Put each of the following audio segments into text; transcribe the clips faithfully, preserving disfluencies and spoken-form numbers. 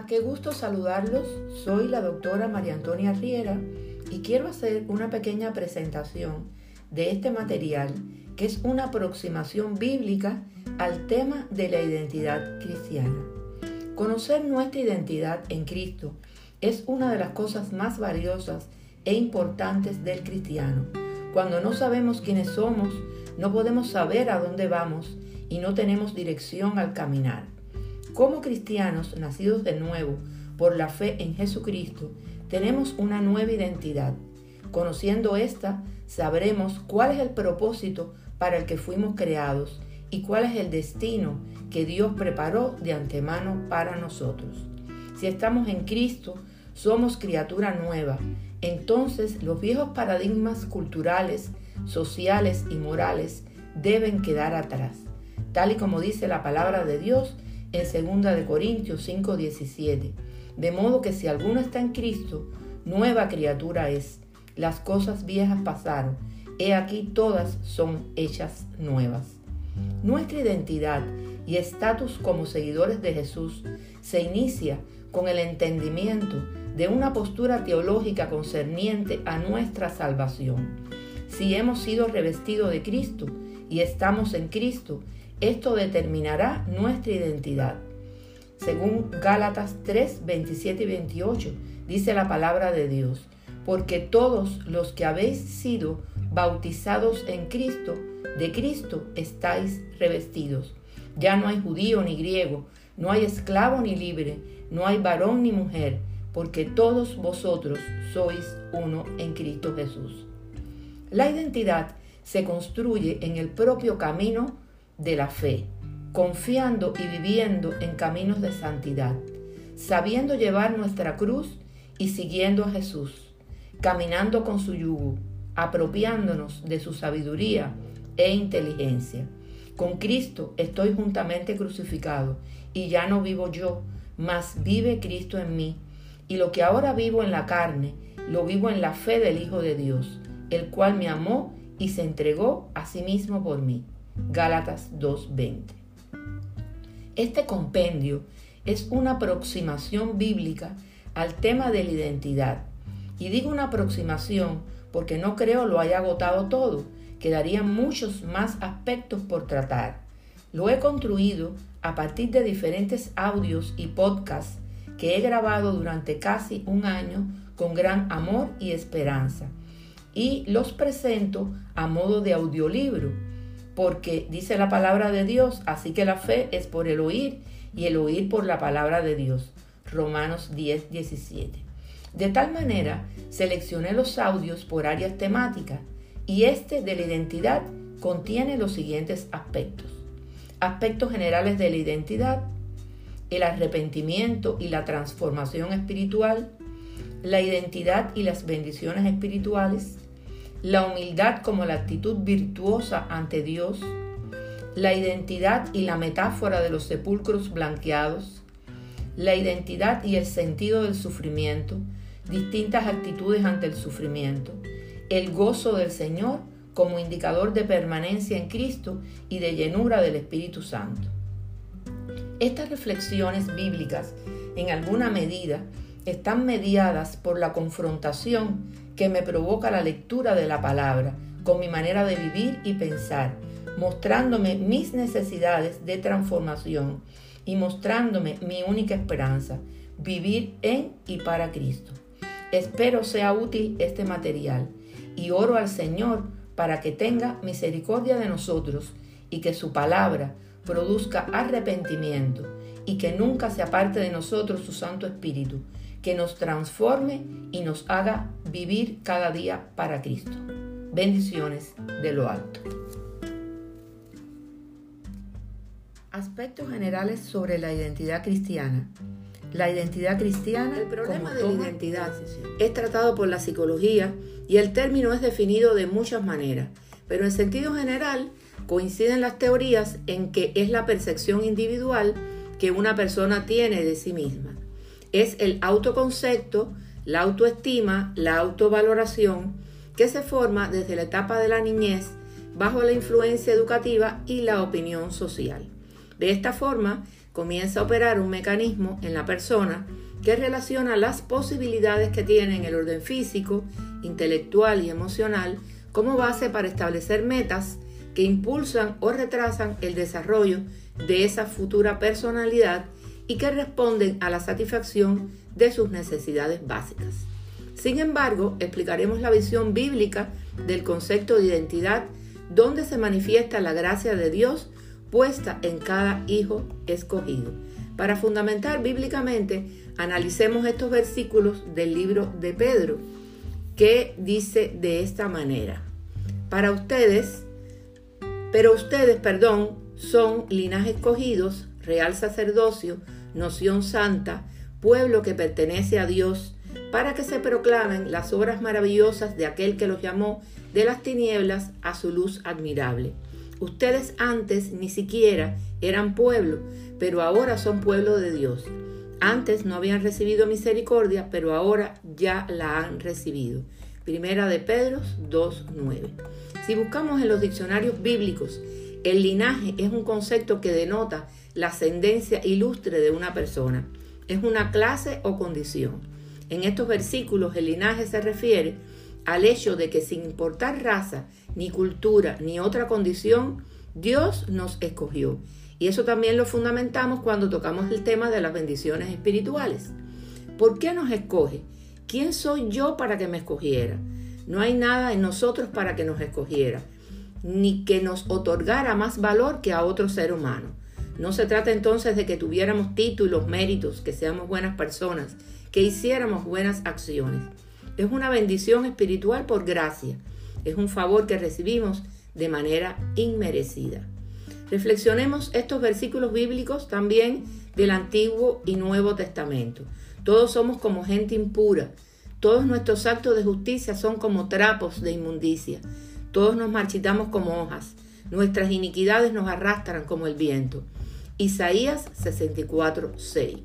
Hola, qué gusto saludarlos. Soy la doctora María Antonia Riera y quiero hacer una pequeña presentación de este material que es una aproximación bíblica al tema de la identidad cristiana. Conocer nuestra identidad en Cristo es una de las cosas más valiosas e importantes del cristiano. Cuando no sabemos quiénes somos, no podemos saber a dónde vamos y no tenemos dirección al caminar. Como cristianos nacidos de nuevo por la fe en Jesucristo, tenemos una nueva identidad. Conociendo esta, sabremos cuál es el propósito para el que fuimos creados y cuál es el destino que Dios preparó de antemano para nosotros. Si estamos en Cristo, somos criatura nueva. Entonces, los viejos paradigmas culturales, sociales y morales deben quedar atrás, tal y como dice la palabra de Dios en segunda de Corintios cinco diecisiete. De modo que si alguno está en Cristo, nueva criatura es. Las cosas viejas pasaron, he aquí todas son hechas nuevas. Nuestra identidad y estatus como seguidores de Jesús se inicia con el entendimiento de una postura teológica concerniente a nuestra salvación. Si hemos sido revestidos de Cristo y estamos en Cristo, esto determinará nuestra identidad. Según Gálatas tres, veintisiete y veintiocho, dice la palabra de Dios: porque todos los que habéis sido bautizados en Cristo, de Cristo estáis revestidos. Ya no hay judío ni griego, no hay esclavo ni libre, no hay varón ni mujer, porque todos vosotros sois uno en Cristo Jesús. La identidad se construye en el propio camino de la fe, confiando y viviendo en caminos de santidad, sabiendo llevar nuestra cruz y siguiendo a Jesús, caminando con su yugo, apropiándonos de su sabiduría e inteligencia. Con Cristo estoy juntamente crucificado, y ya no vivo yo, mas vive Cristo en mí. Y lo que ahora vivo en la carne, lo vivo en la fe del Hijo de Dios, el cual me amó y se entregó a sí mismo por mí. Gálatas dos veinte. Este compendio es una aproximación bíblica al tema de la identidad. Y digo una aproximación porque no creo lo haya agotado todo. Quedarían muchos más aspectos por tratar. Lo he construido a partir de diferentes audios y podcasts que he grabado durante casi un año con gran amor y esperanza. Y los presento a modo de audiolibro, porque dice la palabra de Dios, así que la fe es por el oír y el oír por la palabra de Dios. Romanos diez diecisiete. De tal manera, seleccioné los audios por áreas temáticas y este de la identidad contiene los siguientes aspectos. Aspectos generales de la identidad: el arrepentimiento y la transformación espiritual, la identidad y las bendiciones espirituales, la humildad como la actitud virtuosa ante Dios, la identidad y la metáfora de los sepulcros blanqueados, la identidad y el sentido del sufrimiento, distintas actitudes ante el sufrimiento, el gozo del Señor como indicador de permanencia en Cristo y de llenura del Espíritu Santo. Estas reflexiones bíblicas, en alguna medida, están mediadas por la confrontación que me provoca la lectura de la palabra con mi manera de vivir y pensar, mostrándome mis necesidades de transformación y mostrándome mi única esperanza, vivir en y para Cristo. Espero sea útil este material y oro al Señor para que tenga misericordia de nosotros y que su palabra produzca arrepentimiento y que nunca se aparte de nosotros su Santo Espíritu, que nos transforme y nos haga vivir cada día para Cristo. Bendiciones de lo alto. Aspectos generales sobre la identidad cristiana. La identidad cristiana, el problema de la identidad decisión. es tratado por la psicología y el término es definido de muchas maneras, pero en sentido general coinciden las teorías en que es la percepción individual que una persona tiene de sí misma. Es el autoconcepto, la autoestima, la autovaloración que se forma desde la etapa de la niñez bajo la influencia educativa y la opinión social. De esta forma, comienza a operar un mecanismo en la persona que relaciona las posibilidades que tiene en el orden físico, intelectual y emocional como base para establecer metas que impulsan o retrasan el desarrollo de esa futura personalidad y que responden a la satisfacción de sus necesidades básicas. Sin embargo, explicaremos la visión bíblica del concepto de identidad, donde se manifiesta la gracia de Dios puesta en cada hijo escogido. Para fundamentar bíblicamente, analicemos estos versículos del libro de Pedro, que dice de esta manera: Para ustedes, pero ustedes, perdón, son linaje escogidos, real sacerdocio, nación santa, pueblo que pertenece a Dios, para que se proclamen las obras maravillosas de aquel que los llamó de las tinieblas a su luz admirable. Ustedes antes ni siquiera eran pueblo, pero ahora son pueblo de Dios. Antes no habían recibido misericordia, pero ahora ya la han recibido. Primera de Pedro dos nueve. Si buscamos en los diccionarios bíblicos, el linaje es un concepto que denota la ascendencia ilustre de una persona. Es una clase o condición. En estos versículos, el linaje se refiere al hecho de que sin importar raza, ni cultura, ni otra condición, Dios nos escogió. Y eso también lo fundamentamos cuando tocamos el tema de las bendiciones espirituales. ¿Por qué nos escoge? ¿Quién soy yo para que me escogiera? No hay nada en nosotros para que nos escogiera, ni que nos otorgara más valor que a otro ser humano. No se trata entonces de que tuviéramos títulos, méritos, que seamos buenas personas, que hiciéramos buenas acciones. Es una bendición espiritual por gracia. Es un favor que recibimos de manera inmerecida. Reflexionemos estos versículos bíblicos también del Antiguo y Nuevo Testamento. Todos somos como gente impura. Todos nuestros actos de justicia son como trapos de inmundicia. Todos nos marchitamos como hojas. Nuestras iniquidades nos arrastran como el viento. Isaías sesenta y cuatro seis.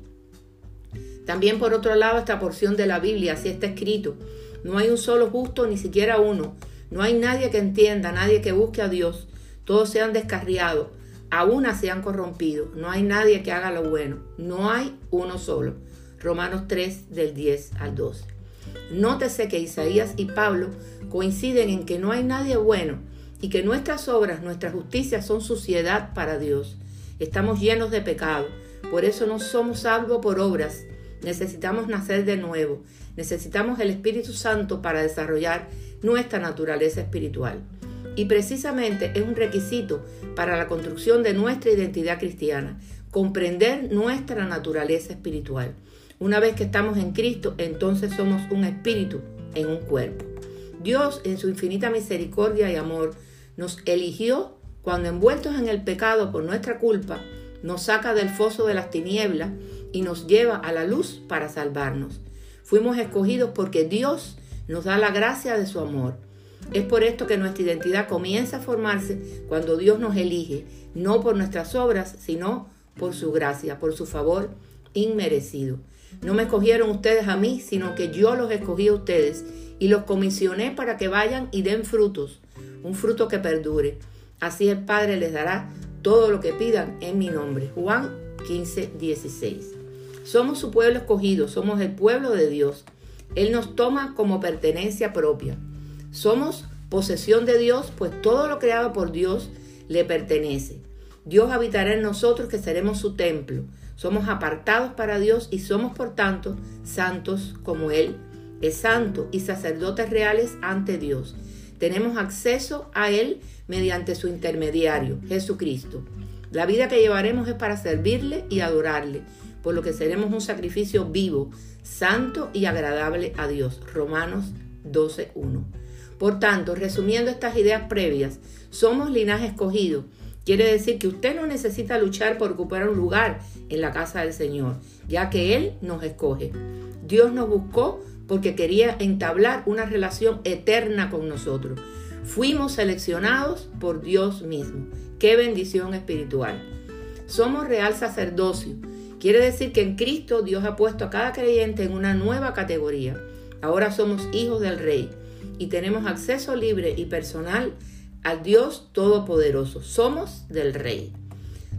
También por otro lado, esta porción de la Biblia, así está escrito: no hay un solo justo, ni siquiera uno. No hay nadie que entienda, nadie que busque a Dios. Todos se han descarriado, a una se han corrompido. No hay nadie que haga lo bueno. No hay uno solo. Romanos tres, del diez al doce. Nótese que Isaías y Pablo coinciden en que no hay nadie bueno y que nuestras obras, nuestra justicia son suciedad para Dios. Estamos llenos de pecado, por eso no somos salvos por obras. Necesitamos nacer de nuevo. Necesitamos el Espíritu Santo para desarrollar nuestra naturaleza espiritual. Y precisamente es un requisito para la construcción de nuestra identidad cristiana, comprender nuestra naturaleza espiritual. Una vez que estamos en Cristo, entonces somos un espíritu en un cuerpo. Dios, en su infinita misericordia y amor, nos eligió cuando, envueltos en el pecado por nuestra culpa, nos saca del foso de las tinieblas y nos lleva a la luz para salvarnos. Fuimos escogidos porque Dios nos da la gracia de su amor. Es por esto que nuestra identidad comienza a formarse cuando Dios nos elige, no por nuestras obras, sino por su gracia, por su favor inmerecido. No me escogieron ustedes a mí, sino que yo los escogí a ustedes y los comisioné para que vayan y den frutos, un fruto que perdure. Así el Padre les dará todo lo que pidan en mi nombre. Juan quince, dieciséis. Somos su pueblo escogido, somos el pueblo de Dios. Él nos toma como pertenencia propia. Somos posesión de Dios, pues todo lo creado por Dios le pertenece. Dios habitará en nosotros, que seremos su templo. Somos apartados para Dios y somos, por tanto, santos como Él es santo, y sacerdotes reales ante Dios. Tenemos acceso a Él mediante su intermediario, Jesucristo. La vida que llevaremos es para servirle y adorarle, por lo que seremos un sacrificio vivo, santo y agradable a Dios. Romanos doce uno. Por tanto, resumiendo estas ideas previas, somos linaje escogido. Quiere decir que usted no necesita luchar por ocupar un lugar en la casa del Señor, ya que Él nos escoge. Dios nos buscó porque quería entablar una relación eterna con nosotros. Fuimos seleccionados por Dios mismo. ¡Qué bendición espiritual! Somos real sacerdocio. Quiere decir que en Cristo Dios ha puesto a cada creyente en una nueva categoría. Ahora somos hijos del Rey y tenemos acceso libre y personal al Dios Todopoderoso. Somos del Rey.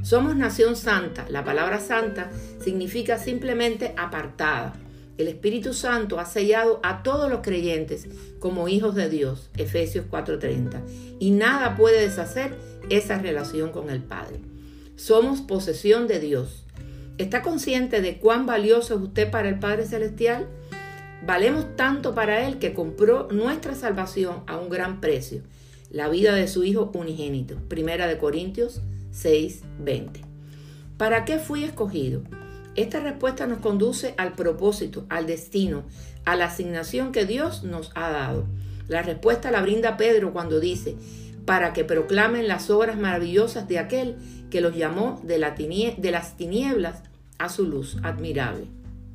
Somos nación santa. La palabra santa significa simplemente apartada. El Espíritu Santo ha sellado a todos los creyentes como hijos de Dios, Efesios cuatro treinta, y nada puede deshacer esa relación con el Padre. Somos posesión de Dios. ¿Está consciente de cuán valioso es usted para el Padre Celestial? Valemos tanto para Él que compró nuestra salvación a un gran precio, la vida de su Hijo unigénito. Primera de Corintios seis veinte. ¿Para qué fui escogido? Esta respuesta nos conduce al propósito, al destino, a la asignación que Dios nos ha dado. La respuesta la brinda Pedro cuando dice, para que proclamen las obras maravillosas de aquel que los llamó de, la tinie- de las tinieblas a su luz admirable.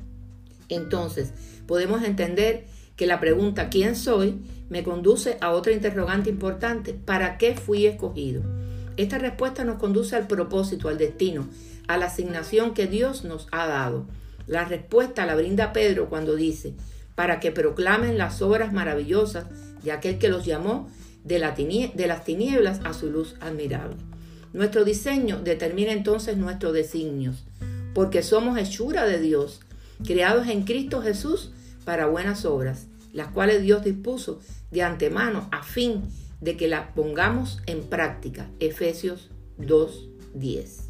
Entonces, podemos entender que la pregunta ¿quién soy? Me conduce a otra interrogante importante, ¿para qué fui escogido? Esta respuesta nos conduce al propósito, al destino, a la asignación que Dios nos ha dado. La respuesta la brinda Pedro cuando dice, para que proclamen las obras maravillosas de aquel que los llamó de, la tinie- de las tinieblas a su luz admirable. Nuestro diseño determina entonces nuestros designios, porque somos hechura de Dios, creados en Cristo Jesús para buenas obras, las cuales Dios dispuso de antemano a fin de que las pongamos en práctica. Efesios dos diez.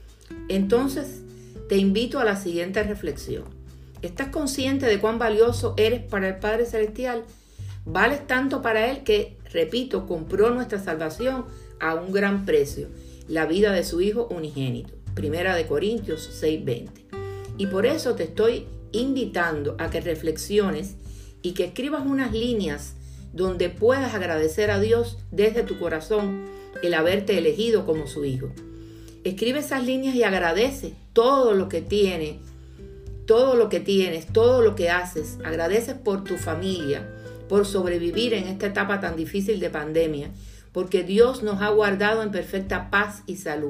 Entonces, te invito a la siguiente reflexión. ¿Estás consciente de cuán valioso eres para el Padre Celestial? Vales tanto para Él que, repito, compró nuestra salvación a un gran precio, la vida de su Hijo unigénito. Primera de Corintios seis veinte. Y por eso te estoy invitando a que reflexiones y que escribas unas líneas donde puedas agradecer a Dios desde tu corazón el haberte elegido como su hijo. Escribe esas líneas y agradece todo lo que tiene, todo lo que tienes, todo lo que haces. Agradeces por tu familia, por sobrevivir en esta etapa tan difícil de pandemia, porque Dios nos ha guardado en perfecta paz y salud.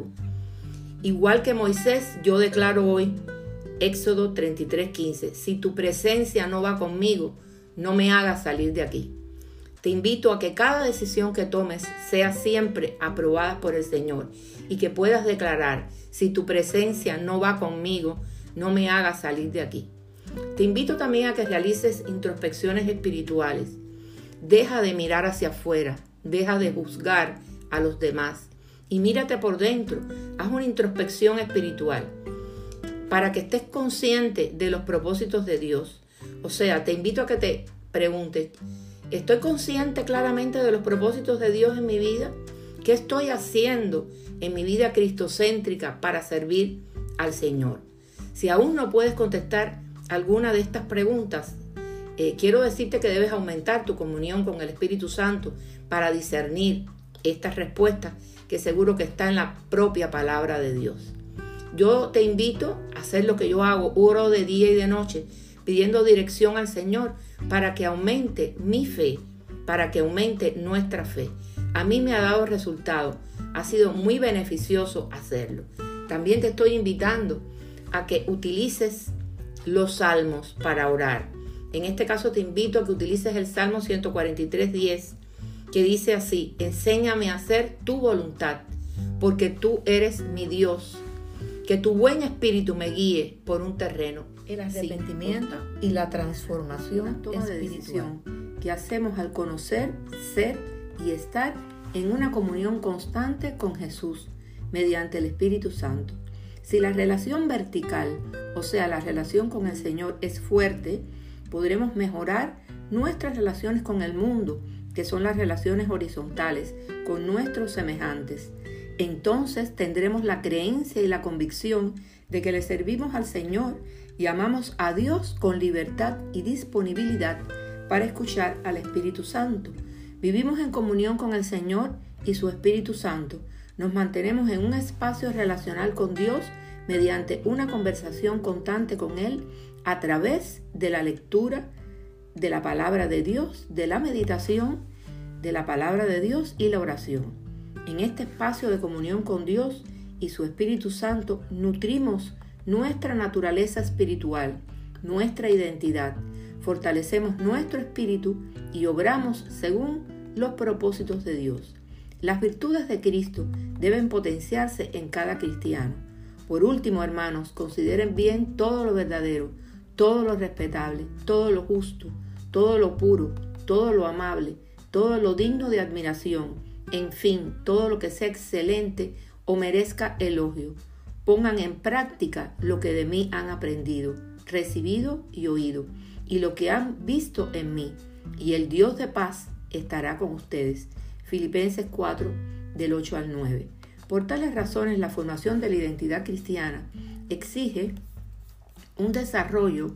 Igual que Moisés, yo declaro hoy, Éxodo treinta y tres quince, si tu presencia no va conmigo, no me hagas salir de aquí. Te invito a que cada decisión que tomes sea siempre aprobada por el Señor y que puedas declarar, si tu presencia no va conmigo, no me hagas salir de aquí. Te invito también a que realices introspecciones espirituales. Deja de mirar hacia afuera, deja de juzgar a los demás y mírate por dentro. Haz una introspección espiritual para que estés consciente de los propósitos de Dios. O sea, te invito a que te preguntes, ¿estoy consciente claramente de los propósitos de Dios en mi vida? ¿Qué estoy haciendo en mi vida cristocéntrica para servir al Señor? Si aún no puedes contestar alguna de estas preguntas, eh, quiero decirte que debes aumentar tu comunión con el Espíritu Santo para discernir estas respuestas que seguro que está en la propia palabra de Dios. Yo te invito a hacer lo que yo hago, oro de día y de noche, pidiendo dirección al Señor para que aumente mi fe, para que aumente nuestra fe. A mí me ha dado resultado, ha sido muy beneficioso hacerlo. También te estoy invitando a que utilices los salmos para orar. En este caso te invito a que utilices el Salmo ciento cuarenta y tres diez, que dice así, enséñame a hacer tu voluntad, porque tú eres mi Dios. Que tu buen espíritu me guíe por un terreno. El arrepentimiento y la transformación Toma de espiritual decisión que hacemos al conocer, ser y estar en una comunión constante con Jesús mediante el Espíritu Santo. Si la relación vertical, o sea, la relación con el Señor es fuerte, podremos mejorar nuestras relaciones con el mundo, que son las relaciones horizontales, con nuestros semejantes. Entonces tendremos la creencia y la convicción de que le servimos al Señor y amamos a Dios con libertad y disponibilidad para escuchar al Espíritu Santo. Vivimos en comunión con el Señor y su Espíritu Santo. Nos mantenemos en un espacio relacional con Dios mediante una conversación constante con Él a través de la lectura de la palabra de Dios, de la meditación de la palabra de Dios y la oración. En este espacio de comunión con Dios y su Espíritu Santo nutrimos nuestra naturaleza espiritual, nuestra identidad, fortalecemos nuestro espíritu y obramos según los propósitos de Dios. Las virtudes de Cristo deben potenciarse en cada cristiano. Por último, hermanos, consideren bien todo lo verdadero, todo lo respetable, todo lo justo, todo lo puro, todo lo amable, todo lo digno de admiración, en fin, todo lo que sea excelente o merezca elogio. Pongan en práctica lo que de mí han aprendido, recibido y oído, y lo que han visto en mí, y el Dios de paz estará con ustedes. Filipenses cuatro, del ocho al nueve. Por tales razones, la formación de la identidad cristiana exige un desarrollo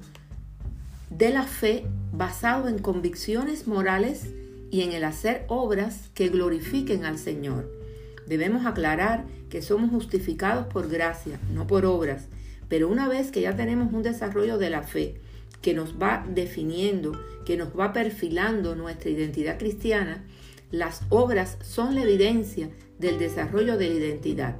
de la fe basado en convicciones morales y en el hacer obras que glorifiquen al Señor. Debemos aclarar que somos justificados por gracia, no por obras, pero una vez que ya tenemos un desarrollo de la fe que nos va definiendo, que nos va perfilando nuestra identidad cristiana, las obras son la evidencia del desarrollo de la identidad.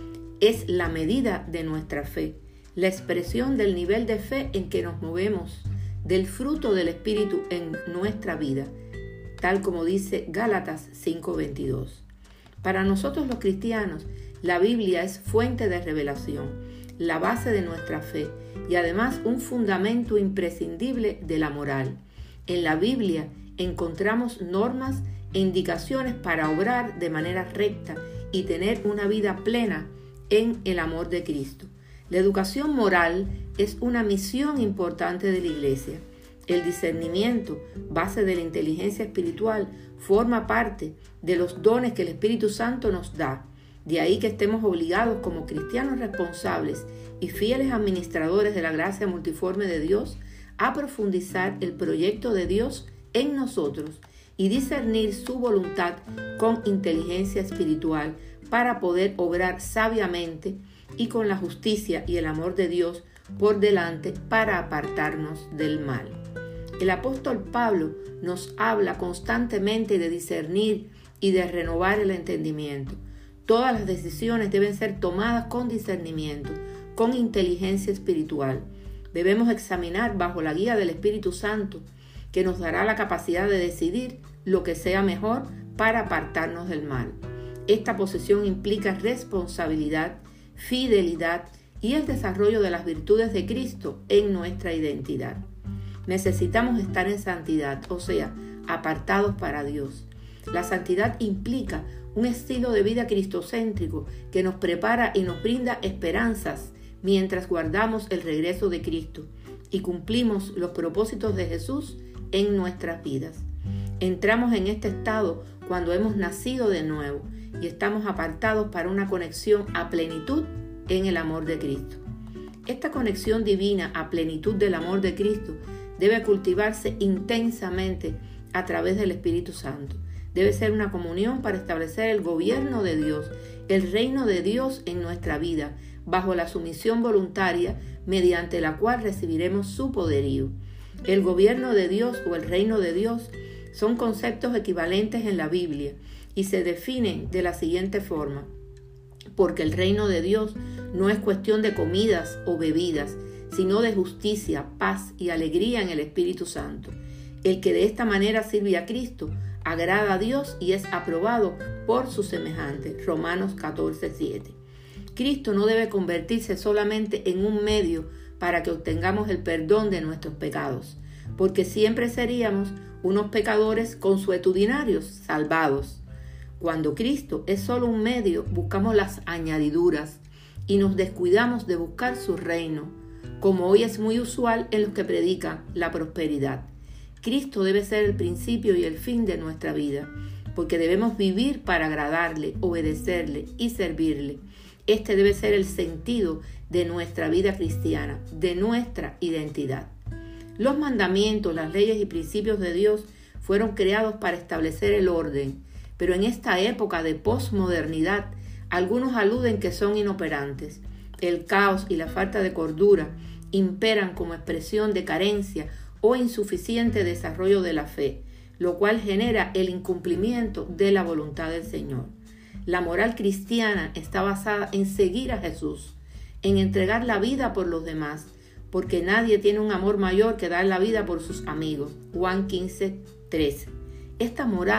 Es la medida de nuestra fe, la expresión del nivel de fe en que nos movemos, del fruto del Espíritu en nuestra vida, tal como dice Gálatas cinco veintidós. Para nosotros los cristianos, la Biblia es fuente de revelación, la base de nuestra fe y además un fundamento imprescindible de la moral. En la Biblia encontramos normas e indicaciones para obrar de manera recta y tener una vida plena en el amor de Cristo. La educación moral es una misión importante de la Iglesia. El discernimiento, base de la inteligencia espiritual, forma parte de los dones que el Espíritu Santo nos da. De ahí que estemos obligados como cristianos responsables y fieles administradores de la gracia multiforme de Dios a profundizar el proyecto de Dios en nosotros y discernir su voluntad con inteligencia espiritual para poder obrar sabiamente y con la justicia y el amor de Dios por delante para apartarnos del mal. El apóstol Pablo nos habla constantemente de discernir y de renovar el entendimiento. Todas las decisiones deben ser tomadas con discernimiento, con inteligencia espiritual. Debemos examinar bajo la guía del Espíritu Santo, que nos dará la capacidad de decidir lo que sea mejor para apartarnos del mal. Esta posición implica responsabilidad, fidelidad y el desarrollo de las virtudes de Cristo en nuestra identidad. Necesitamos estar en santidad, o sea, apartados para Dios. La santidad implica un estilo de vida cristocéntrico que nos prepara y nos brinda esperanzas mientras guardamos el regreso de Cristo y cumplimos los propósitos de Jesús en nuestras vidas. Entramos en este estado cuando hemos nacido de nuevo y estamos apartados para una conexión a plenitud en el amor de Cristo. Esta conexión divina a plenitud del amor de Cristo debe cultivarse intensamente a través del Espíritu Santo. Debe ser una comunión para establecer el gobierno de Dios, el reino de Dios en nuestra vida, bajo la sumisión voluntaria mediante la cual recibiremos su poderío. El gobierno de Dios o el reino de Dios son conceptos equivalentes en la Biblia y se definen de la siguiente forma: porque el reino de Dios no es cuestión de comidas o bebidas, sino de justicia, paz y alegría en el Espíritu Santo. El que de esta manera sirve a Cristo agrada a Dios y es aprobado por sus semejantes. Romanos catorce siete. Cristo no debe convertirse solamente en un medio para que obtengamos el perdón de nuestros pecados, porque siempre seríamos unos pecadores consuetudinarios, salvados. Cuando Cristo es solo un medio, buscamos las añadiduras y nos descuidamos de buscar su reino, como hoy es muy usual en los que predican la prosperidad. Cristo debe ser el principio y el fin de nuestra vida, porque debemos vivir para agradarle, obedecerle y servirle. Este debe ser el sentido de nuestra vida cristiana, de nuestra identidad. Los mandamientos, las leyes y principios de Dios fueron creados para establecer el orden, pero en esta época de posmodernidad, algunos aluden que son inoperantes. El caos y la falta de cordura imperan como expresión de carencia o insuficiente desarrollo de la fe, lo cual genera el incumplimiento de la voluntad del Señor. La moral cristiana está basada en seguir a Jesús, en entregar la vida por los demás, porque nadie tiene un amor mayor que dar la vida por sus amigos. Juan quince trece. Esta moral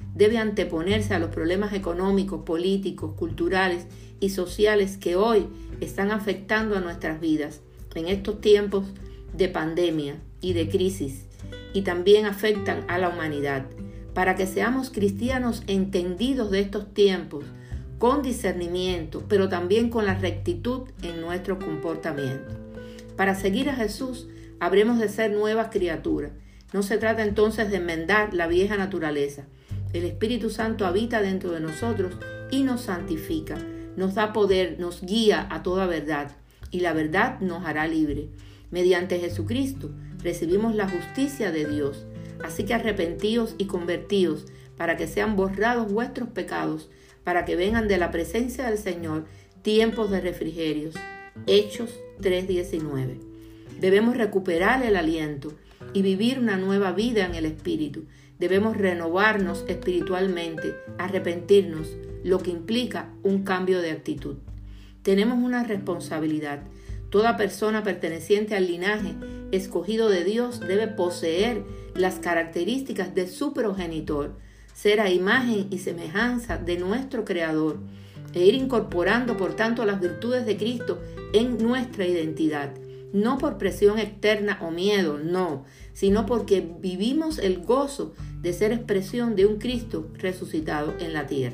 debe anteponerse a los problemas económicos, políticos, culturales y sociales que hoy están afectando a nuestras vidas en estos tiempos de pandemia y de crisis, y también afectan a la humanidad, para que seamos cristianos entendidos de estos tiempos, con discernimiento, pero también con la rectitud en nuestro comportamiento. Para seguir a Jesús, habremos de ser nuevas criaturas. No se trata entonces de enmendar la vieja naturaleza. El Espíritu Santo habita dentro de nosotros y nos santifica, nos da poder, nos guía a toda verdad, y la verdad nos hará libre. Mediante Jesucristo recibimos la justicia de Dios. Así que arrepentíos y convertíos para que sean borrados vuestros pecados, para que vengan de la presencia del Señor tiempos de refrigerios. Hechos tres diecinueve. Debemos recuperar el aliento y vivir una nueva vida en el Espíritu. Debemos renovarnos espiritualmente, arrepentirnos, lo que implica un cambio de actitud. Tenemos una responsabilidad. Toda persona perteneciente al linaje escogido de Dios debe poseer las características de su progenitor, ser a imagen y semejanza de nuestro Creador, e ir incorporando por tanto las virtudes de Cristo en nuestra identidad, no por presión externa o miedo, no, sino porque vivimos el gozo de ser expresión de un Cristo resucitado en la tierra.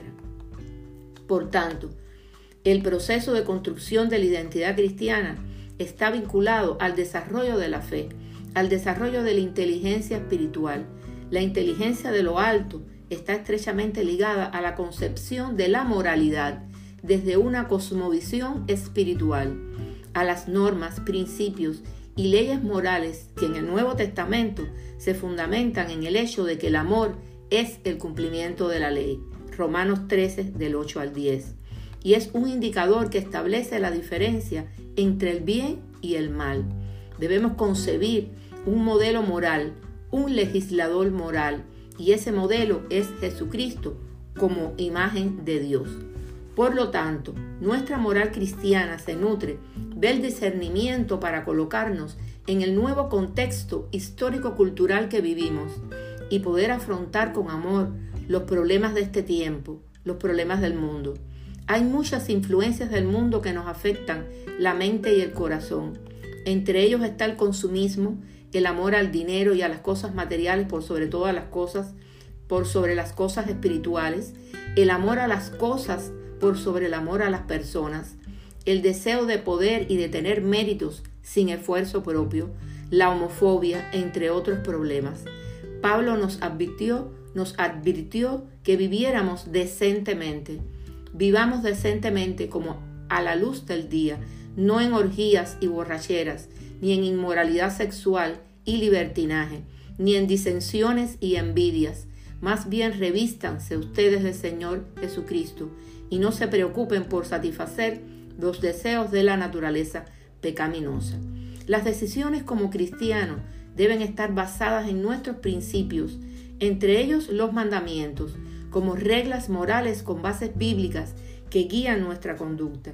Por tanto, el proceso de construcción de la identidad cristiana está vinculado al desarrollo de la fe, al desarrollo de la inteligencia espiritual. La inteligencia de lo alto está estrechamente ligada a la concepción de la moralidad desde una cosmovisión espiritual, a las normas, principios y leyes morales que en el Nuevo Testamento se fundamentan en el hecho de que el amor es el cumplimiento de la ley. Romanos trece, del ocho al diez. Y es un indicador que establece la diferencia entre el bien y el mal. Debemos concebir un modelo moral, un legislador moral, y ese modelo es Jesucristo como imagen de Dios. Por lo tanto, nuestra moral cristiana se nutre del discernimiento para colocarnos en el nuevo contexto histórico-cultural que vivimos y poder afrontar con amor los problemas de este tiempo, los problemas del mundo. Hay muchas influencias del mundo que nos afectan la mente y el corazón. Entre ellos está el consumismo, el amor al dinero y a las cosas materiales por sobre todas las cosas, por sobre las cosas espirituales, el amor a las cosas por sobre el amor a las personas, el deseo de poder y de tener méritos sin esfuerzo propio, la homofobia, entre otros problemas. Pablo nos advirtió, nos advirtió que viviéramos decentemente. Vivamos decentemente como a la luz del día, no en orgías y borracheras, ni en inmoralidad sexual y libertinaje, ni en disensiones y envidias. Más bien revístanse ustedes del Señor Jesucristo y no se preocupen por satisfacer los deseos de la naturaleza pecaminosa. Las decisiones como cristianos deben estar basadas en nuestros principios, entre ellos los mandamientos, como reglas morales con bases bíblicas que guían nuestra conducta.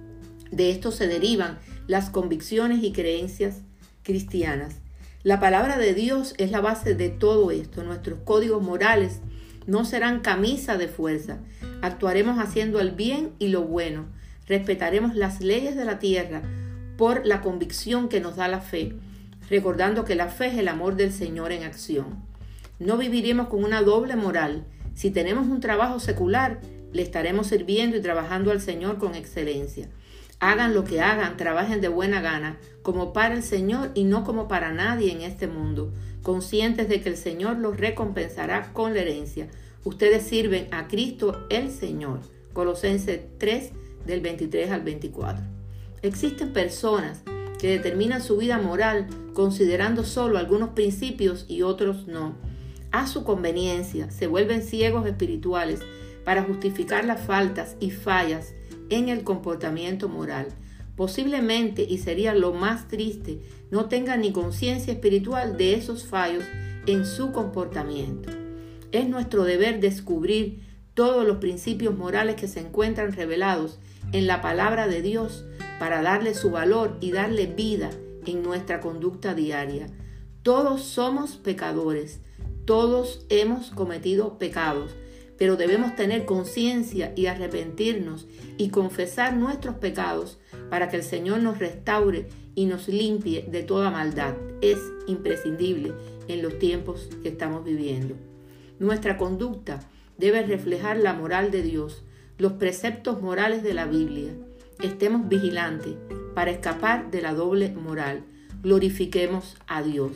De esto se derivan las convicciones y creencias cristianas. La palabra de Dios es la base de todo esto. Nuestros códigos morales no serán camisa de fuerza. Actuaremos haciendo el bien y lo bueno. Respetaremos las leyes de la tierra por la convicción que nos da la fe, recordando que la fe es el amor del Señor en acción. No viviremos con una doble moral. Si tenemos un trabajo secular, le estaremos sirviendo y trabajando al Señor con excelencia. Hagan lo que hagan, trabajen de buena gana, como para el Señor y no como para nadie en este mundo, conscientes de que el Señor los recompensará con la herencia. Ustedes sirven a Cristo el Señor. Colosenses tres, del veintitrés al veinticuatro. Existen personas que determinan su vida moral considerando solo algunos principios y otros no. A su conveniencia se vuelven ciegos espirituales para justificar las faltas y fallas en el comportamiento moral. Posiblemente, y sería lo más triste, no tengan ni conciencia espiritual de esos fallos en su comportamiento. Es nuestro deber descubrir todos los principios morales que se encuentran revelados en la palabra de Dios para darle su valor y darle vida en nuestra conducta diaria. Todos somos pecadores, todos hemos cometido pecados, pero debemos tener conciencia y arrepentirnos y confesar nuestros pecados para que el Señor nos restaure y nos limpie de toda maldad. Es imprescindible en los tiempos que estamos viviendo. Nuestra conducta debe reflejar la moral de Dios, los preceptos morales de la Biblia. Estemos vigilantes para escapar de la doble moral. Glorifiquemos a Dios.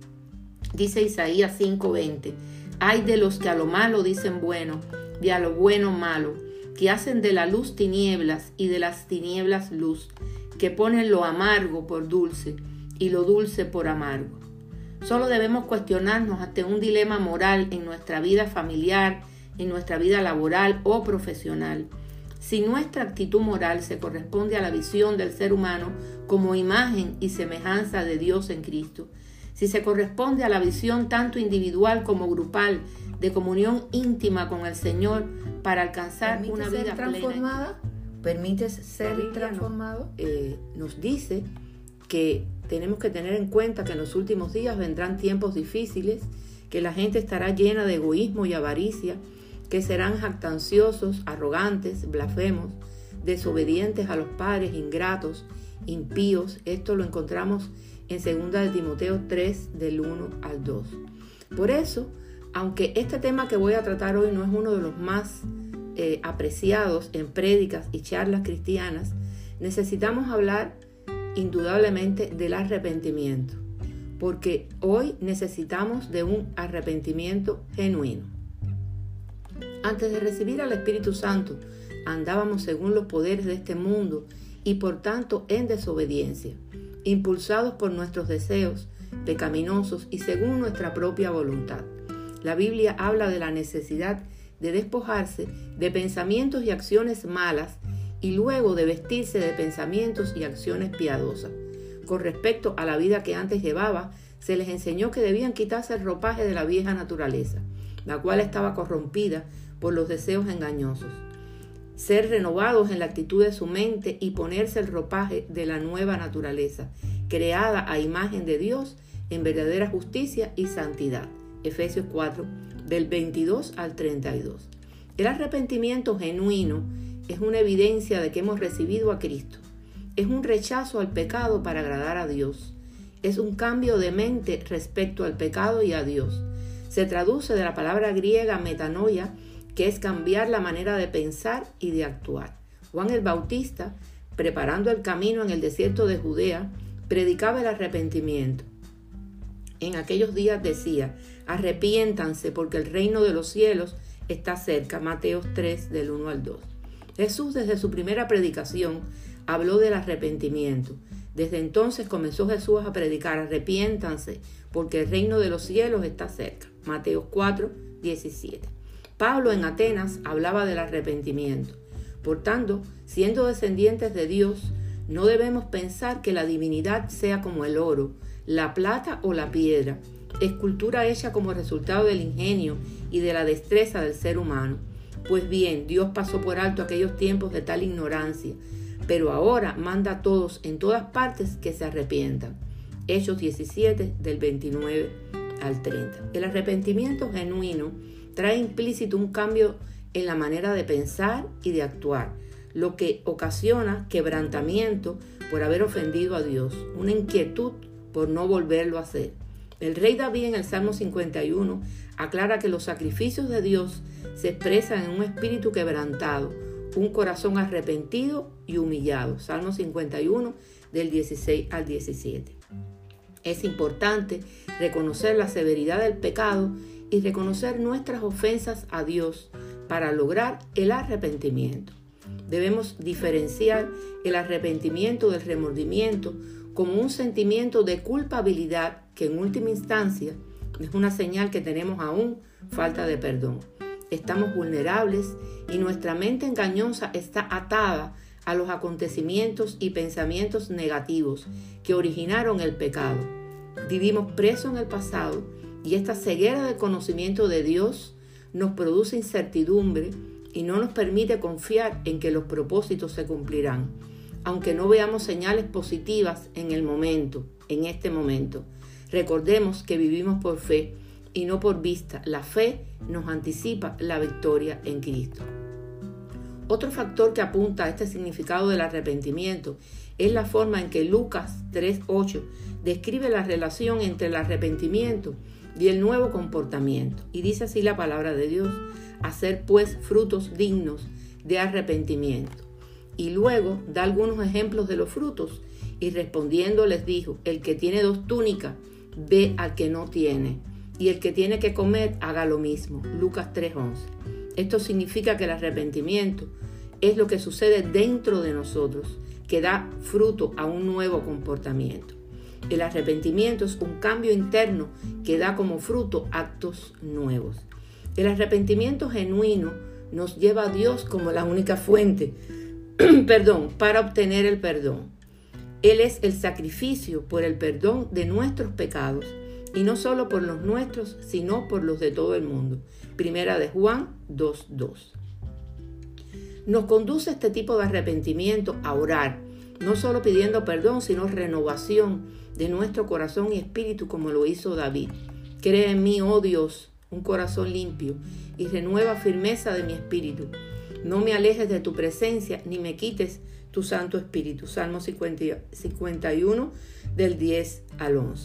Dice Isaías cinco veinte, ay de los que a lo malo dicen bueno y a lo bueno malo, que hacen de la luz tinieblas y de las tinieblas luz, que ponen lo amargo por dulce y lo dulce por amargo. Solo debemos cuestionarnos ante un dilema moral en nuestra vida familiar, en nuestra vida laboral o profesional. Si nuestra actitud moral se corresponde a la visión del ser humano como imagen y semejanza de Dios en Cristo, si se corresponde a la visión tanto individual como grupal de comunión íntima con el Señor para alcanzar una vida ser transformada, plena. ¿Permites ser transformado? Nos, eh, nos dice que tenemos que tener en cuenta que en los últimos días vendrán tiempos difíciles, que la gente estará llena de egoísmo y avaricia, que serán jactanciosos, arrogantes, blasfemos, desobedientes a los padres, ingratos, impíos. Esto lo encontramos en segunda de Timoteo tres, del uno al dos. Por eso, aunque este tema que voy a tratar hoy no es uno de los más eh, apreciados en prédicas y charlas cristianas, necesitamos hablar indudablemente del arrepentimiento, porque hoy necesitamos de un arrepentimiento genuino. Antes de recibir al Espíritu Santo, andábamos según los poderes de este mundo y por tanto en desobediencia, impulsados por nuestros deseos pecaminosos y según nuestra propia voluntad. La Biblia habla de la necesidad de despojarse de pensamientos y acciones malas y luego de vestirse de pensamientos y acciones piadosas. Con respecto a la vida que antes llevaba, se les enseñó que debían quitarse el ropaje de la vieja naturaleza, la cual estaba corrompida por los deseos engañosos, ser renovados en la actitud de su mente y ponerse el ropaje de la nueva naturaleza, creada a imagen de Dios en verdadera justicia y santidad. Efesios cuatro, del veintidós al treinta y dos. El arrepentimiento genuino es una evidencia de que hemos recibido a Cristo. Es un rechazo al pecado para agradar a Dios. Es un cambio de mente respecto al pecado y a Dios. Se traduce de la palabra griega metanoia, que es cambiar la manera de pensar y de actuar. Juan el Bautista, preparando el camino en el desierto de Judea, predicaba el arrepentimiento. En aquellos días decía, arrepiéntanse porque el reino de los cielos está cerca. Mateo tres, del uno al dos. Jesús desde su primera predicación habló del arrepentimiento. Desde entonces comenzó Jesús a predicar, arrepiéntanse porque el reino de los cielos está cerca. Mateo cuatro, diecisiete. Pablo en Atenas hablaba del arrepentimiento. Por tanto, siendo descendientes de Dios, no debemos pensar que la divinidad sea como el oro, la plata o la piedra, escultura hecha como resultado del ingenio y de la destreza del ser humano. Pues bien, Dios pasó por alto aquellos tiempos de tal ignorancia, pero ahora manda a todos en todas partes que se arrepientan. Hechos diecisiete, del veintinueve al treinta. El arrepentimiento genuino trae implícito un cambio en la manera de pensar y de actuar, lo que ocasiona quebrantamiento por haber ofendido a Dios, una inquietud por no volverlo a hacer. El rey David en el Salmo cincuenta y uno aclara que los sacrificios de Dios se expresan en un espíritu quebrantado, un corazón arrepentido y humillado. Salmo cincuenta y uno, del dieciséis al diecisiete. Es importante reconocer la severidad del pecado y reconocer nuestras ofensas a Dios para lograr el arrepentimiento. Debemos diferenciar el arrepentimiento del remordimiento como un sentimiento de culpabilidad que en última instancia es una señal que tenemos aún falta de perdón. Estamos vulnerables y nuestra mente engañosa está atada a los acontecimientos y pensamientos negativos que originaron el pecado. Vivimos presos en el pasado y esta ceguera del conocimiento de Dios nos produce incertidumbre y no nos permite confiar en que los propósitos se cumplirán, aunque no veamos señales positivas en el momento, en este momento. Recordemos que vivimos por fe, y no por vista. La fe nos anticipa la victoria en Cristo. Otro factor que apunta a este significado del arrepentimiento es la forma en que Lucas tres ocho describe la relación entre el arrepentimiento y el nuevo comportamiento. Y dice así la palabra de Dios: hacer pues frutos dignos de arrepentimiento. Y luego da algunos ejemplos de los frutos. Y respondiendo les dijo: el que tiene dos túnicas, ve al que no tiene, y el que tiene que comer, haga lo mismo. Lucas tres once. Esto significa que el arrepentimiento es lo que sucede dentro de nosotros, que da fruto a un nuevo comportamiento. El arrepentimiento es un cambio interno que da como fruto actos nuevos. El arrepentimiento genuino nos lleva a Dios como la única fuente, perdón, para obtener el perdón. Él es el sacrificio por el perdón de nuestros pecados, y no solo por los nuestros, sino por los de todo el mundo. Primera de Juan dos dos. Nos conduce este tipo de arrepentimiento a orar, no solo pidiendo perdón, sino renovación de nuestro corazón y espíritu, como lo hizo David. Crea en mí, oh Dios, un corazón limpio, y renueva firmeza de mi espíritu. No me alejes de tu presencia, ni me quites tu Santo Espíritu. Salmo cincuenta y uno, del diez al once.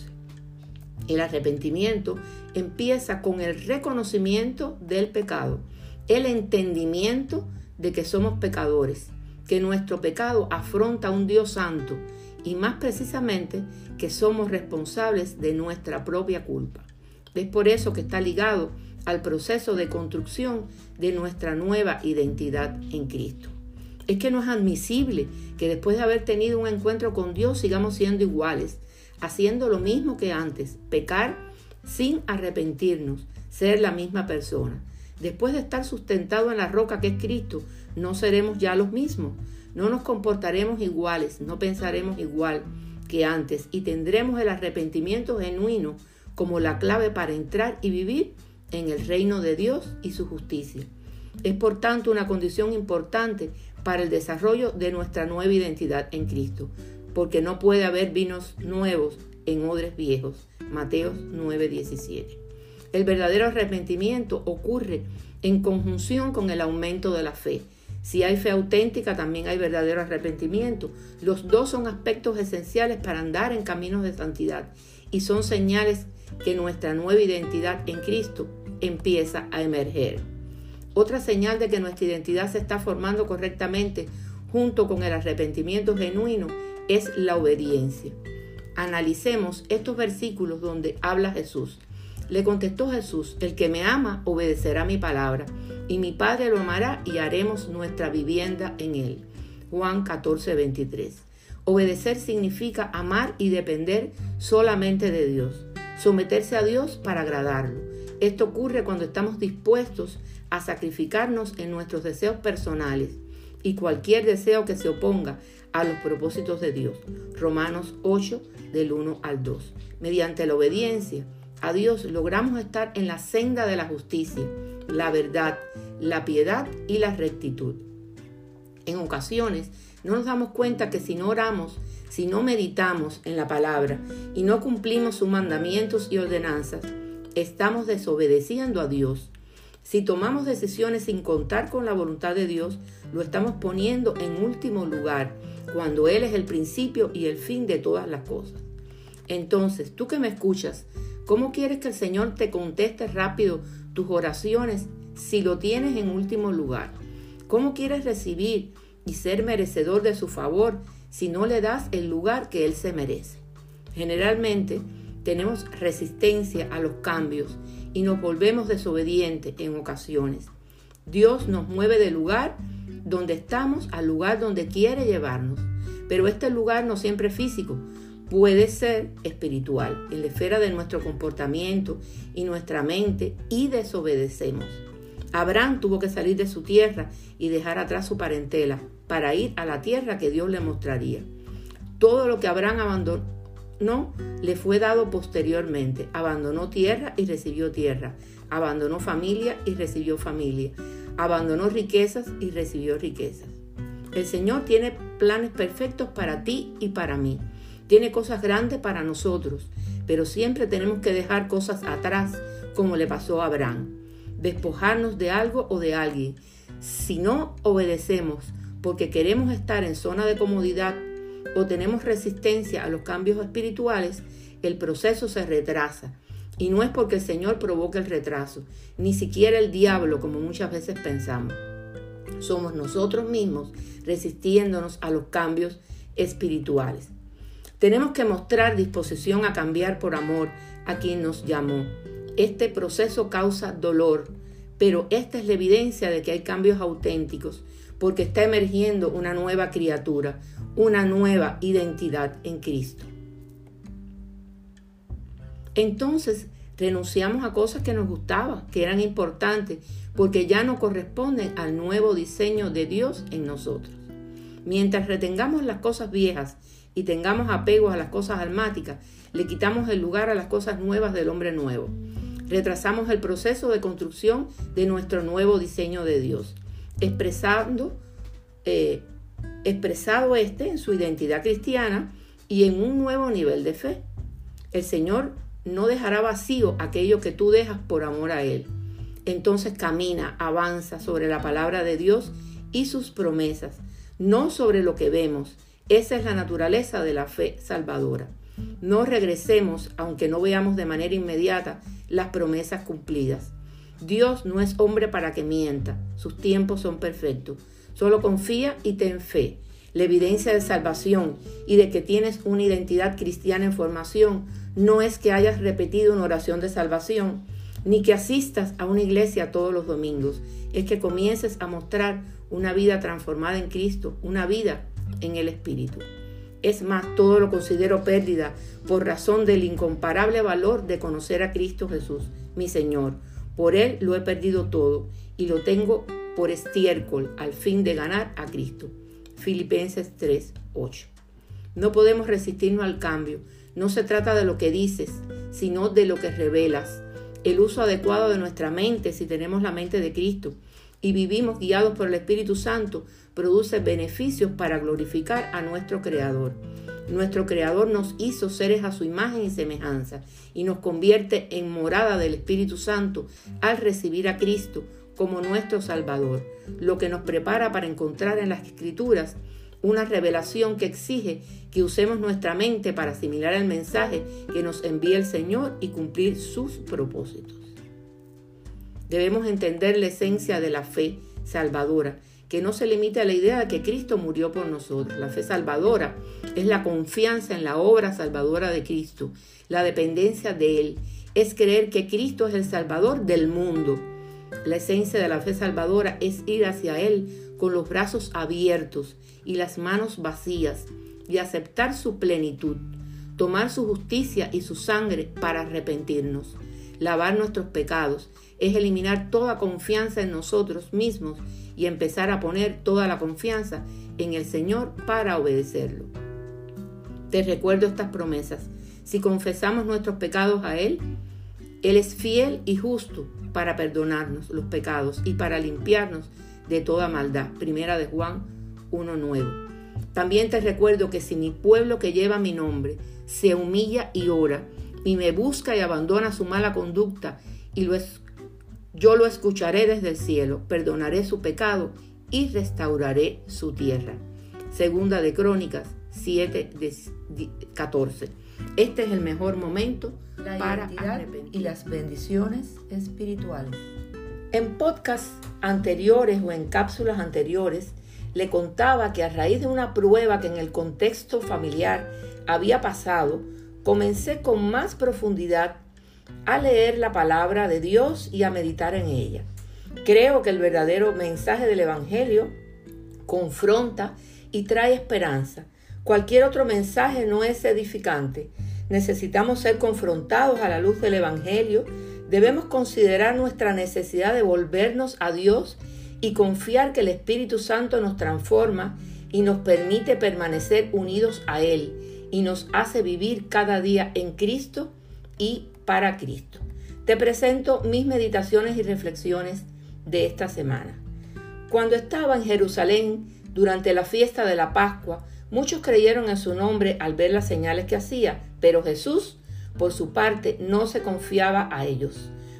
El arrepentimiento empieza con el reconocimiento del pecado, el entendimiento de que somos pecadores, que nuestro pecado afronta a un Dios santo y más precisamente que somos responsables de nuestra propia culpa. Es por eso que está ligado al proceso de construcción de nuestra nueva identidad en Cristo. Es que no es admisible que después de haber tenido un encuentro con Dios sigamos siendo iguales, haciendo lo mismo que antes, pecar sin arrepentirnos, ser la misma persona. Después de estar sustentado en la roca que es Cristo, no seremos ya los mismos, no nos comportaremos iguales, no pensaremos igual que antes y tendremos el arrepentimiento genuino como la clave para entrar y vivir en el reino de Dios y su justicia. Es por tanto una condición importante para el desarrollo de nuestra nueva identidad en Cristo, porque no puede haber vinos nuevos en odres viejos. Mateo nueve diecisiete. El verdadero arrepentimiento ocurre en conjunción con el aumento de la fe. Si hay fe auténtica, también hay verdadero arrepentimiento. Los dos son aspectos esenciales para andar en caminos de santidad y son señales que nuestra nueva identidad en Cristo empieza a emerger. Otra señal de que nuestra identidad se está formando correctamente junto con el arrepentimiento genuino es la obediencia. Analicemos estos versículos donde habla Jesús. Le contestó Jesús: el que me ama obedecerá mi palabra, y mi Padre lo amará y haremos nuestra vivienda en él. Juan catorce veintitrés. Obedecer significa amar y depender solamente de Dios, someterse a Dios para agradarlo. Esto ocurre cuando estamos dispuestos a sacrificarnos en nuestros deseos personales y cualquier deseo que se oponga a los propósitos de Dios. Romanos ocho, del uno al dos. Mediante la obediencia a Dios logramos estar en la senda de la justicia, la verdad, la piedad y la rectitud. En ocasiones no nos damos cuenta que si no oramos, si no meditamos en la palabra y no cumplimos sus mandamientos y ordenanzas, estamos desobedeciendo a Dios. Si tomamos decisiones sin contar con la voluntad de Dios, lo estamos poniendo en último lugar, cuando Él es el principio y el fin de todas las cosas. Entonces, tú que me escuchas, ¿cómo quieres que el Señor te conteste rápido tus oraciones si lo tienes en último lugar? ¿Cómo quieres recibir y ser merecedor de su favor si no le das el lugar que Él se merece? Generalmente tenemos resistencia a los cambios y nos volvemos desobedientes en ocasiones. Dios nos mueve del lugar donde estamos al lugar donde quiere llevarnos, pero este lugar no siempre es físico, puede ser espiritual, en la esfera de nuestro comportamiento y nuestra mente, y desobedecemos. Abraham tuvo que salir de su tierra y dejar atrás su parentela para ir a la tierra que Dios le mostraría. Todo lo que Abraham abandonó le fue dado posteriormente. Abandonó tierra y recibió tierra. Abandonó familia y recibió familia. Abandonó riquezas y recibió riquezas. El Señor tiene planes perfectos para ti y para mí. Tiene cosas grandes para nosotros, pero siempre tenemos que dejar cosas atrás como le pasó a Abraham. Despojarnos de algo o de alguien. Si no obedecemos porque queremos estar en zona de comodidad o tenemos resistencia a los cambios espirituales, el proceso se retrasa. Y no es porque el Señor provoque el retraso, ni siquiera el diablo, como muchas veces pensamos. Somos nosotros mismos resistiéndonos a los cambios espirituales. Tenemos que mostrar disposición a cambiar por amor a quien nos llamó. Este proceso causa dolor, pero esta es la evidencia de que hay cambios auténticos, porque está emergiendo una nueva criatura, una nueva identidad en Cristo. Entonces, renunciamos a cosas que nos gustaban, que eran importantes, porque ya no corresponden al nuevo diseño de Dios en nosotros. Mientras retengamos las cosas viejas y tengamos apegos a las cosas almáticas, le quitamos el lugar a las cosas nuevas del hombre nuevo. Retrasamos el proceso de construcción de nuestro nuevo diseño de Dios, expresando, eh, expresado este en su identidad cristiana y en un nuevo nivel de fe. El Señor no dejará vacío aquello que tú dejas por amor a Él. Entonces camina, avanza sobre la palabra de Dios y sus promesas, no sobre lo que vemos. Esa es la naturaleza de la fe salvadora. No regresemos, aunque no veamos de manera inmediata las promesas cumplidas. Dios no es hombre para que mienta, sus tiempos son perfectos. Solo confía y ten fe. La evidencia de salvación y de que tienes una identidad cristiana en formación no es que hayas repetido una oración de salvación, ni que asistas a una iglesia todos los domingos. Es que comiences a mostrar una vida transformada en Cristo, una vida en el Espíritu. Es más, todo lo considero pérdida por razón del incomparable valor de conocer a Cristo Jesús, mi Señor. Por Él lo he perdido todo y lo tengo por estiércol al fin de ganar a Cristo. Filipenses tres, ocho. No podemos resistirnos al cambio. No se trata de lo que dices, sino de lo que revelas. El uso adecuado de nuestra mente, si tenemos la mente de Cristo y vivimos guiados por el Espíritu Santo, produce beneficios para glorificar a nuestro Creador. Nuestro Creador nos hizo seres a su imagen y semejanza y nos convierte en morada del Espíritu Santo al recibir a Cristo como nuestro Salvador, lo que nos prepara para encontrar en las Escrituras una revelación que exige que usemos nuestra mente para asimilar el mensaje que nos envía el Señor y cumplir sus propósitos. Debemos entender la esencia de la fe salvadora, que no se limite a la idea de que Cristo murió por nosotros. La fe salvadora es la confianza en la obra salvadora de Cristo, la dependencia de Él, es creer que Cristo es el Salvador del mundo. La esencia de la fe salvadora es ir hacia Él con los brazos abiertos y las manos vacías y aceptar su plenitud, tomar su justicia y su sangre para arrepentirnos. Lavar nuestros pecados es eliminar toda confianza en nosotros mismos y empezar a poner toda la confianza en el Señor para obedecerlo. Te recuerdo estas promesas. Si confesamos nuestros pecados a Él, Él es fiel y justo para perdonarnos los pecados y para limpiarnos de toda maldad. Primera de Juan uno nueve. También te recuerdo que si mi pueblo que lleva mi nombre se humilla y ora y me busca y abandona su mala conducta, y lo es, yo lo escucharé desde el cielo, perdonaré su pecado y restauraré su tierra. Segunda de Crónicas siete, catorce. Este es el mejor momento la para arrepentir y las bendiciones espirituales. En podcasts anteriores o en cápsulas anteriores le contaba que a raíz de una prueba que en el contexto familiar había pasado, comencé con más profundidad a leer la palabra de Dios y a meditar en ella. Creo que el verdadero mensaje del Evangelio confronta y trae esperanza. Cualquier otro mensaje no es edificante. Necesitamos ser confrontados a la luz del Evangelio. Debemos considerar nuestra necesidad de volvernos a Dios y confiar que el Espíritu Santo nos transforma y nos permite permanecer unidos a Él y nos hace vivir cada día en Cristo y para Cristo. Te presento mis meditaciones y reflexiones de esta semana. Cuando estaba en Jerusalén durante la fiesta de la Pascua, muchos creyeron en su nombre al ver las señales que hacía, pero Jesús, por su parte, no se confiaba a ellos.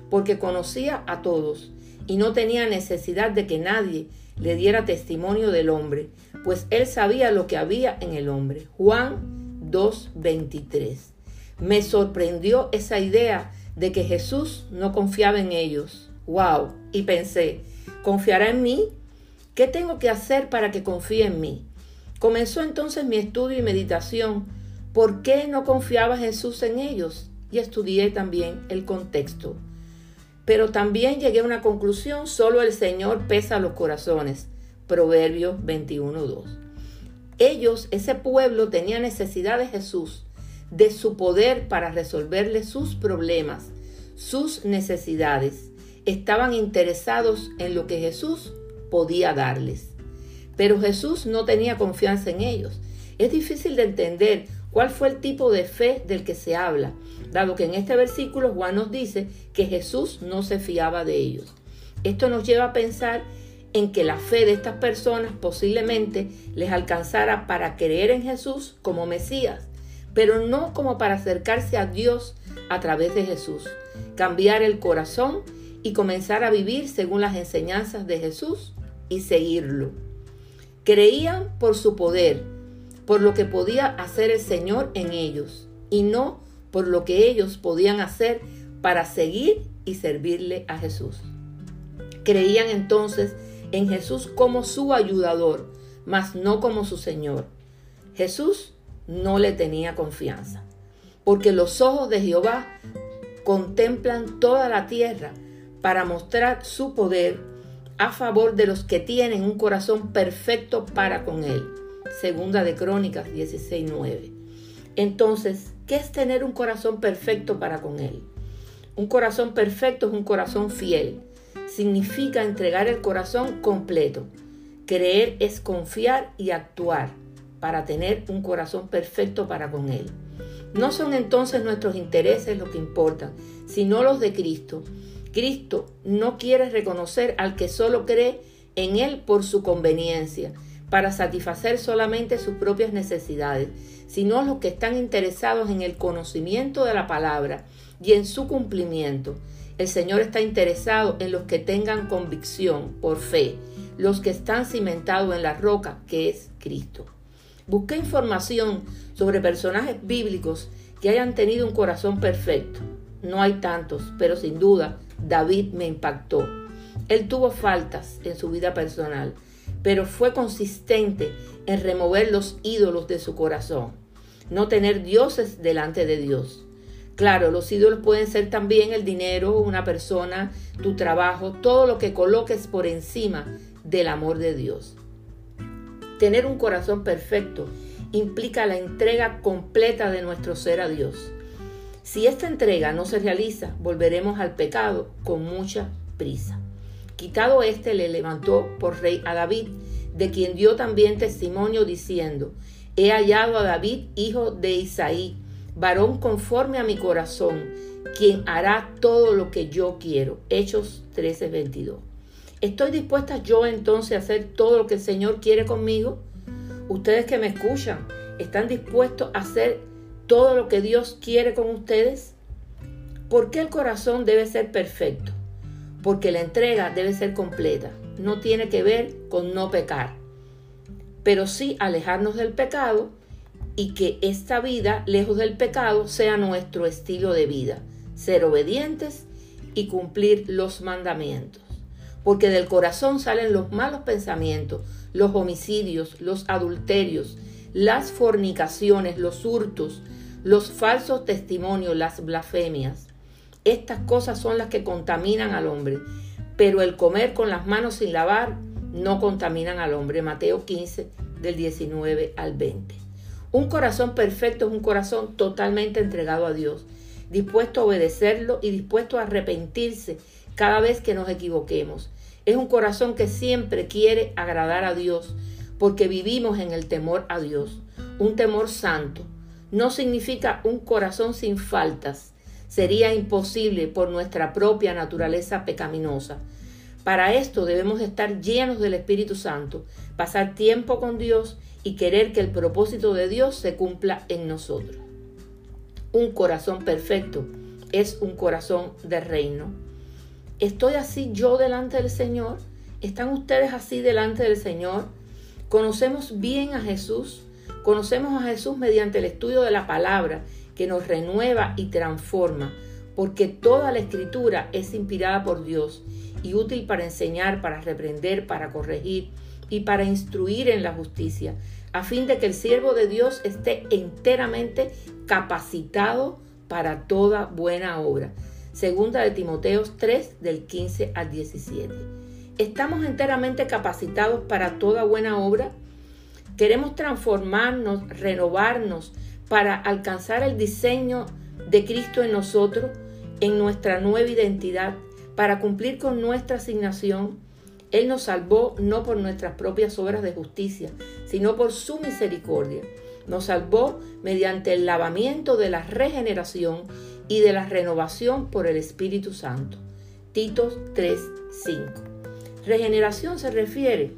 porque conocía a todos y no tenía necesidad de que nadie le diera testimonio del hombre, pues él sabía lo que había en el hombre. Juan dos veintitrés. Me sorprendió esa idea de que Jesús no confiaba en ellos. ¡Wow! Y pensé, ¿confiará en mí? ¿Qué tengo que hacer para que confíe en mí? Comenzó entonces mi estudio y meditación. ¿Por qué no confiaba Jesús en ellos? Y estudié también el contexto. Pero también llegué a una conclusión: solo el Señor pesa los corazones. Proverbios veintiuno dos. Ellos, ese pueblo, tenía necesidad de Jesús, de su poder para resolverle sus problemas, sus necesidades. Estaban interesados en lo que Jesús podía darles. Pero Jesús no tenía confianza en ellos. Es difícil de entender cuál fue el tipo de fe del que se habla, dado que en este versículo Juan nos dice que Jesús no se fiaba de ellos. Esto nos lleva a pensar en que la fe de estas personas posiblemente les alcanzara para creer en Jesús como Mesías, pero no como para acercarse a Dios a través de Jesús, cambiar el corazón y comenzar a vivir según las enseñanzas de Jesús y seguirlo. Creían por su poder, por lo que podía hacer el Señor en ellos, y no por lo que ellos podían hacer para seguir y servirle a Jesús. Creían entonces en Jesús como su ayudador, mas no como su Señor. Jesús no le tenía confianza, porque los ojos de Jehová contemplan toda la tierra para mostrar su poder a favor de los que tienen un corazón perfecto para con Él. Segunda de Crónicas dieciséis nueve. Entonces, ¿qué es tener un corazón perfecto para con Él? Un corazón perfecto es un corazón fiel. Significa entregar el corazón completo. Creer es confiar y actuar para tener un corazón perfecto para con Él. No son entonces nuestros intereses los que importan, sino los de Cristo. Cristo no quiere reconocer al que solo cree en Él por su conveniencia, para satisfacer solamente sus propias necesidades, sino los que están interesados en el conocimiento de la palabra y en su cumplimiento. El Señor está interesado en los que tengan convicción por fe, los que están cimentados en la roca que es Cristo. Busqué información sobre personajes bíblicos que hayan tenido un corazón perfecto. No hay tantos, pero sin duda David me impactó. Él tuvo faltas en su vida personal, pero fue consistente en remover los ídolos de su corazón, no tener dioses delante de Dios. Claro, los ídolos pueden ser también el dinero, una persona, tu trabajo, todo lo que coloques por encima del amor de Dios. Tener un corazón perfecto implica la entrega completa de nuestro ser a Dios. Si esta entrega no se realiza, volveremos al pecado con mucha prisa. Quitado este, le levantó por rey a David, de quien dio también testimonio diciendo: he hallado a David, hijo de Isaí, varón conforme a mi corazón, quien hará todo lo que yo quiero. Hechos trece veintidós. ¿Estoy dispuesta yo entonces a hacer todo lo que el Señor quiere conmigo? Ustedes que me escuchan, ¿están dispuestos a hacer todo lo que Dios quiere con ustedes? ¿Por qué el corazón debe ser perfecto? Porque la entrega debe ser completa. No tiene que ver con no pecar, pero sí alejarnos del pecado y que esta vida, lejos del pecado, sea nuestro estilo de vida. Ser obedientes y cumplir los mandamientos. Porque del corazón salen los malos pensamientos, los homicidios, los adulterios, las fornicaciones, los hurtos, los falsos testimonios, las blasfemias. Estas cosas son las que contaminan al hombre, pero el comer con las manos sin lavar no contaminan al hombre. Mateo quince, del diecinueve al veinte. Un corazón perfecto es un corazón totalmente entregado a Dios, dispuesto a obedecerlo y dispuesto a arrepentirse cada vez que nos equivoquemos. Es un corazón que siempre quiere agradar a Dios, porque vivimos en el temor a Dios, un temor santo. No significa un corazón sin faltas. Sería imposible por nuestra propia naturaleza pecaminosa. Para esto debemos estar llenos del Espíritu Santo, pasar tiempo con Dios y querer que el propósito de Dios se cumpla en nosotros. Un corazón perfecto es un corazón de reino. ¿Estoy así yo delante del Señor? ¿Están ustedes así delante del Señor? ¿Conocemos bien a Jesús? Conocemos a Jesús mediante el estudio de la palabra que nos renueva y transforma, porque toda la Escritura es inspirada por Dios y útil para enseñar, para reprender, para corregir y para instruir en la justicia, a fin de que el siervo de Dios esté enteramente capacitado para toda buena obra. Segunda de Timoteo tres, del quince al diecisiete. ¿Estamos enteramente capacitados para toda buena obra? ¿Queremos transformarnos, renovarnos para alcanzar el diseño de Cristo en nosotros, en nuestra nueva identidad, para cumplir con nuestra asignación? Él nos salvó no por nuestras propias obras de justicia, sino por su misericordia. Nos salvó mediante el lavamiento de la regeneración y de la renovación por el Espíritu Santo. Tito tres, cinco. Regeneración se refiere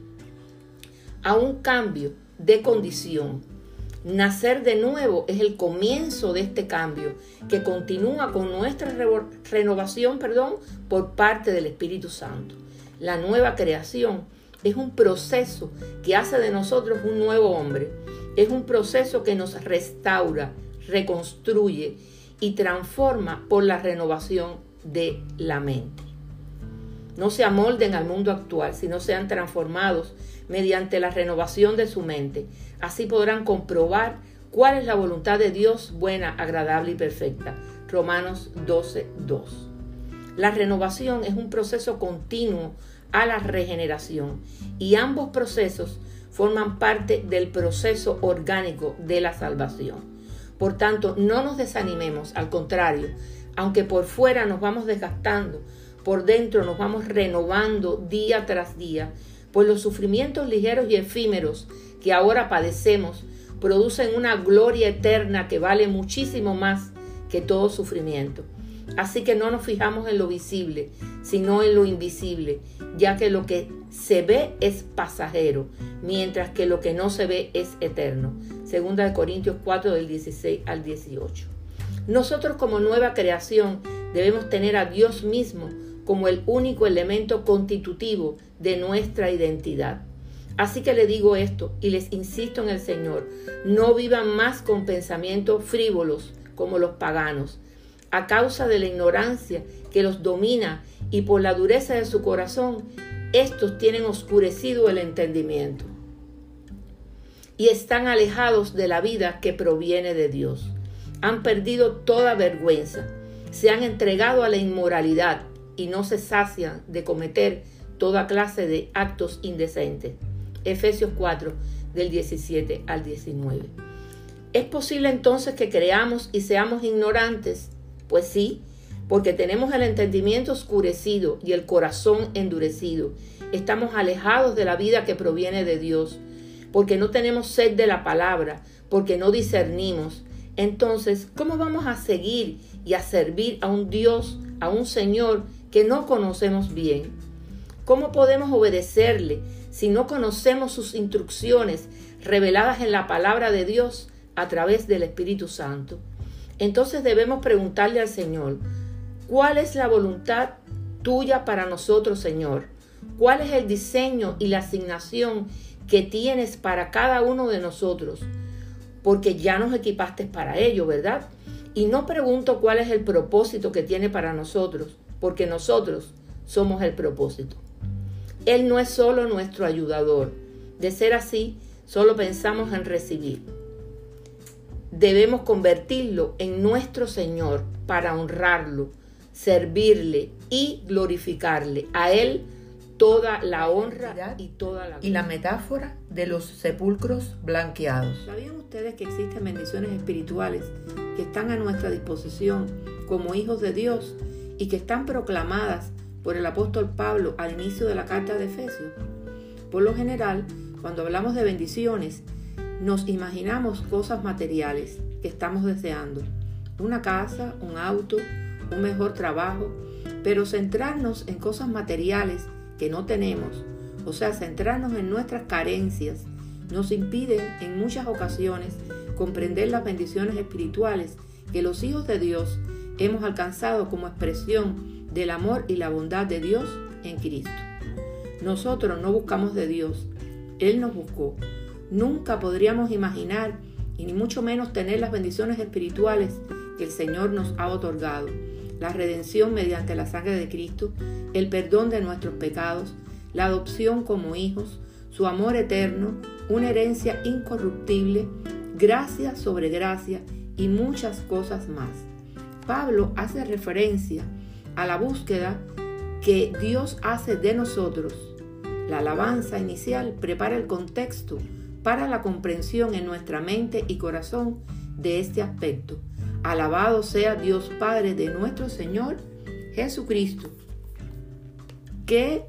a un cambio de condición. Nacer de nuevo es el comienzo de este cambio que continúa con nuestra re- renovación, perdón, por parte del Espíritu Santo. La nueva creación es un proceso que hace de nosotros un nuevo hombre. Es un proceso que nos restaura, reconstruye y transforma por la renovación de la mente. No se amolden al mundo actual, sino sean transformados mediante la renovación de su mente. Así podrán comprobar cuál es la voluntad de Dios, buena, agradable y perfecta. Romanos doce, dos. La renovación es un proceso continuo a la regeneración y ambos procesos forman parte del proceso orgánico de la salvación. Por tanto, no nos desanimemos, al contrario, aunque por fuera nos vamos desgastando, por dentro nos vamos renovando día tras día, pues los sufrimientos ligeros y efímeros que ahora padecemos producen una gloria eterna que vale muchísimo más que todo sufrimiento. Así que no nos fijamos en lo visible, sino en lo invisible, ya que lo que se ve es pasajero, mientras que lo que no se ve es eterno. Segunda de Corintios cuatro, del dieciséis al dieciocho. Nosotros como nueva creación debemos tener a Dios mismo como el único elemento constitutivo de nuestra identidad. Así que le digo esto y les insisto en el Señor, no vivan más con pensamientos frívolos como los paganos, a causa de la ignorancia que los domina y por la dureza de su corazón, estos tienen oscurecido el entendimiento y están alejados de la vida que proviene de Dios. Han perdido toda vergüenza, se han entregado a la inmoralidad y no se sacian de cometer toda clase de actos indecentes. Efesios cuatro, del diecisiete al diecinueve. ¿Es posible entonces que creamos y seamos ignorantes? Pues sí, porque tenemos el entendimiento oscurecido y el corazón endurecido. Estamos alejados de la vida que proviene de Dios, porque no tenemos sed de la palabra, porque no discernimos. Entonces, ¿cómo vamos a seguir y a servir a un Dios, a un Señor que no conocemos bien? ¿Cómo podemos obedecerle si no conocemos sus instrucciones reveladas en la palabra de Dios a través del Espíritu Santo? Entonces debemos preguntarle al Señor, ¿cuál es la voluntad tuya para nosotros, Señor? ¿Cuál es el diseño y la asignación que tienes para cada uno de nosotros? Porque ya nos equipaste para ello, ¿verdad? Y no pregunto cuál es el propósito que tiene para nosotros, porque nosotros somos el propósito. Él no es solo nuestro ayudador. De ser así, solo pensamos en recibir. Debemos convertirlo en nuestro Señor para honrarlo, servirle y glorificarle. A Él toda la honra y toda la gloria. Y la metáfora de los sepulcros blanqueados. ¿Sabían ustedes que existen bendiciones espirituales que están a nuestra disposición como hijos de Dios y que están proclamadas por el apóstol Pablo al inicio de la carta de Efesios? Por lo general, cuando hablamos de bendiciones, nos imaginamos cosas materiales que estamos deseando, una casa, un auto, un mejor trabajo, pero centrarnos en cosas materiales que no tenemos, o sea, centrarnos en nuestras carencias, nos impide en muchas ocasiones comprender las bendiciones espirituales que los hijos de Dios hemos alcanzado como expresión del amor y la bondad de Dios en Cristo. Nosotros no buscamos de Dios, Él nos buscó. Nunca podríamos imaginar y ni mucho menos tener las bendiciones espirituales que el Señor nos ha otorgado. La redención mediante la sangre de Cristo, el perdón de nuestros pecados, la adopción como hijos, su amor eterno, una herencia incorruptible, gracia sobre gracia y muchas cosas más. Pablo hace referencia a la búsqueda que Dios hace de nosotros. La alabanza inicial prepara el contexto para la comprensión en nuestra mente y corazón de este aspecto. Alabado sea Dios Padre de nuestro Señor Jesucristo, que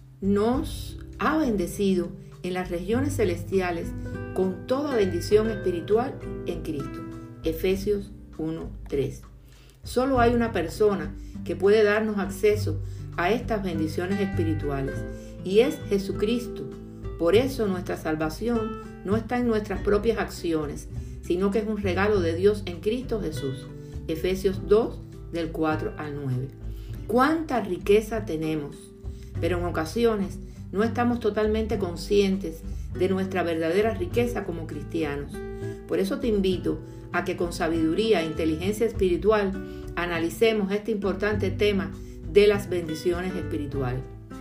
nos ha bendecido en las regiones celestiales con toda bendición espiritual en Cristo. Efesios uno tres. Solo hay una persona que puede darnos acceso a estas bendiciones espirituales y es Jesucristo. Por eso nuestra salvación no está en nuestras propias acciones, sino que es un regalo de Dios en Cristo Jesús. Efesios dos, del cuatro al nueve. ¡Cuánta riqueza tenemos! Pero en ocasiones no estamos totalmente conscientes de nuestra verdadera riqueza como cristianos. Por eso te invito a que con sabiduría e inteligencia espiritual analicemos este importante tema de las bendiciones espirituales.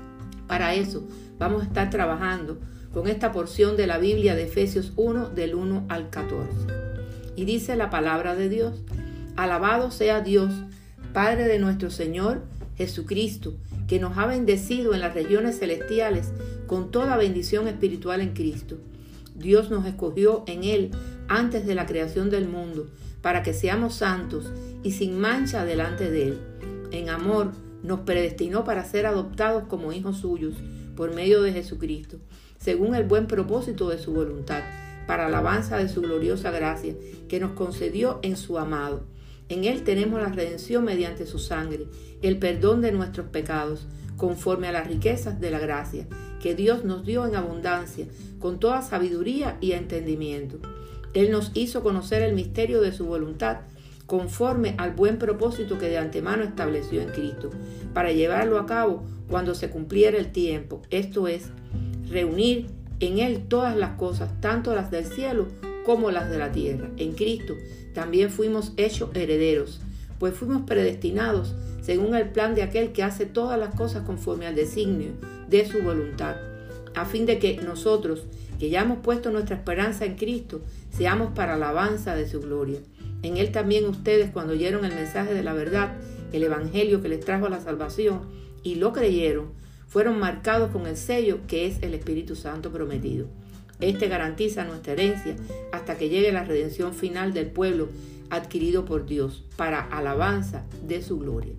Para eso vamos a estar trabajando con esta porción de la Biblia de Efesios uno, del uno al catorce. Y dice la palabra de Dios: alabado sea Dios, Padre de nuestro Señor Jesucristo, que nos ha bendecido en las regiones celestiales con toda bendición espiritual en Cristo. Dios nos escogió en Él antes de la creación del mundo, para que seamos santos y sin mancha delante de Él. En amor nos predestinó para ser adoptados como hijos suyos por medio de Jesucristo, según el buen propósito de su voluntad, para alabanza de su gloriosa gracia, que nos concedió en su amado. En Él tenemos la redención mediante su sangre, el perdón de nuestros pecados, conforme a las riquezas de la gracia que Dios nos dio en abundancia, con toda sabiduría y entendimiento. Él nos hizo conocer el misterio de su voluntad, conforme al buen propósito que de antemano estableció en Cristo, para llevarlo a cabo cuando se cumpliera el tiempo, esto es, reunir en Él todas las cosas, tanto las del cielo como las de la tierra. En Cristo también fuimos hechos herederos, pues fuimos predestinados según el plan de aquel que hace todas las cosas conforme al designio de su voluntad, a fin de que nosotros, que ya hemos puesto nuestra esperanza en Cristo, seamos para alabanza de su gloria. En Él también ustedes, cuando oyeron el mensaje de la verdad, el evangelio que les trajo la salvación, y lo creyeron, fueron marcados con el sello que es el Espíritu Santo prometido. Este garantiza nuestra herencia hasta que llegue la redención final del pueblo adquirido por Dios, para alabanza de su gloria.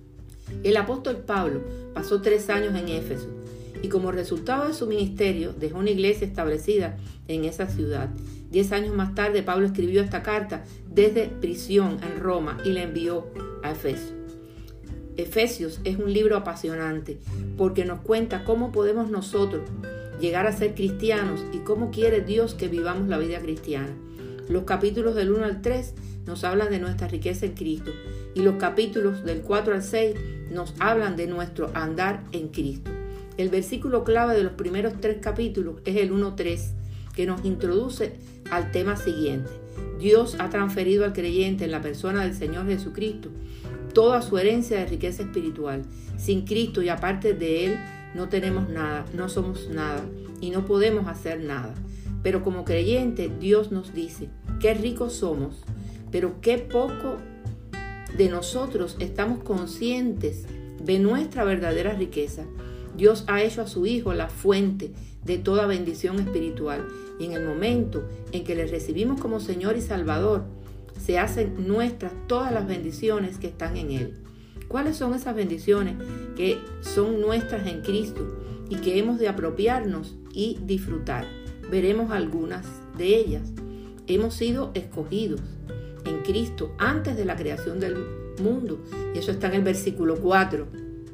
El apóstol Pablo pasó tres años en Éfeso y como resultado de su ministerio dejó una iglesia establecida en esa ciudad. Diez años más tarde Pablo escribió esta carta desde prisión en Roma y la envió a Éfeso. Efesios es un libro apasionante porque nos cuenta cómo podemos nosotros llegar a ser cristianos y cómo quiere Dios que vivamos la vida cristiana. Los capítulos del uno al tres nos hablan de nuestra riqueza en Cristo y los capítulos del cuatro al seis nos hablan de nuestro andar en Cristo. El versículo clave de los primeros tres capítulos es el uno tres, que nos introduce al tema siguiente. Dios ha transferido al creyente en la persona del Señor Jesucristo toda su herencia de riqueza espiritual. Sin Cristo y aparte de Él no tenemos nada, no somos nada y no podemos hacer nada. Pero como creyente, Dios nos dice, qué ricos somos, pero qué poco de nosotros estamos conscientes de nuestra verdadera riqueza. Dios ha hecho a su Hijo la fuente de toda bendición espiritual y en el momento en que le recibimos como Señor y Salvador, se hacen nuestras todas las bendiciones que están en Él. ¿Cuáles son esas bendiciones que son nuestras en Cristo y que hemos de apropiarnos y disfrutar? Veremos algunas de ellas. Hemos sido escogidos en Cristo antes de la creación del mundo, y eso está en el versículo cuatro.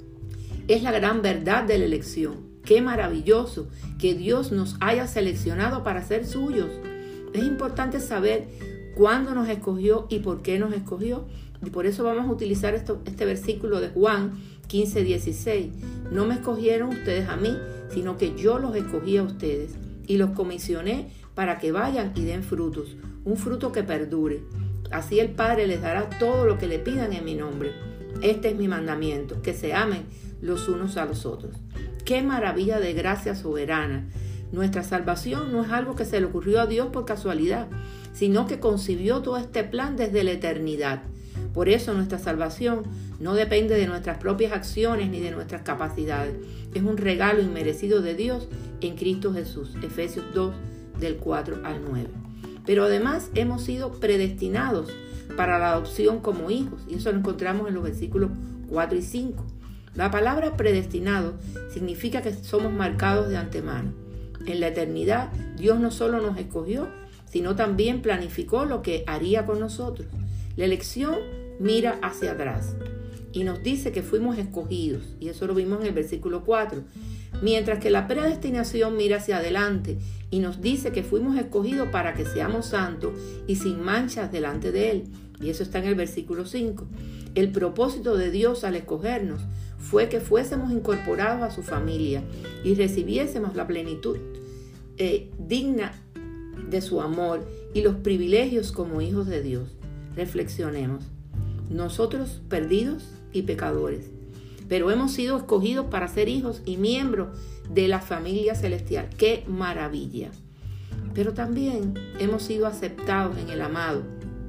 Es la gran verdad de la elección. Qué maravilloso que Dios nos haya seleccionado para ser suyos. Es importante saber cuándo nos escogió y por qué nos escogió. Y por eso vamos a utilizar esto, este versículo de Juan quince dieciséis. No me escogieron ustedes a mí, sino que yo los escogí a ustedes y los comisioné para que vayan y den frutos, un fruto que perdure. Así el Padre les dará todo lo que le pidan en mi nombre. Este es mi mandamiento, que se amen los unos a los otros. ¡Qué maravilla de gracia soberana! Nuestra salvación no es algo que se le ocurrió a Dios por casualidad, sino que concibió todo este plan desde la eternidad. Por eso nuestra salvación no depende de nuestras propias acciones ni de nuestras capacidades. Es un regalo inmerecido de Dios en Cristo Jesús. Efesios dos, del cuatro al nueve. Pero además hemos sido predestinados para la adopción como hijos, y eso lo encontramos en los versículos cuatro y cinco. La palabra predestinado significa que somos marcados de antemano. En la eternidad, Dios no solo nos escogió, sino también planificó lo que haría con nosotros. La elección mira hacia atrás y nos dice que fuimos escogidos, y eso lo vimos en el versículo cuatro, mientras que la predestinación mira hacia adelante y nos dice que fuimos escogidos para que seamos santos y sin manchas delante de Él, y eso está en el versículo cinco. El propósito de Dios al escogernos fue que fuésemos incorporados a su familia y recibiésemos la plenitud eh, digna de su amor y los privilegios como hijos de Dios. Reflexionemos. Nosotros perdidos y pecadores, pero hemos sido escogidos para ser hijos y miembros de la familia celestial. ¡Qué maravilla! Pero también hemos sido aceptados en el amado,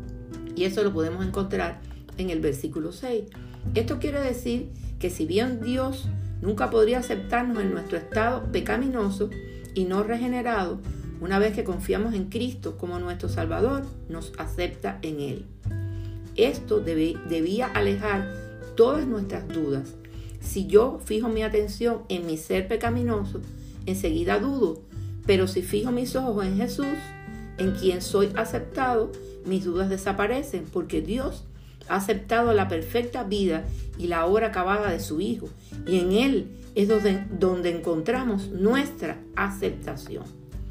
y eso lo podemos encontrar en el versículo seis. Esto quiere decir que si bien Dios nunca podría aceptarnos en nuestro estado pecaminoso y no regenerado, una vez que confiamos en Cristo como nuestro Salvador, nos acepta en Él. Esto debe, debía alejar todas nuestras dudas. Si yo fijo mi atención en mi ser pecaminoso, enseguida dudo, pero si fijo mis ojos en Jesús, en quien soy aceptado, mis dudas desaparecen, porque Dios ha aceptado la perfecta vida y la obra acabada de su Hijo, y en Él es donde, donde encontramos nuestra aceptación.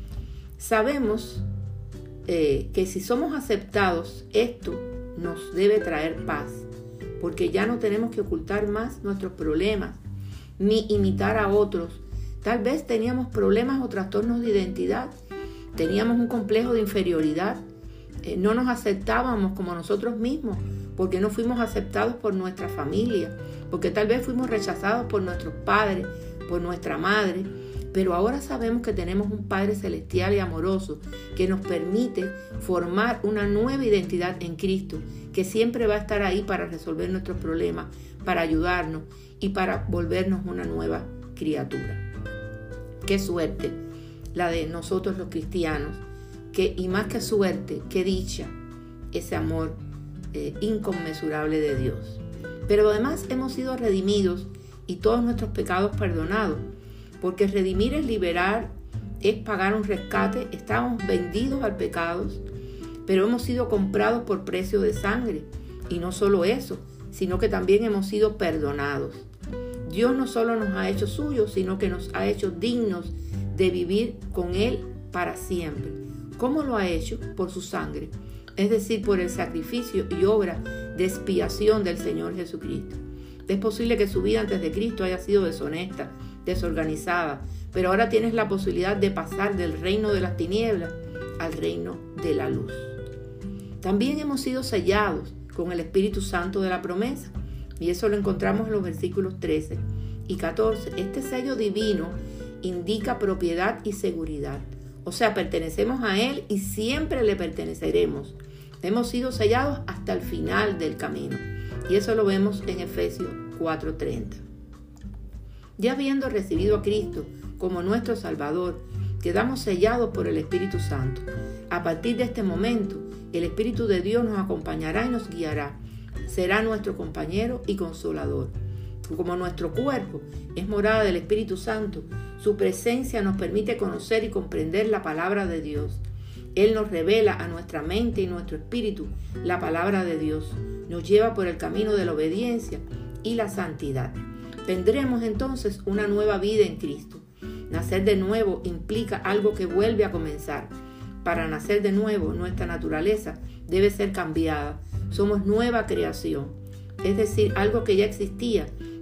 Sabemos eh, que si somos aceptados, esto nos debe traer paz, porque ya no tenemos que ocultar más nuestros problemas, ni imitar a otros. Tal vez teníamos problemas o trastornos de identidad, teníamos un complejo de inferioridad, eh, no nos aceptábamos como nosotros mismos, porque no fuimos aceptados por nuestra familia, porque tal vez fuimos rechazados por nuestros padres, por nuestra madre, pero ahora sabemos que tenemos un Padre celestial y amoroso que nos permite formar una nueva identidad en Cristo, que siempre va a estar ahí para resolver nuestros problemas, para ayudarnos y para volvernos una nueva criatura. Qué suerte la de nosotros los cristianos, que, y más que suerte, qué dicha, ese amor eh, inconmensurable de Dios. Pero además hemos sido redimidos y todos nuestros pecados perdonados, porque redimir es liberar, es pagar un rescate. Estábamos vendidos al pecado, pero hemos sido comprados por precio de sangre. Y no solo eso, sino que también hemos sido perdonados. Dios no solo nos ha hecho suyos, sino que nos ha hecho dignos de vivir con Él para siempre. ¿Cómo lo ha hecho? Por su sangre, es decir, por el sacrificio y obra de expiación del Señor Jesucristo. Es posible que su vida antes de Cristo haya sido deshonesta, desorganizada, pero ahora tienes la posibilidad de pasar del reino de las tinieblas al reino de la luz. También hemos sido sellados con el Espíritu Santo de la promesa, y eso lo encontramos en los versículos trece y catorce. Este sello divino indica propiedad y seguridad, o sea, pertenecemos a Él y siempre le perteneceremos. Hemos sido sellados hasta el final del camino, y eso lo vemos en Efesios cuatro treinta. Ya habiendo recibido a Cristo como nuestro Salvador, quedamos sellados por el Espíritu Santo. A partir de este momento, el Espíritu de Dios nos acompañará y nos guiará. Será nuestro compañero y consolador. Como nuestro cuerpo es morada del Espíritu Santo, su presencia nos permite conocer y comprender la palabra de Dios. Él nos revela a nuestra mente y nuestro espíritu la palabra de Dios. Nos lleva por el camino de la obediencia y la santidad. Tendremos entonces una nueva vida en Cristo. Nacer de nuevo implica algo que vuelve a comenzar. Para nacer de nuevo, nuestra naturaleza debe ser cambiada. Somos nueva creación, es decir, algo que ya existía,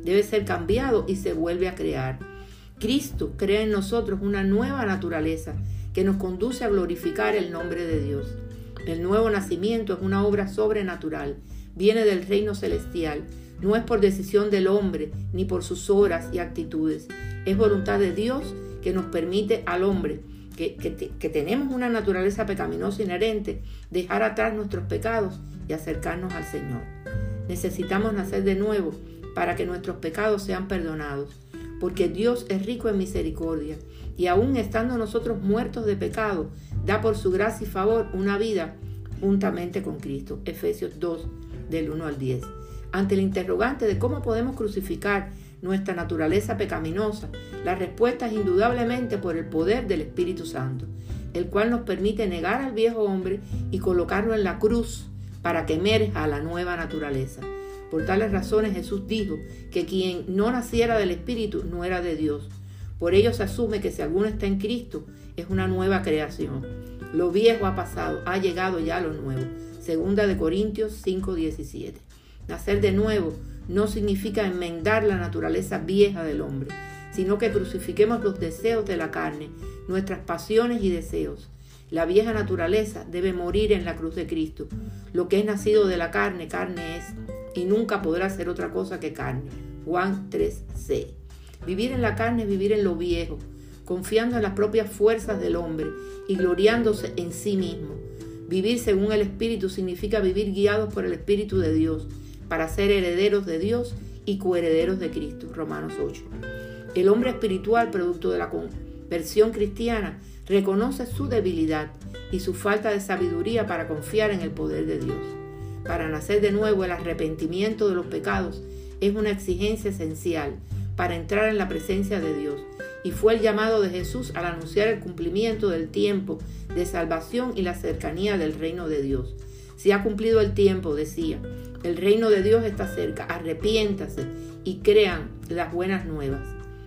debe ser cambiado y se vuelve a crear. Cristo crea en nosotros una nueva naturaleza que nos conduce a glorificar el nombre de Dios. El nuevo nacimiento es una obra sobrenatural, viene del reino celestial, no es por decisión del hombre ni por sus obras y actitudes. Es voluntad de Dios que nos permite al hombre, que, que, que tenemos una naturaleza pecaminosa inherente, dejar atrás nuestros pecados y acercarnos al Señor. Necesitamos nacer de nuevo para que nuestros pecados sean perdonados, porque Dios es rico en misericordia y aún estando nosotros muertos de pecado, da por su gracia y favor una vida juntamente con Cristo. Efesios dos, del uno al diez. Ante el interrogante de cómo podemos crucificar nuestra naturaleza pecaminosa, la respuesta es indudablemente por el poder del Espíritu Santo, el cual nos permite negar al viejo hombre y colocarlo en la cruz para que emerja la nueva naturaleza. Por tales razones Jesús dijo que quien no naciera del Espíritu no era de Dios. Por ello se asume que si alguno está en Cristo es una nueva creación. Lo viejo ha pasado, ha llegado ya lo nuevo. Segunda de Corintios cinco diecisiete. Nacer de nuevo no significa enmendar la naturaleza vieja del hombre, sino que crucifiquemos los deseos de la carne, nuestras pasiones y deseos. La vieja naturaleza debe morir en la cruz de Cristo. Lo que es nacido de la carne, carne es, y nunca podrá ser otra cosa que carne. Juan tres seis. Vivir en la carne es vivir en lo viejo, confiando en las propias fuerzas del hombre y gloriándose en sí mismo. Vivir según el Espíritu significa vivir guiados por el Espíritu de Dios, para ser herederos de Dios y coherederos de Cristo. Romanos ocho. El hombre espiritual, producto de la conversión cristiana, reconoce su debilidad y su falta de sabiduría para confiar en el poder de Dios. Para nacer de nuevo, el arrepentimiento de los pecados es una exigencia esencial para entrar en la presencia de Dios, y fue el llamado de Jesús al anunciar el cumplimiento del tiempo de salvación y la cercanía del reino de Dios. Se ha cumplido el tiempo, decía, el reino de Dios está cerca, arrepiéntase y crean las buenas nuevas.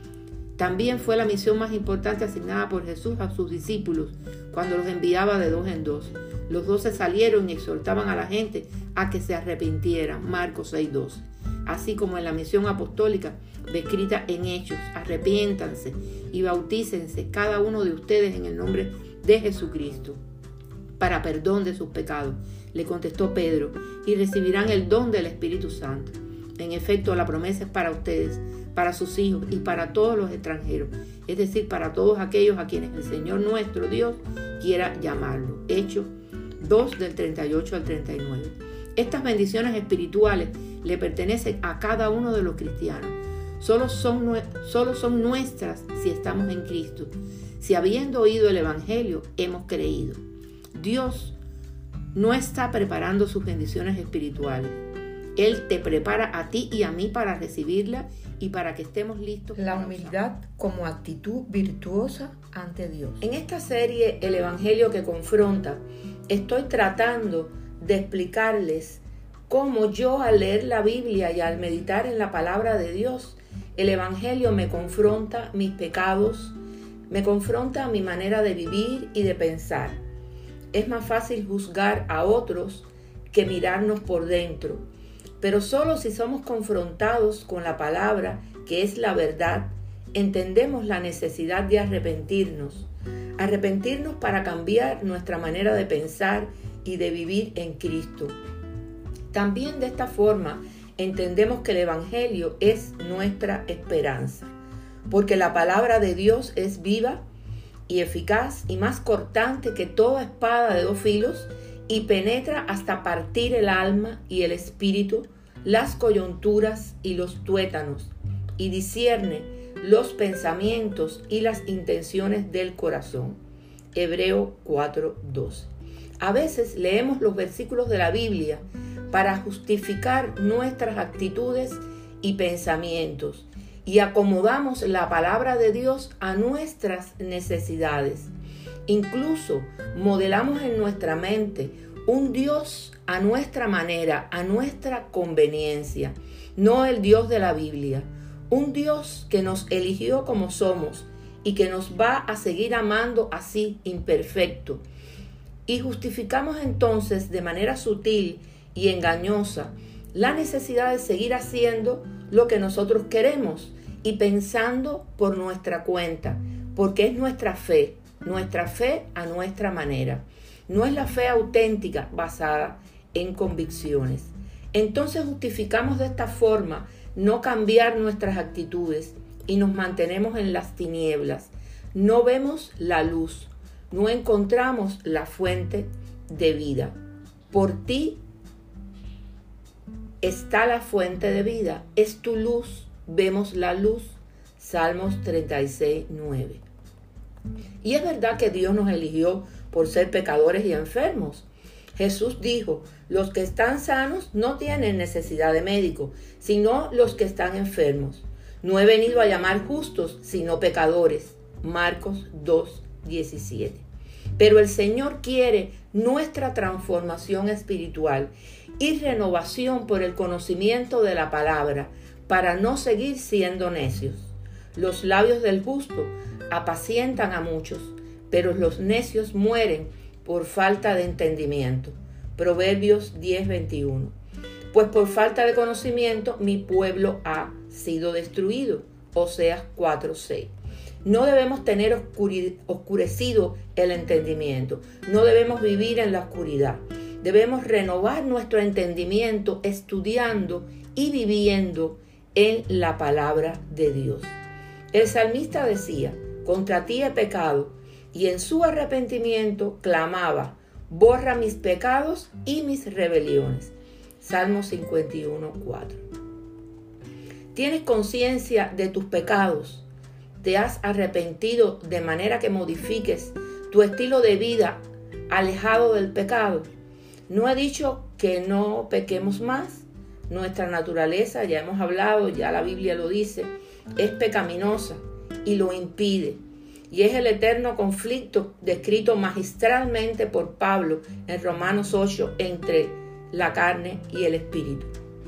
También fue la misión más importante asignada por Jesús a sus discípulos cuando los enviaba de dos en dos. Los doce salieron y exhortaban a la gente a que se arrepintieran, Marcos seis doce. Así como en la misión apostólica descrita en Hechos, arrepiéntanse y bautícense cada uno de ustedes en el nombre de Jesucristo para perdón de sus pecados, le contestó Pedro, y recibirán el don del Espíritu Santo. En efecto, la promesa es para ustedes, para sus hijos y para todos los extranjeros, es decir, para todos aquellos a quienes el Señor nuestro Dios quiera llamarlo. Hechos dos del treinta y ocho al treinta y nueve. Estas bendiciones espirituales le pertenecen a cada uno de los cristianos. Solo son, solo son nuestras si estamos en Cristo, si habiendo oído el Evangelio hemos creído. Dios no está preparando sus bendiciones espirituales. Él te prepara a ti y a mí para recibirla y para que estemos listos. La humildad como actitud virtuosa ante Dios. En esta serie, El Evangelio que confronta, estoy tratando de explicarles cómo yo, al leer la Biblia y al meditar en la palabra de Dios, el Evangelio me confronta mis pecados, me confronta mi manera de vivir y de pensar. Es más fácil juzgar a otros que mirarnos por dentro, pero solo si somos confrontados con la palabra, que es la verdad, entendemos la necesidad de arrepentirnos. Arrepentirnos para cambiar nuestra manera de pensar y de vivir en Cristo. También de esta forma entendemos que el Evangelio es nuestra esperanza, porque la palabra de Dios es viva y eficaz y más cortante que toda espada de dos filos y penetra hasta partir el alma y el espíritu, las coyunturas y los tuétanos, y discierne los pensamientos y las intenciones del corazón. Hebreo cuatro doce. A veces leemos los versículos de la Biblia para justificar nuestras actitudes y pensamientos y acomodamos la palabra de Dios a nuestras necesidades. Incluso modelamos en nuestra mente un Dios a nuestra manera, a nuestra conveniencia, no el Dios de la Biblia. Un Dios que nos eligió como somos y que nos va a seguir amando así, imperfecto. Y justificamos entonces de manera sutil y engañosa la necesidad de seguir haciendo lo que nosotros queremos y pensando por nuestra cuenta, porque es nuestra fe, nuestra fe a nuestra manera. No es la fe auténtica basada en convicciones. Entonces justificamos de esta forma no cambiar nuestras actitudes y nos mantenemos en las tinieblas. No vemos la luz, no encontramos la fuente de vida. Por ti está la fuente de vida, es tu luz, vemos la luz. Salmos treinta y seis, nueve. Y es verdad que Dios nos eligió por ser pecadores y enfermos. Jesús dijo, los que están sanos no tienen necesidad de médico, sino los que están enfermos. No he venido a llamar justos, sino pecadores. Marcos dos, diecisiete. Pero el Señor quiere nuestra transformación espiritual y renovación por el conocimiento de la palabra, para no seguir siendo necios. Los labios del justo apacientan a muchos, pero los necios mueren por falta de entendimiento. Proverbios diez, veintiuno. Pues por falta de conocimiento mi pueblo ha sido destruido. Oseas cuatro, seis. No debemos tener oscuri- oscurecido el entendimiento. No debemos vivir en la oscuridad. Debemos renovar nuestro entendimiento estudiando y viviendo en la palabra de Dios. El salmista decía, contra ti he pecado, y en su arrepentimiento clamaba, borra mis pecados y mis rebeliones. Salmo cincuenta y uno, cuatro. ¿Tienes conciencia de tus pecados? ¿Te has arrepentido de manera que modifiques tu estilo de vida alejado del pecado? No he dicho que no pequemos más. Nuestra naturaleza, ya hemos hablado, ya la Biblia lo dice, es pecaminosa y lo impide. Y es el eterno conflicto descrito magistralmente por Pablo en Romanos ocho entre la carne y el espíritu.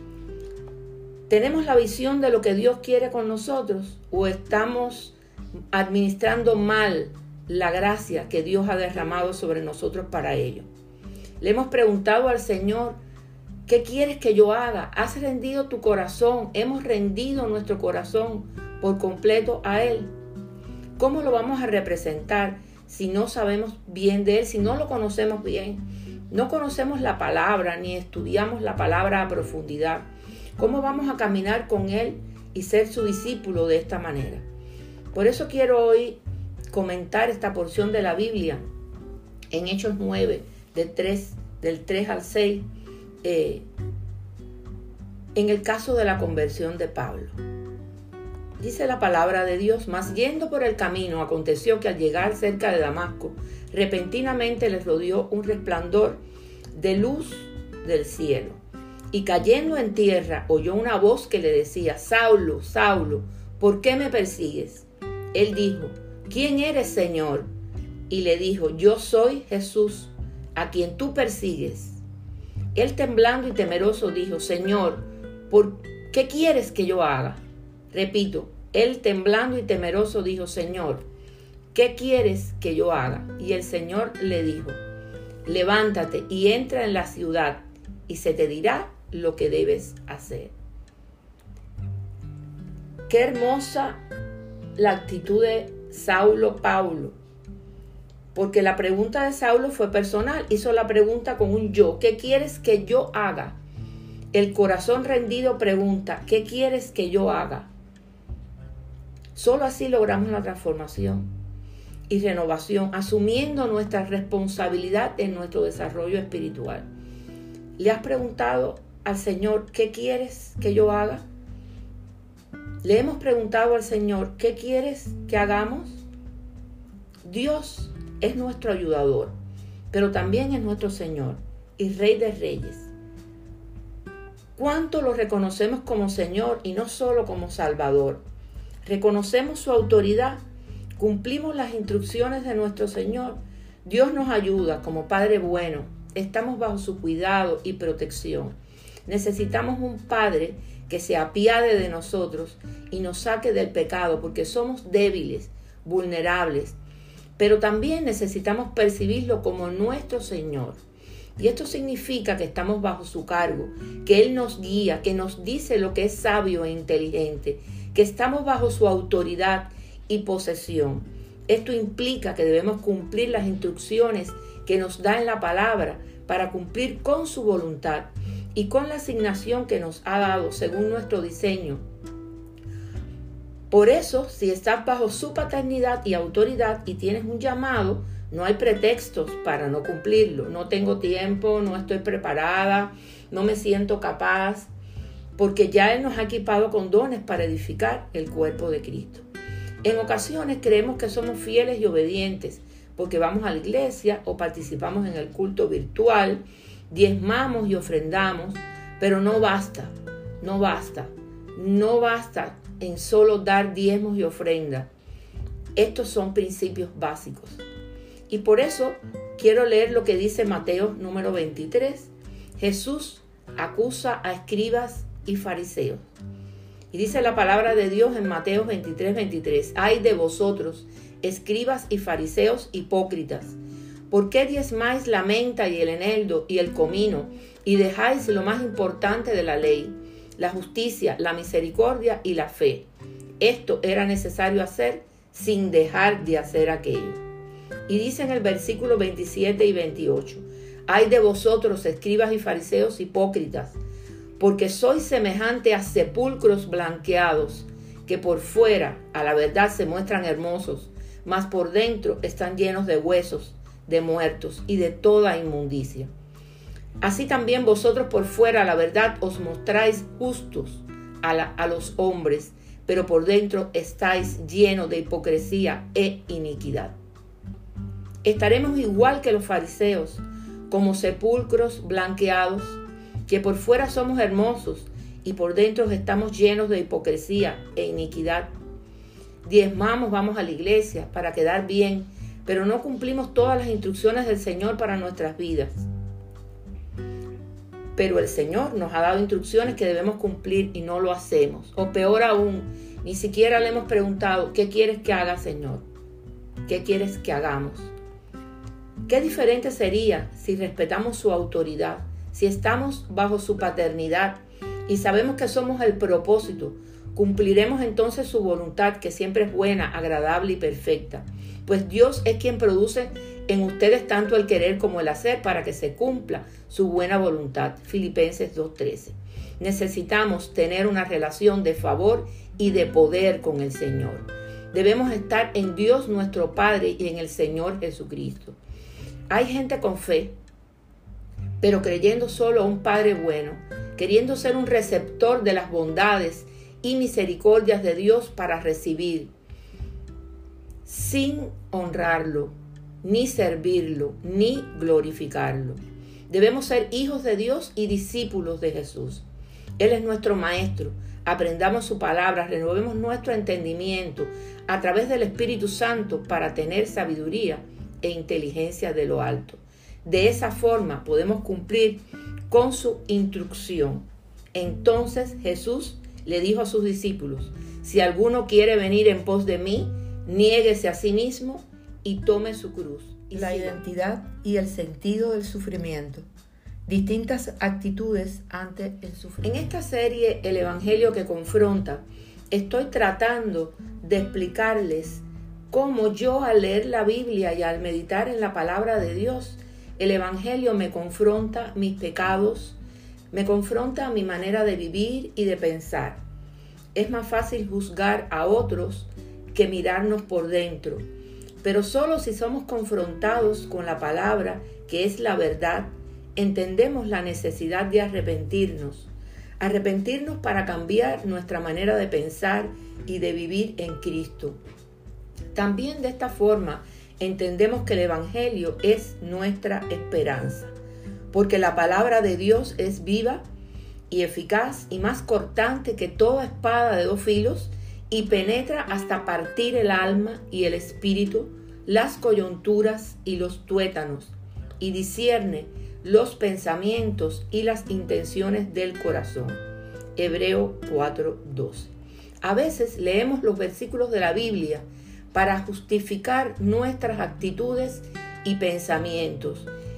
¿Tenemos la visión de lo que Dios quiere con nosotros o estamos administrando mal la gracia que Dios ha derramado sobre nosotros para ello? Le hemos preguntado al Señor, ¿qué quieres que yo haga? ¿Has rendido tu corazón? ¿Hemos rendido nuestro corazón por completo a Él? ¿Cómo lo vamos a representar si no sabemos bien de Él, si no lo conocemos bien? No conocemos la palabra ni estudiamos la palabra a profundidad. ¿Cómo vamos a caminar con Él y ser su discípulo de esta manera? Por eso quiero hoy comentar esta porción de la Biblia en Hechos nueve, del tres, del tres al seis, eh, en el caso de la conversión de Pablo. Dice la palabra de Dios, mas yendo por el camino, aconteció que al llegar cerca de Damasco, repentinamente les rodeó un resplandor de luz del cielo. Y cayendo en tierra, oyó una voz que le decía, Saulo, Saulo, ¿por qué me persigues? Él dijo, ¿quién eres, Señor? Y le dijo, yo soy Jesús, a quien tú persigues. Él temblando y temeroso dijo, Señor, ¿por qué quieres que yo haga? Repito, él temblando y temeroso dijo, Señor, ¿qué quieres que yo haga? Y el Señor le dijo, levántate y entra en la ciudad y se te dirá lo que debes hacer. Qué hermosa la actitud de Saulo Paulo, porque la pregunta de Saulo fue personal, hizo la pregunta con un yo, ¿qué quieres que yo haga? El corazón rendido pregunta, ¿qué quieres que yo haga? Solo así logramos la transformación y renovación, asumiendo nuestra responsabilidad en nuestro desarrollo espiritual. ¿Le has preguntado al Señor, ¿qué quieres que yo haga? ¿Le hemos preguntado al Señor, ¿qué quieres que hagamos? Dios es nuestro ayudador, pero también es nuestro Señor y Rey de Reyes. ¿Cuánto lo reconocemos como Señor y no solo como Salvador? Reconocemos su autoridad, cumplimos las instrucciones de nuestro Señor. Dios nos ayuda como Padre bueno, estamos bajo su cuidado y protección. Necesitamos un Padre que se apiade de nosotros y nos saque del pecado, porque somos débiles, vulnerables, pero también necesitamos percibirlo como nuestro Señor. Y esto significa que estamos bajo su cargo, que Él nos guía, que nos dice lo que es sabio e inteligente, que estamos bajo su autoridad y posesión. Esto implica que debemos cumplir las instrucciones que nos da en la palabra para cumplir con su voluntad y con la asignación que nos ha dado según nuestro diseño. Por eso, si estás bajo su paternidad y autoridad y tienes un llamado, no hay pretextos para no cumplirlo. No tengo tiempo, no estoy preparada, no me siento capaz, porque ya Él nos ha equipado con dones para edificar el cuerpo de Cristo. En ocasiones creemos que somos fieles y obedientes porque vamos a la iglesia o participamos en el culto virtual, diezmamos y ofrendamos, pero no basta, no basta, no basta en solo dar diezmos y ofrendas. Estos son principios básicos. Y por eso quiero leer lo que dice Mateo número veintitrés. Jesús acusa a escribas y fariseos. Y dice la palabra de Dios en Mateo veintitrés, veintitrés. Ay de vosotros, escribas y fariseos hipócritas, ¿por qué diezmáis la menta y el eneldo y el comino y dejáis lo más importante de la ley, la justicia, la misericordia y la fe? Esto era necesario hacer sin dejar de hacer aquello. Y dice en el versículo veintisiete y veintiocho, ay de vosotros, escribas y fariseos hipócritas, porque sois semejante a sepulcros blanqueados, que por fuera a la verdad se muestran hermosos, mas por dentro están llenos de huesos, de muertos y de toda inmundicia. Así también vosotros por fuera a la verdad os mostráis justos a, la, a los hombres, pero por dentro estáis llenos de hipocresía e iniquidad. Estaremos igual que los fariseos, como sepulcros blanqueados, que por fuera somos hermosos y por dentro estamos llenos de hipocresía e iniquidad. Diezmamos, vamos a la iglesia para quedar bien, pero no cumplimos todas las instrucciones del Señor para nuestras vidas. Pero el Señor nos ha dado instrucciones que debemos cumplir y no lo hacemos. O peor aún, ni siquiera le hemos preguntado, ¿qué quieres que haga, Señor? ¿Qué quieres que hagamos? Qué diferente sería si respetamos su autoridad, si estamos bajo su paternidad y sabemos que somos el propósito. Cumpliremos entonces su voluntad, que siempre es buena, agradable y perfecta. Pues Dios es quien produce en ustedes tanto el querer como el hacer para que se cumpla su buena voluntad. Filipenses dos trece. Necesitamos tener una relación de favor y de poder con el Señor. Debemos estar en Dios nuestro Padre y en el Señor Jesucristo. Hay gente con fe, pero creyendo solo a un Padre bueno, queriendo ser un receptor de las bondades y misericordias de Dios para recibir, sin honrarlo, ni servirlo, ni glorificarlo. Debemos ser hijos de Dios y discípulos de Jesús. Él es nuestro Maestro. Aprendamos su palabra, renovemos nuestro entendimiento a través del Espíritu Santo para tener sabiduría e inteligencia de lo alto. De esa forma podemos cumplir con su instrucción. Entonces Jesús le dijo a sus discípulos, si alguno quiere venir en pos de mí, niéguese a sí mismo y tome su cruz. Y la siga. Identidad y el sentido del sufrimiento. Distintas actitudes ante el sufrimiento. En esta serie, El Evangelio que confronta, estoy tratando de explicarles cómo yo al leer la Biblia y al meditar en la palabra de Dios, el Evangelio me confronta mis pecados, me confronta mi manera de vivir y de pensar. Es más fácil juzgar a otros que mirarnos por dentro, pero solo si somos confrontados con la palabra, que es la verdad, entendemos la necesidad de arrepentirnos. Arrepentirnos para cambiar nuestra manera de pensar y de vivir en Cristo. También de esta forma entendemos que el Evangelio es nuestra esperanza, porque la palabra de Dios es viva y eficaz y más cortante que toda espada de dos filos y penetra hasta partir el alma y el espíritu, las coyunturas y los tuétanos, y discierne los pensamientos y las intenciones del corazón. Hebreo cuatro doce. A veces leemos los versículos de la Biblia para justificar nuestras actitudes y pensamientos,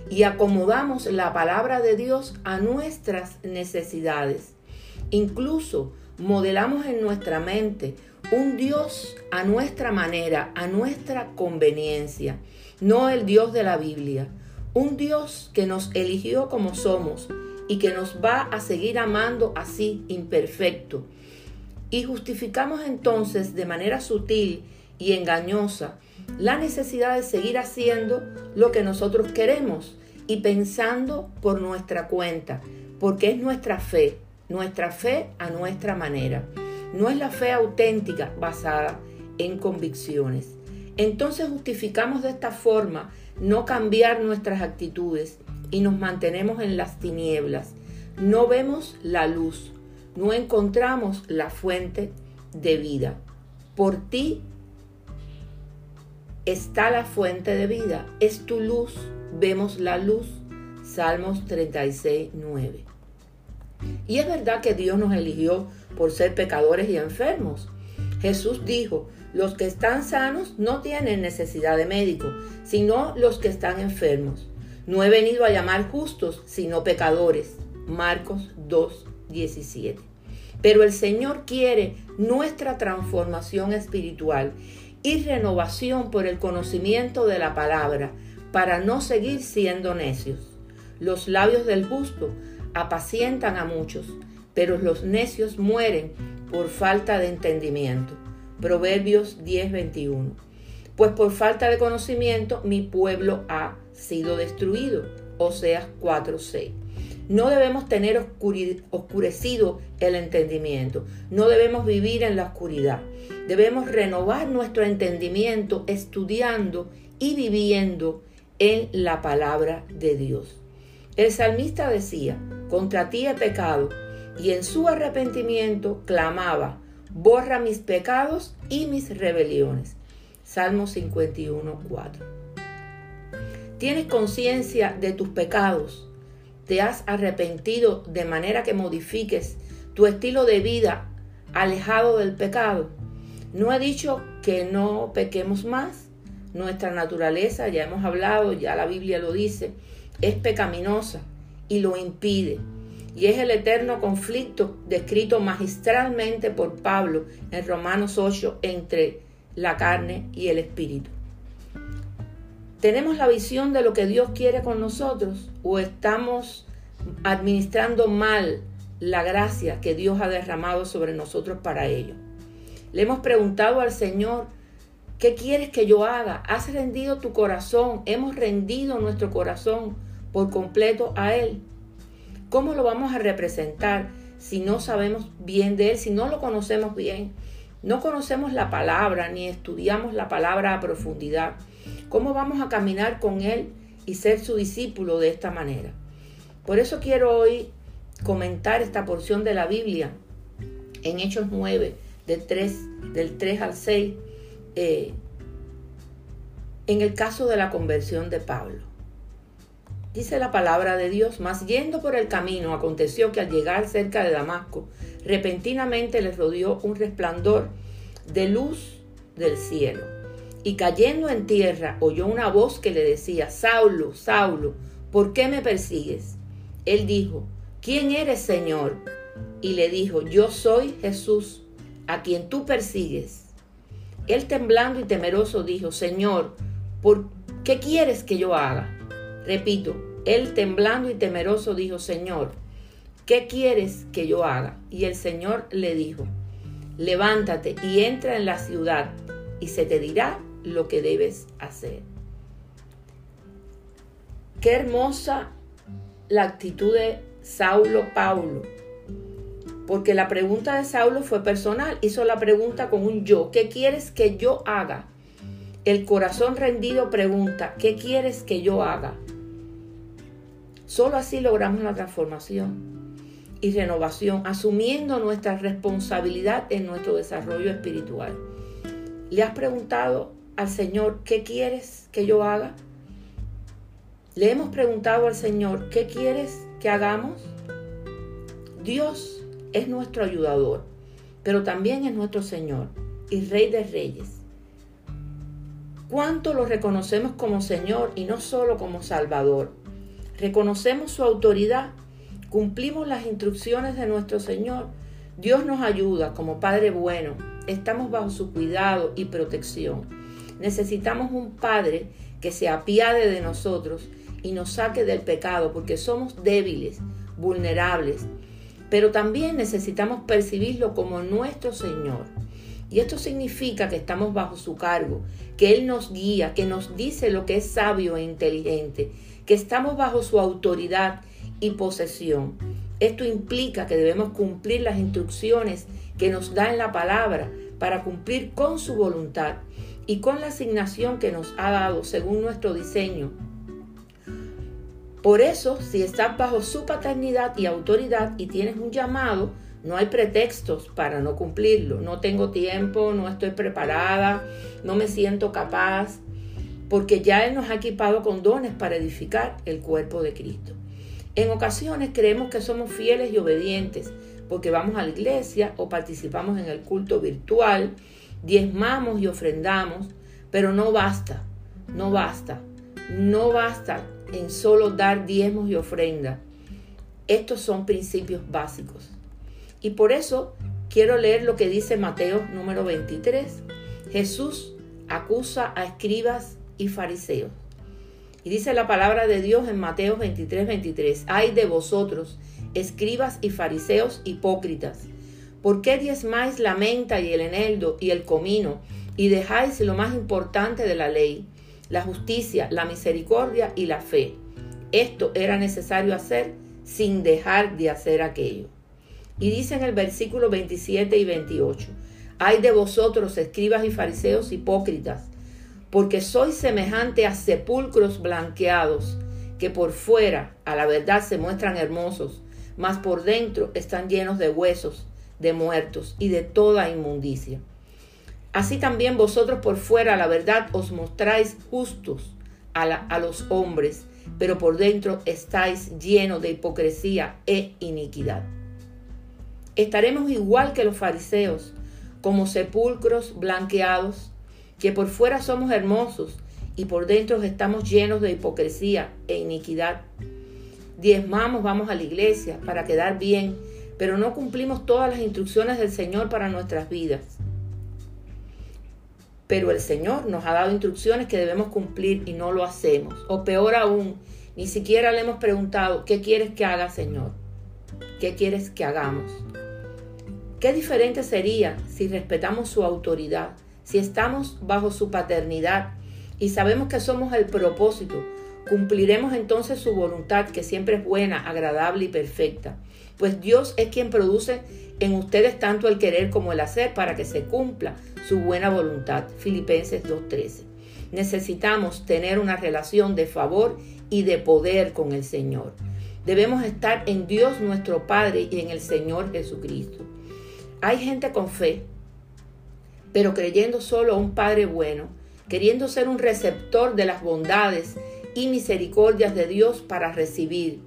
y acomodamos la palabra de Dios a nuestras necesidades. Incluso modelamos en nuestra mente un Dios a nuestra manera, a nuestra conveniencia, no el Dios de la Biblia. Un Dios que nos eligió como somos y que nos va a seguir amando así, imperfecto. Y justificamos entonces de manera sutil y engañosa la necesidad de seguir haciendo lo que nosotros queremos y pensando por nuestra cuenta, porque es nuestra fe, nuestra fe a nuestra manera. No es la fe auténtica basada en convicciones. Entonces justificamos de esta forma no cambiar nuestras actitudes y nos mantenemos en las tinieblas. No vemos la luz, no encontramos la fuente de vida. Por ti está la fuente de vida, es tu luz, vemos la luz. Salmos treinta y seis, nueve. Y es verdad que Dios nos eligió por ser pecadores y enfermos. Jesús dijo, los que están sanos no tienen necesidad de médico, sino los que están enfermos. No he venido a llamar justos, sino pecadores. Marcos dos, diecisiete. Pero el Señor quiere nuestra transformación espiritual y renovación por el conocimiento de la palabra, para no seguir siendo necios. Los labios del justo apacientan a muchos, pero los necios mueren por falta de entendimiento. Proverbios diez, veintiuno. Pues por falta de conocimiento mi pueblo ha sido destruido. Oseas cuatro, seis. No debemos tener oscure- oscurecido el entendimiento. No debemos vivir en la oscuridad. Debemos renovar nuestro entendimiento estudiando y viviendo en la palabra de Dios. El salmista decía, contra ti he pecado, y en su arrepentimiento clamaba, borra mis pecados y mis rebeliones. Salmo cincuenta y uno, cuatro. ¿Tienes conciencia de tus pecados? ¿Te has arrepentido de manera que modifiques tu estilo de vida alejado del pecado? No he dicho que no pequemos más. Nuestra naturaleza, ya hemos hablado, ya la Biblia lo dice, es pecaminosa y lo impide. Y es el eterno conflicto descrito magistralmente por Pablo en Romanos ocho entre la carne y el espíritu. ¿Tenemos la visión de lo que Dios quiere con nosotros o estamos administrando mal la gracia que Dios ha derramado sobre nosotros para ello? Le hemos preguntado al Señor, ¿qué quieres que yo haga? ¿Has rendido tu corazón? ¿Hemos rendido nuestro corazón por completo a Él? ¿Cómo lo vamos a representar si no sabemos bien de Él, si no lo conocemos bien? No conocemos la palabra ni estudiamos la palabra a profundidad. ¿Cómo vamos a caminar con Él y ser su discípulo de esta manera? Por eso quiero hoy comentar esta porción de la Biblia en Hechos nueve, del tres, del tres al seis, eh, en el caso de la conversión de Pablo. Dice la palabra de Dios, mas yendo por el camino, aconteció que al llegar cerca de Damasco, repentinamente les rodeó un resplandor de luz del cielo. Y cayendo en tierra, oyó una voz que le decía, Saulo, Saulo, ¿por qué me persigues? Él dijo, ¿quién eres, Señor? Y le dijo, yo soy Jesús, a quien tú persigues. Él temblando y temeroso dijo, Señor, ¿por qué quieres que yo haga? Repito, él temblando y temeroso dijo, Señor, ¿qué quieres que yo haga? Y el Señor le dijo, levántate y entra en la ciudad y se te dirá lo que debes hacer. Qué hermosa la actitud de Saulo Paulo, porque la pregunta de Saulo fue personal, hizo la pregunta con un yo, ¿qué quieres que yo haga? El corazón rendido pregunta, ¿qué quieres que yo haga? Solo así logramos la transformación y renovación, asumiendo nuestra responsabilidad en nuestro desarrollo espiritual. ¿Le has preguntado al Señor, ¿qué quieres que yo haga? ¿Le hemos preguntado al Señor, ¿qué quieres que hagamos? Dios es nuestro ayudador, pero también es nuestro Señor y Rey de Reyes. ¿Cuánto lo reconocemos como Señor y no solo como Salvador? reconocemos su autoridad, cumplimos las instrucciones de nuestro Señor, Dios nos ayuda como Padre bueno, estamos bajo su cuidado y protección. Necesitamos un Padre que se apiade de nosotros y nos saque del pecado, porque somos débiles, vulnerables, pero también necesitamos percibirlo como nuestro Señor. Y esto significa que estamos bajo su cargo, que Él nos guía, que nos dice lo que es sabio e inteligente, que estamos bajo su autoridad y posesión. Esto implica que debemos cumplir las instrucciones que nos da en la palabra para cumplir con su voluntad y con la asignación que nos ha dado según nuestro diseño. Por eso, si estás bajo su paternidad y autoridad y tienes un llamado, no hay pretextos para no cumplirlo. No tengo tiempo, no estoy preparada, no me siento capaz, porque ya Él nos ha equipado con dones para edificar el cuerpo de Cristo. En ocasiones creemos que somos fieles y obedientes porque vamos a la iglesia o participamos en el culto virtual, diezmamos y ofrendamos, pero no basta, no basta, no basta en solo dar diezmos y ofrenda. Estos son principios básicos. Y por eso quiero leer lo que dice Mateo número veintitrés. Jesús acusa a escribas y fariseos. Y dice la palabra de Dios en Mateo veintitrés, veintitrés. Ay de vosotros, escribas y fariseos hipócritas, ¿por qué diezmáis la menta y el eneldo y el comino y dejáis lo más importante de la ley, la justicia, la misericordia y la fe? Esto era necesario hacer sin dejar de hacer aquello. Y dice en el versículo veintisiete y veintiocho, ay de vosotros, escribas y fariseos hipócritas, porque sois semejante a sepulcros blanqueados, que por fuera a la verdad se muestran hermosos, mas por dentro están llenos de huesos, de muertos y de toda inmundicia. Así también vosotros por fuera a la verdad os mostráis justos a, la, a los hombres, pero por dentro estáis llenos de hipocresía e iniquidad. Estaremos igual que los fariseos, como sepulcros blanqueados, que por fuera somos hermosos y por dentro estamos llenos de hipocresía e iniquidad. Diezmamos, vamos a la iglesia para quedar bien, pero no cumplimos todas las instrucciones del Señor para nuestras vidas. Pero el Señor nos ha dado instrucciones que debemos cumplir y no lo hacemos. O peor aún, ni siquiera le hemos preguntado, ¿qué quieres que haga, Señor? ¿Qué quieres que hagamos? Qué diferente sería si respetamos su autoridad, si estamos bajo su paternidad y sabemos que somos el propósito. Cumpliremos entonces su voluntad, que siempre es buena, agradable y perfecta. Pues Dios es quien produce en ustedes tanto el querer como el hacer para que se cumpla su buena voluntad. Filipenses dos trece. Necesitamos tener una relación de favor y de poder con el Señor. Debemos estar en Dios nuestro Padre y en el Señor Jesucristo. Hay gente con fe, pero creyendo solo a un Padre bueno, queriendo ser un receptor de las bondades y misericordias de Dios para recibir,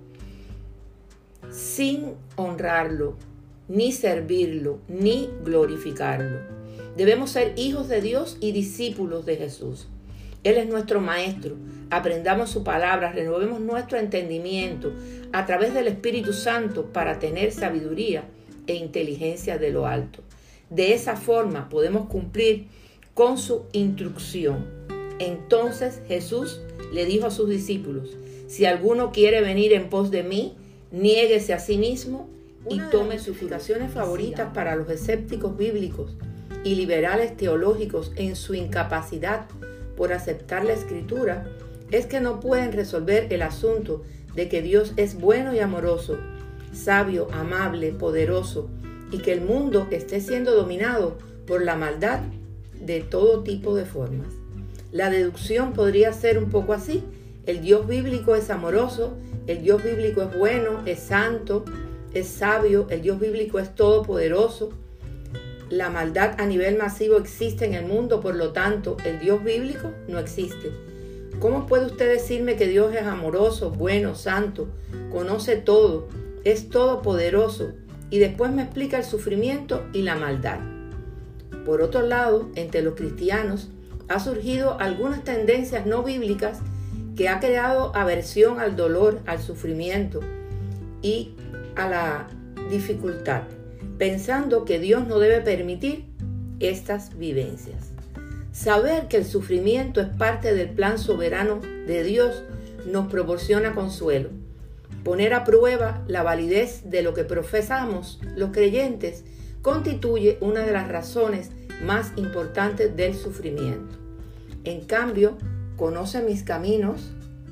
sin honrarlo, ni servirlo, ni glorificarlo. Debemos ser hijos de Dios y discípulos de Jesús. Él es nuestro Maestro. Aprendamos su palabra, renovemos nuestro entendimiento a través del Espíritu Santo para tener sabiduría e inteligencia de lo alto. De esa forma podemos cumplir con su instrucción. Entonces Jesús le dijo a sus discípulos, si alguno quiere venir en pos de mí, niéguese a sí mismo y tome sus justificaciones favoritas para los escépticos bíblicos y liberales teológicos en su incapacidad por aceptar la Escritura, es que no pueden resolver el asunto de que Dios es bueno y amoroso, sabio, amable, poderoso, y que el mundo esté siendo dominado por la maldad de todo tipo de formas. La deducción podría ser un poco así. El Dios bíblico es amoroso, el Dios bíblico es bueno, es santo, es sabio, el Dios bíblico es todopoderoso. La maldad a nivel masivo existe en el mundo, por lo tanto, el Dios bíblico no existe. ¿Cómo puede usted decirme que Dios es amoroso, bueno, santo, conoce todo, es todopoderoso, y después me explica el sufrimiento y la maldad? Por otro lado, entre los cristianos ha surgido algunas tendencias no bíblicas que ha creado aversión al dolor, al sufrimiento y a la dificultad, pensando que Dios no debe permitir estas vivencias. Saber que el sufrimiento es parte del plan soberano de Dios nos proporciona consuelo. Poner a prueba la validez de lo que profesamos los creyentes constituye una de las razones más importantes del sufrimiento. En cambio, conoce mis caminos.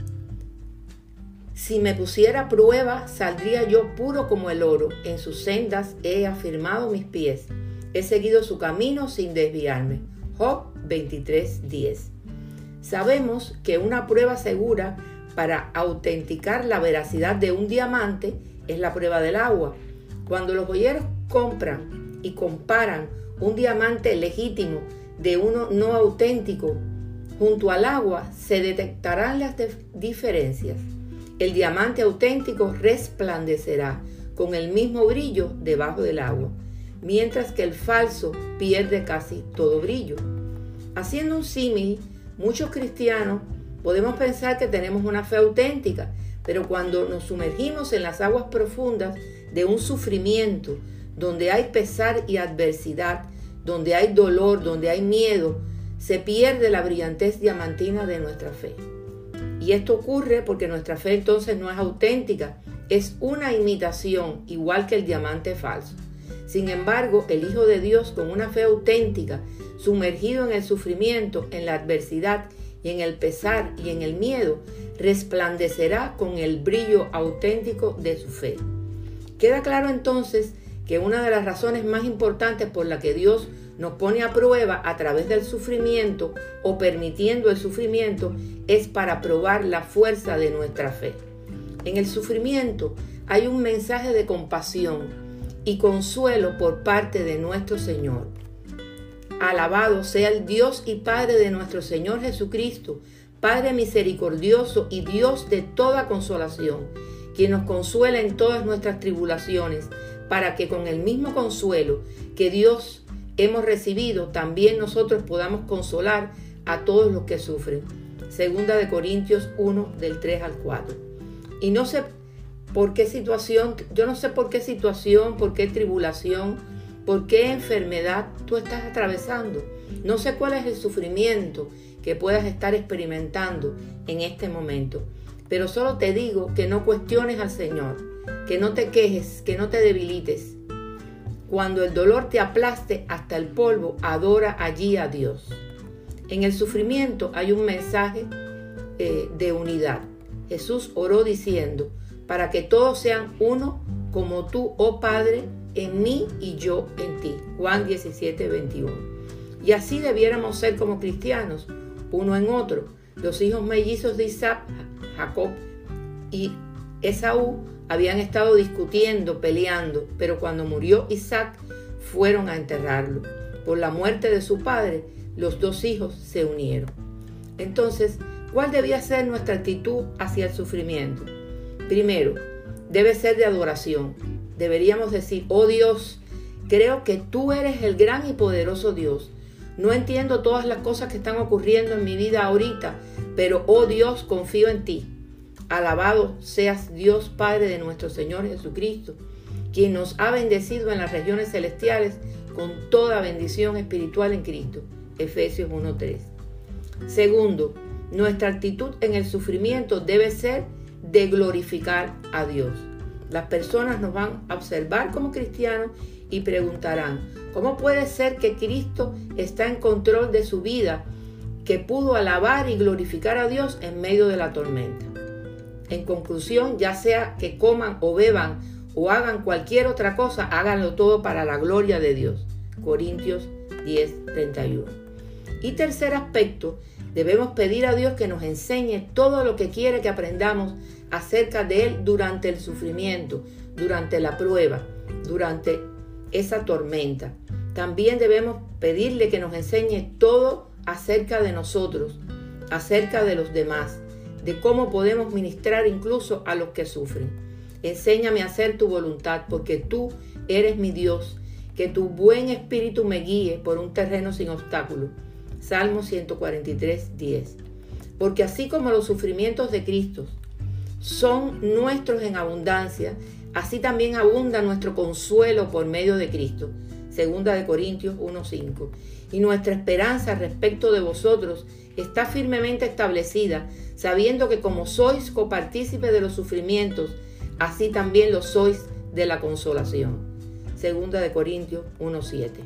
Si me pusiera a prueba, saldría yo puro como el oro. En sus sendas he afirmado mis pies. He seguido su camino sin desviarme. Job veintitrés diez. Sabemos que una prueba segura para autenticar la veracidad de un diamante es la prueba del agua. Cuando los joyeros compran y comparan un diamante legítimo de uno no auténtico, junto al agua se detectarán las diferencias. El diamante auténtico resplandecerá con el mismo brillo debajo del agua, mientras que el falso pierde casi todo brillo. Haciendo un símil, muchos cristianos podemos pensar que tenemos una fe auténtica, pero cuando nos sumergimos en las aguas profundas de un sufrimiento, donde hay pesar y adversidad, donde hay dolor, donde hay miedo, se pierde la brillantez diamantina de nuestra fe. Y esto ocurre porque nuestra fe entonces no es auténtica, es una imitación, igual que el diamante falso. Sin embargo, el Hijo de Dios con una fe auténtica, sumergido en el sufrimiento, en la adversidad y en el pesar y en el miedo, resplandecerá con el brillo auténtico de su fe. Queda claro entonces que una de las razones más importantes por la que Dios nos pone a prueba a través del sufrimiento o permitiendo el sufrimiento es para probar la fuerza de nuestra fe. En el sufrimiento hay un mensaje de compasión y consuelo por parte de nuestro Señor. Alabado sea el Dios y Padre de nuestro Señor Jesucristo, Padre misericordioso y Dios de toda consolación, quien nos consuela en todas nuestras tribulaciones, para que con el mismo consuelo que Dios hemos recibido, también nosotros podamos consolar a todos los que sufren. Segunda de Corintios uno, del tres al cuatro. Y no sé por qué situación, yo no sé por qué situación, por qué tribulación, por qué enfermedad tú estás atravesando. No sé cuál es el sufrimiento que puedas estar experimentando en este momento. Pero solo te digo que no cuestiones al Señor, que no te quejes, que no te debilites. Cuando el dolor te aplaste hasta el polvo, adora allí a Dios. En el sufrimiento hay un mensaje eh, de unidad. Jesús oró diciendo, para que todos sean uno como tú, oh Padre, en mí y yo en ti. Juan diecisiete, veintiuno. Y así debiéramos ser como cristianos, uno en otro. Los hijos mellizos de Isaac, Jacob y Esaú, habían estado discutiendo, peleando, pero cuando murió Isaac, fueron a enterrarlo. Por la muerte de su padre, los dos hijos se unieron. Entonces, ¿cuál debía ser nuestra actitud hacia el sufrimiento? Primero, debe ser de adoración. Deberíamos decir, oh Dios, creo que tú eres el gran y poderoso Dios. No entiendo todas las cosas que están ocurriendo en mi vida ahorita, pero oh Dios, confío en ti. Alabado seas Dios Padre de nuestro Señor Jesucristo, quien nos ha bendecido en las regiones celestiales con toda bendición espiritual en Cristo. Efesios uno, tres. Segundo, nuestra actitud en el sufrimiento debe ser de glorificar a Dios. Las personas nos van a observar como cristianos y preguntarán, ¿cómo puede ser que Cristo está en control de su vida, que pudo alabar y glorificar a Dios en medio de la tormenta? En conclusión, ya sea que coman o beban o hagan cualquier otra cosa, háganlo todo para la gloria de Dios. Corintios diez, treinta y uno. Y tercer aspecto, debemos pedir a Dios que nos enseñe todo lo que quiere que aprendamos acerca de Él durante el sufrimiento, durante la prueba, durante esa tormenta. También debemos pedirle que nos enseñe todo acerca de nosotros, acerca de los demás, de cómo podemos ministrar incluso a los que sufren. Enséñame a hacer tu voluntad, porque tú eres mi Dios. Que tu buen espíritu me guíe por un terreno sin obstáculos. Salmo ciento cuarenta y tres, diez. porque así como los sufrimientos de Cristo son nuestros en abundancia, así también abunda nuestro consuelo por medio de Cristo. Segunda de Corintios uno cinco. Y nuestra esperanza respecto de vosotros está firmemente establecida, sabiendo que como sois copartícipes de los sufrimientos, así también lo sois de la consolación. Segunda de Corintios uno siete.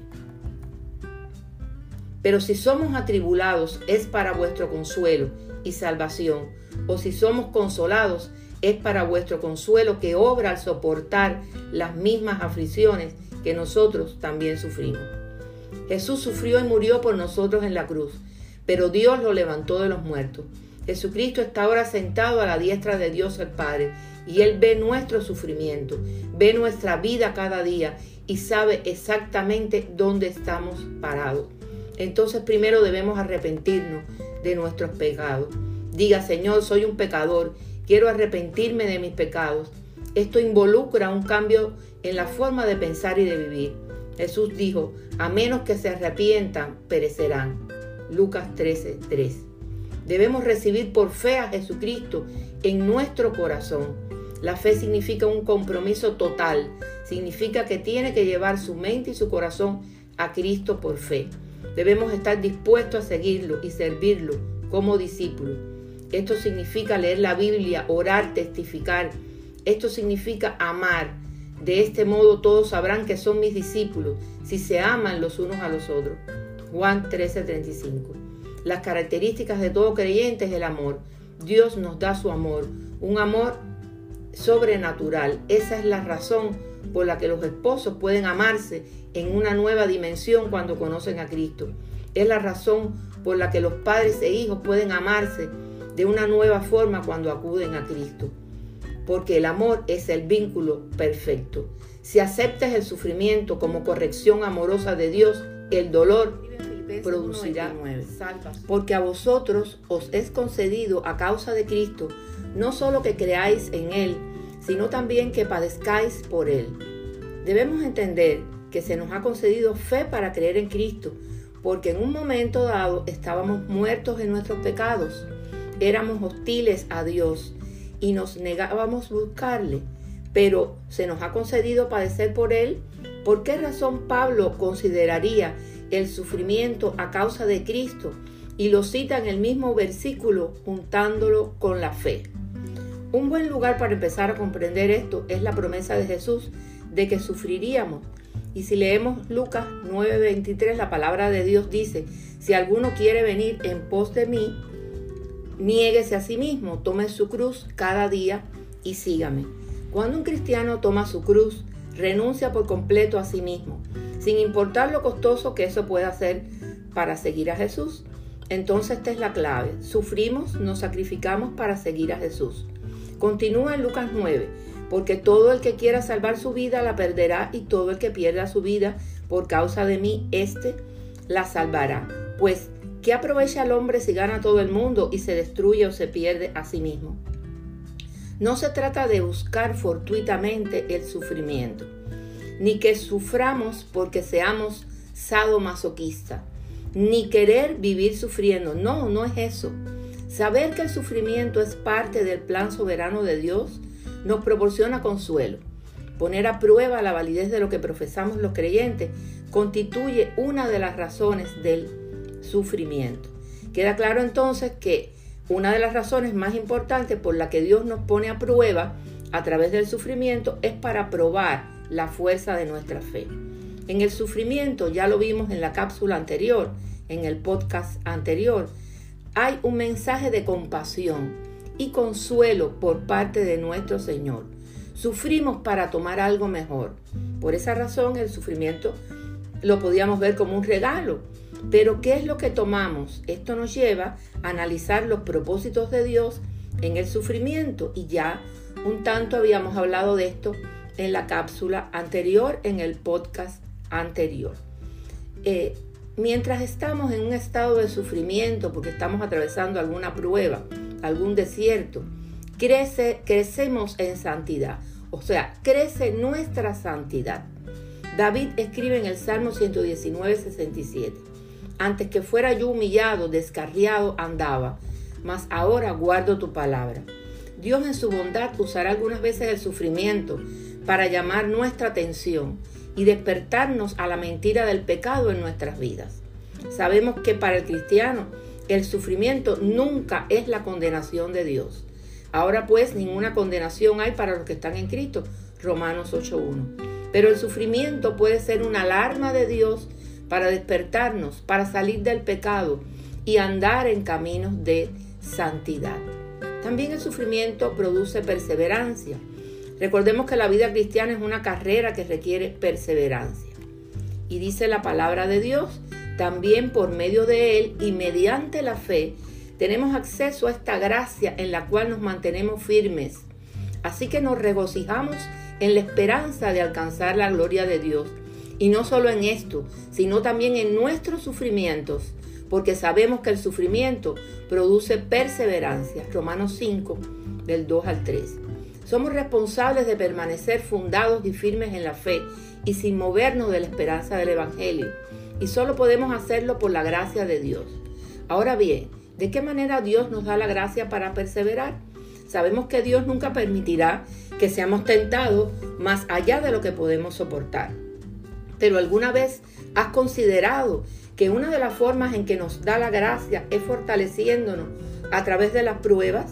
Pero si somos atribulados es para vuestro consuelo y salvación, o si somos consolados es para vuestro consuelo, que obra al soportar las mismas aflicciones que nosotros también sufrimos. Jesús sufrió y murió por nosotros en la cruz, pero Dios lo levantó de los muertos. Jesucristo está ahora sentado a la diestra de Dios el Padre, y Él ve nuestro sufrimiento, ve nuestra vida cada día y sabe exactamente dónde estamos parados. Entonces primero debemos arrepentirnos de nuestros pecados. Diga: Señor, soy un pecador, quiero arrepentirme de mis pecados. Esto involucra un cambio en la forma de pensar y de vivir. Jesús dijo: a menos que se arrepientan, perecerán. Lucas trece tres. Debemos recibir por fe a Jesucristo en nuestro corazón. La fe significa un compromiso total, significa que tiene que llevar su mente y su corazón a Cristo por fe. Debemos estar dispuestos a seguirlo y servirlo como discípulos. Esto significa leer la Biblia, orar, testificar. Esto significa amar. De este modo todos sabrán que son mis discípulos, si se aman los unos a los otros. Juan trece treinta y cinco. Las características de todo creyente es el amor. Dios nos da su amor, un amor sobrenatural. Esa es la razón por la que los esposos pueden amarse en una nueva dimensión cuando conocen a Cristo. Es la razón por la que los padres e hijos pueden amarse de una nueva forma cuando acuden a Cristo. Porque el amor es el vínculo perfecto. Si aceptas el sufrimiento como corrección amorosa de Dios, el dolor producirá salvación. Porque a vosotros os es concedido a causa de Cristo, no solo que creáis en Él, sino también que padezcáis por Él. Debemos entender que se nos ha concedido fe para creer en Cristo, porque en un momento dado estábamos muertos en nuestros pecados, éramos hostiles a Dios y nos negábamos a buscarle, pero se nos ha concedido padecer por Él. ¿Por qué razón Pablo consideraría el sufrimiento a causa de Cristo? Y lo cita en el mismo versículo, juntándolo con la fe. Un buen lugar para empezar a comprender esto es la promesa de Jesús de que sufriríamos. Y si leemos Lucas nueve veintitrés, la palabra de Dios dice: si alguno quiere venir en pos de mí, niéguese a sí mismo, tome su cruz cada día y sígame. Cuando un cristiano toma su cruz, renuncia por completo a sí mismo, sin importar lo costoso que eso pueda ser para seguir a Jesús. Entonces esta es la clave: sufrimos, nos sacrificamos para seguir a Jesús. Continúa en Lucas nueve, porque todo el que quiera salvar su vida la perderá, y todo el que pierda su vida por causa de mí, éste la salvará. Pues, ¿qué aprovecha el hombre si gana todo el mundo y se destruye o se pierde a sí mismo? No se trata de buscar fortuitamente el sufrimiento, ni que suframos porque seamos sadomasoquistas, ni querer vivir sufriendo. No, no es eso. Saber que el sufrimiento es parte del plan soberano de Dios nos proporciona consuelo. Poner a prueba la validez de lo que profesamos los creyentes constituye una de las razones del sufrimiento. Queda claro entonces que una de las razones más importantes por la que Dios nos pone a prueba a través del sufrimiento es para probar la fuerza de nuestra fe. En el sufrimiento, ya lo vimos en la cápsula anterior, en el podcast anterior, hay un mensaje de compasión y consuelo por parte de nuestro Señor. Sufrimos para tomar algo mejor. Por esa razón, el sufrimiento lo podíamos ver como un regalo. Pero ¿qué es lo que tomamos? Esto nos lleva a analizar los propósitos de Dios en el sufrimiento, y ya un tanto habíamos hablado de esto en la cápsula anterior, en el podcast anterior. Eh, mientras estamos en un estado de sufrimiento porque estamos atravesando alguna prueba, algún desierto, crece, crecemos en santidad, o sea, crece nuestra santidad. David escribe en el Salmo ciento diecinueve, sesenta y siete: antes que fuera yo humillado, descarriado andaba, mas ahora guardo tu palabra. Dios en su bondad usará algunas veces el sufrimiento para llamar nuestra atención y despertarnos a la mentira del pecado en nuestras vidas. Sabemos que para el cristiano el sufrimiento nunca es la condenación de Dios. Ahora pues ninguna condenación hay para los que están en Cristo, Romanos ocho uno. Pero el sufrimiento puede ser una alarma de Dios para despertarnos, para salir del pecado y andar en caminos de santidad. También el sufrimiento produce perseverancia. Recordemos que la vida cristiana es una carrera que requiere perseverancia. Y dice la palabra de Dios, también por medio de Él y mediante la fe, tenemos acceso a esta gracia en la cual nos mantenemos firmes. Así que nos regocijamos en la esperanza de alcanzar la gloria de Dios. Y no solo en esto, sino también en nuestros sufrimientos, porque sabemos que el sufrimiento produce perseverancia. Romanos cinco, del dos al tres. Somos responsables de permanecer fundados y firmes en la fe y sin movernos de la esperanza del Evangelio. Y solo podemos hacerlo por la gracia de Dios. Ahora bien, ¿de qué manera Dios nos da la gracia para perseverar? Sabemos que Dios nunca permitirá que seamos tentados más allá de lo que podemos soportar. Pero ¿alguna vez has considerado que una de las formas en que nos da la gracia es fortaleciéndonos a través de las pruebas?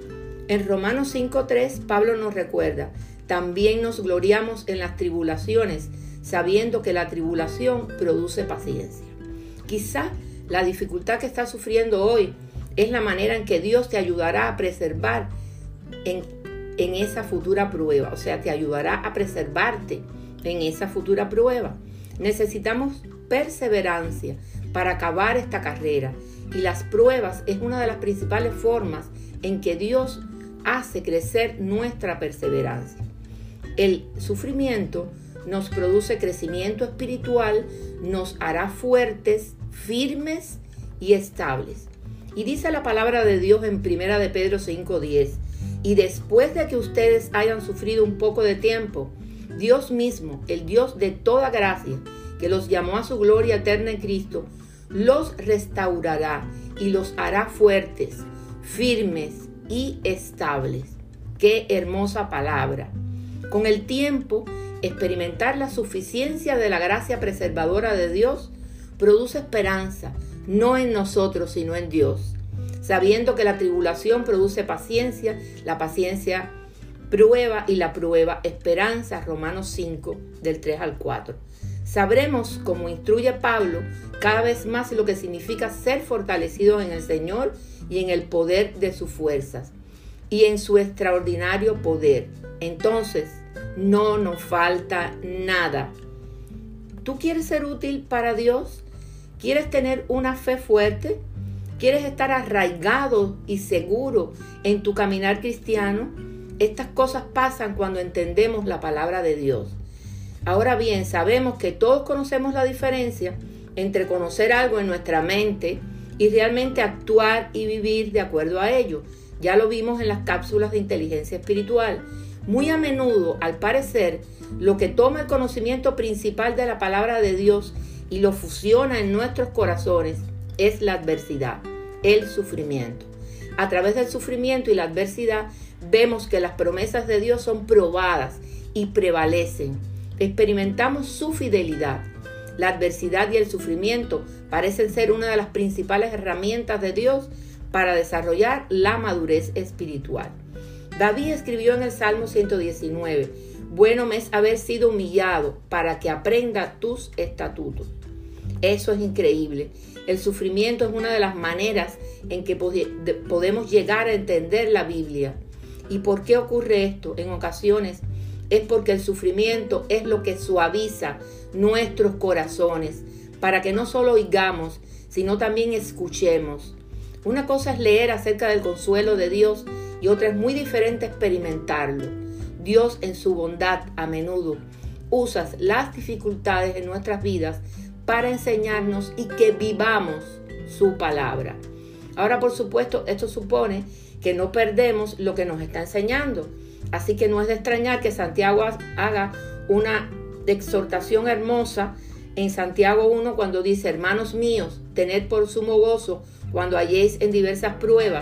En Romanos cinco tres, Pablo nos recuerda, también nos gloriamos en las tribulaciones, sabiendo que la tribulación produce paciencia. Quizá la dificultad que estás sufriendo hoy es la manera en que Dios te ayudará a preservar en, en esa futura prueba, o sea, te ayudará a preservarte en esa futura prueba. Necesitamos perseverancia para acabar esta carrera y las pruebas es una de las principales formas en que Dios hace crecer nuestra perseverancia. El sufrimiento nos produce crecimiento espiritual, nos hará fuertes, firmes y estables. Y dice la palabra de Dios en primera de Pedro cinco diez, y después de que ustedes hayan sufrido un poco de tiempo, Dios mismo, el Dios de toda gracia, que los llamó a su gloria eterna en Cristo, los restaurará y los hará fuertes, firmes y estables. ¡Qué hermosa palabra! Con el tiempo, experimentar la suficiencia de la gracia preservadora de Dios produce esperanza, no en nosotros, sino en Dios. Sabiendo que la tribulación produce paciencia, la paciencia prueba y la prueba esperanza. Romanos cinco, del tres al cuatro. Sabremos, como instruye Pablo, cada vez más lo que significa ser fortalecidos en el Señor y en el poder de sus fuerzas y en su extraordinario poder. Entonces, no nos falta nada. ¿Tú quieres ser útil para Dios? ¿Quieres tener una fe fuerte? ¿Quieres estar arraigado y seguro en tu caminar cristiano? Estas cosas pasan cuando entendemos la palabra de Dios. Ahora bien, sabemos que todos conocemos la diferencia entre conocer algo en nuestra mente y realmente actuar y vivir de acuerdo a ello. Ya lo vimos en las cápsulas de inteligencia espiritual. Muy a menudo, al parecer, lo que toma el conocimiento principal de la palabra de Dios y lo fusiona en nuestros corazones es la adversidad, el sufrimiento. A través del sufrimiento y la adversidad vemos que las promesas de Dios son probadas y prevalecen. Experimentamos su fidelidad. La adversidad y el sufrimiento parecen ser una de las principales herramientas de Dios para desarrollar la madurez espiritual. David escribió en el Salmo ciento diecinueve, bueno me es haber sido humillado para que aprenda tus estatutos. Eso es increíble. El sufrimiento es una de las maneras en que podemos llegar a entender la Biblia. ¿Y por qué ocurre esto? En ocasiones es porque el sufrimiento es lo que suaviza nuestros corazones para que no solo oigamos, sino también escuchemos. Una cosa es leer acerca del consuelo de Dios y otra es muy diferente experimentarlo. Dios en su bondad a menudo usa las dificultades en nuestras vidas para enseñarnos y que vivamos su palabra. Ahora, por supuesto, esto supone que no perdemos lo que nos está enseñando. Así que no es de extrañar que Santiago haga una exhortación hermosa en Santiago uno cuando dice, hermanos míos, tened por sumo gozo cuando halléis en diversas pruebas,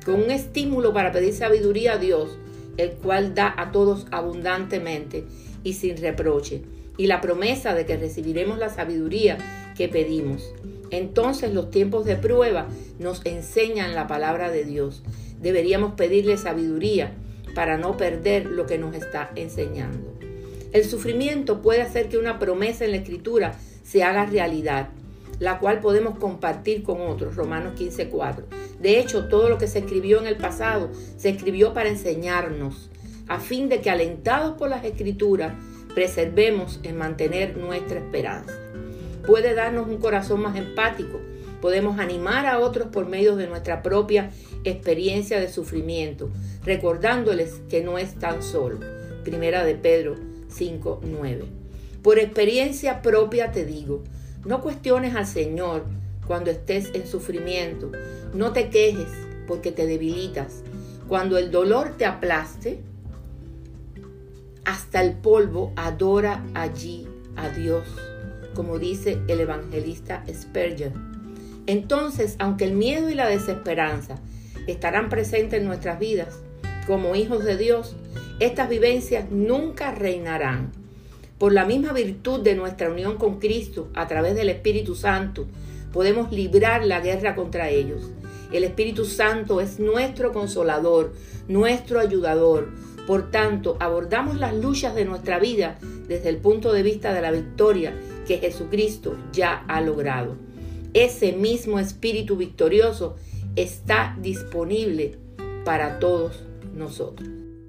con un estímulo para pedir sabiduría a Dios, el cual da a todos abundantemente y sin reproche, y la promesa de que recibiremos la sabiduría que pedimos. Entonces los tiempos de prueba nos enseñan la palabra de Dios. Deberíamos pedirle sabiduría para no perder lo que nos está enseñando. El sufrimiento puede hacer que una promesa en la Escritura se haga realidad, la cual podemos compartir con otros. Romanos quince cuatro. De hecho, todo lo que se escribió en el pasado se escribió para enseñarnos, a fin de que, alentados por las Escrituras, preservemos en mantener nuestra esperanza. Puede darnos un corazón más empático. Podemos animar a otros por medio de nuestra propia experiencia de sufrimiento, recordándoles que no están solos. Primera de Pedro cinco nueve. Por experiencia propia te digo, no cuestiones al Señor cuando estés en sufrimiento. No te quejes porque te debilitas. Cuando el dolor te aplaste, hasta el polvo adora allí a Dios, como dice el evangelista Spurgeon. Entonces, aunque el miedo y la desesperanza estarán presentes en nuestras vidas, como hijos de Dios, estas vivencias nunca reinarán. Por la misma virtud de nuestra unión con Cristo a través del Espíritu Santo, podemos librar la guerra contra ellos. El Espíritu Santo es nuestro consolador, nuestro ayudador. Por tanto, abordamos las luchas de nuestra vida desde el punto de vista de la victoria que Jesucristo ya ha logrado. Ese mismo Espíritu victorioso está disponible para todos nosotros.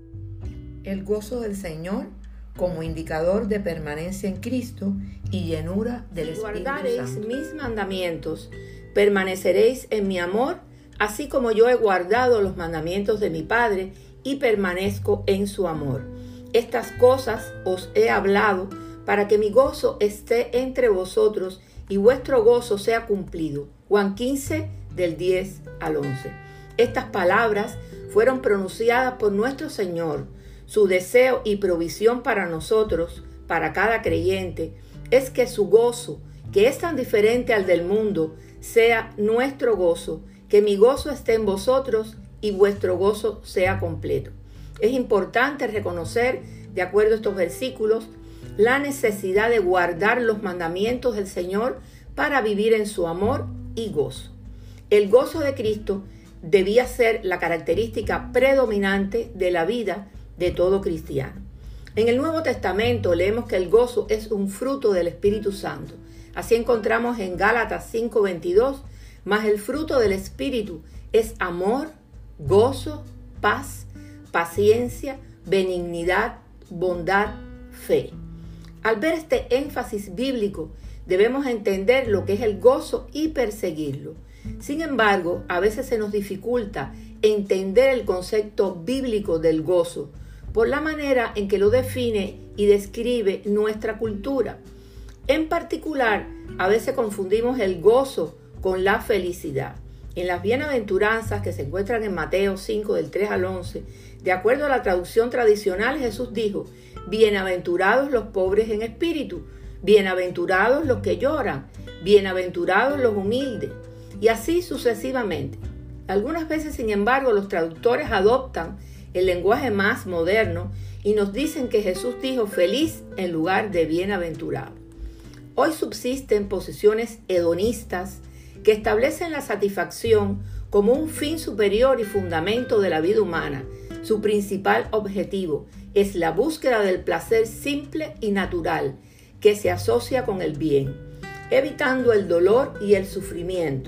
El gozo del Señor como indicador de permanencia en Cristo y llenura del Espíritu Guardaréis Santo. mis mandamientos, permaneceréis en mi amor, así como yo he guardado los mandamientos de mi Padre y permanezco en su amor. Estas cosas os he hablado para que mi gozo esté entre vosotros y vuestro gozo sea cumplido. Juan quince, del diez al once. Estas palabras fueron pronunciadas por nuestro Señor. Su deseo y provisión para nosotros, para cada creyente, es que su gozo, que es tan diferente al del mundo, sea nuestro gozo, que mi gozo esté en vosotros y vuestro gozo sea completo. Es importante reconocer, de acuerdo a estos versículos, la necesidad de guardar los mandamientos del Señor para vivir en su amor y gozo. El gozo de Cristo debía ser la característica predominante de la vida de todo cristiano. En el Nuevo Testamento leemos que el gozo es un fruto del Espíritu Santo. Así encontramos en Gálatas cinco veintidós, mas el fruto del Espíritu es amor, gozo, paz, paciencia, benignidad, bondad, fe. Al ver este énfasis bíblico, debemos entender lo que es el gozo y perseguirlo. Sin embargo, a veces se nos dificulta entender el concepto bíblico del gozo por la manera en que lo define y describe nuestra cultura. En particular, a veces confundimos el gozo con la felicidad. En las bienaventuranzas que se encuentran en Mateo cinco, del tres al once, de acuerdo a la traducción tradicional, Jesús dijo: bienaventurados los pobres en espíritu, bienaventurados los que lloran, bienaventurados los humildes, y así sucesivamente. Algunas veces, sin embargo, los traductores adoptan el lenguaje más moderno y nos dicen que Jesús dijo feliz en lugar de bienaventurado. Hoy subsisten posiciones hedonistas que establecen la satisfacción como un fin superior y fundamento de la vida humana. Su principal objetivo es la búsqueda del placer simple y natural que se asocia con el bien, evitando el dolor y el sufrimiento.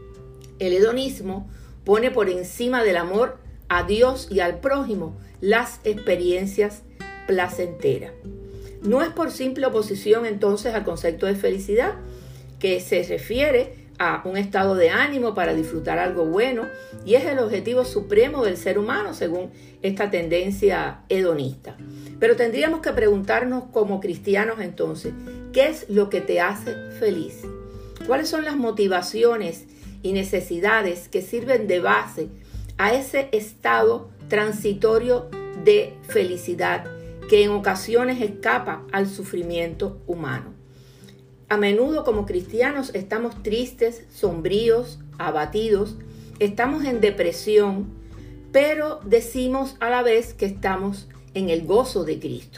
El hedonismo pone por encima del amor a Dios y al prójimo las experiencias placenteras. No es por simple oposición entonces al concepto de felicidad, que se refiere a un estado de ánimo para disfrutar algo bueno y es el objetivo supremo del ser humano según esta tendencia hedonista. Pero tendríamos que preguntarnos como cristianos entonces, ¿qué es lo que te hace feliz? ¿Cuáles son las motivaciones y necesidades que sirven de base a ese estado transitorio de felicidad que en ocasiones escapa al sufrimiento humano? A menudo como cristianos estamos tristes, sombríos, abatidos estamos en depresión, pero decimos a la vez que estamos en el gozo de Cristo.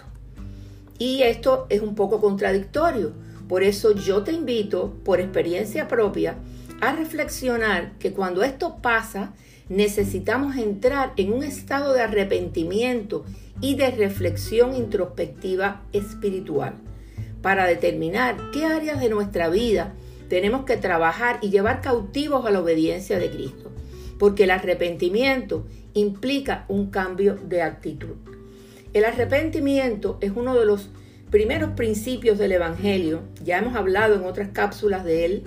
Y esto es un poco contradictorio. Por eso yo te invito, por experiencia propia, a reflexionar que cuando esto pasa, necesitamos entrar en un estado de arrepentimiento y de reflexión introspectiva espiritual para determinar qué áreas de nuestra vida tenemos que trabajar y llevar cautivos a la obediencia de Cristo, porque el arrepentimiento implica un cambio de actitud. El arrepentimiento es uno de los primeros principios del Evangelio, ya hemos hablado en otras cápsulas de él,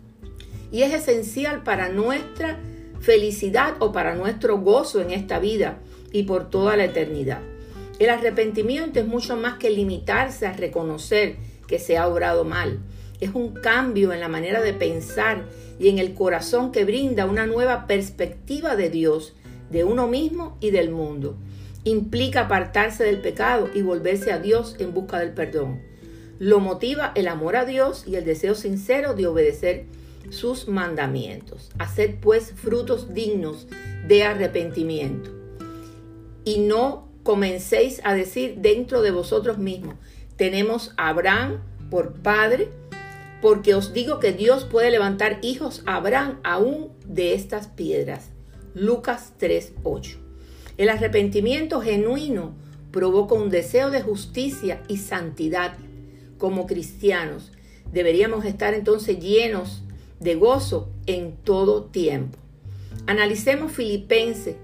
y es esencial para nuestra felicidad o para nuestro gozo en esta vida y por toda la eternidad. El arrepentimiento es mucho más que limitarse a reconocer que se ha obrado mal. Es un cambio en la manera de pensar y en el corazón que brinda una nueva perspectiva de Dios, de uno mismo y del mundo. Implica apartarse del pecado y volverse a Dios en busca del perdón. Lo motiva el amor a Dios y el deseo sincero de obedecer sus mandamientos. Haced pues frutos dignos de arrepentimiento. Y no comencéis a decir dentro de vosotros mismos, tenemos a Abraham por padre, porque os digo que Dios puede levantar hijos a Abraham aún de estas piedras. Lucas tres ocho. El arrepentimiento genuino provoca un deseo de justicia y santidad. Como cristianos deberíamos estar entonces llenos de gozo en todo tiempo. Analicemos Filipenses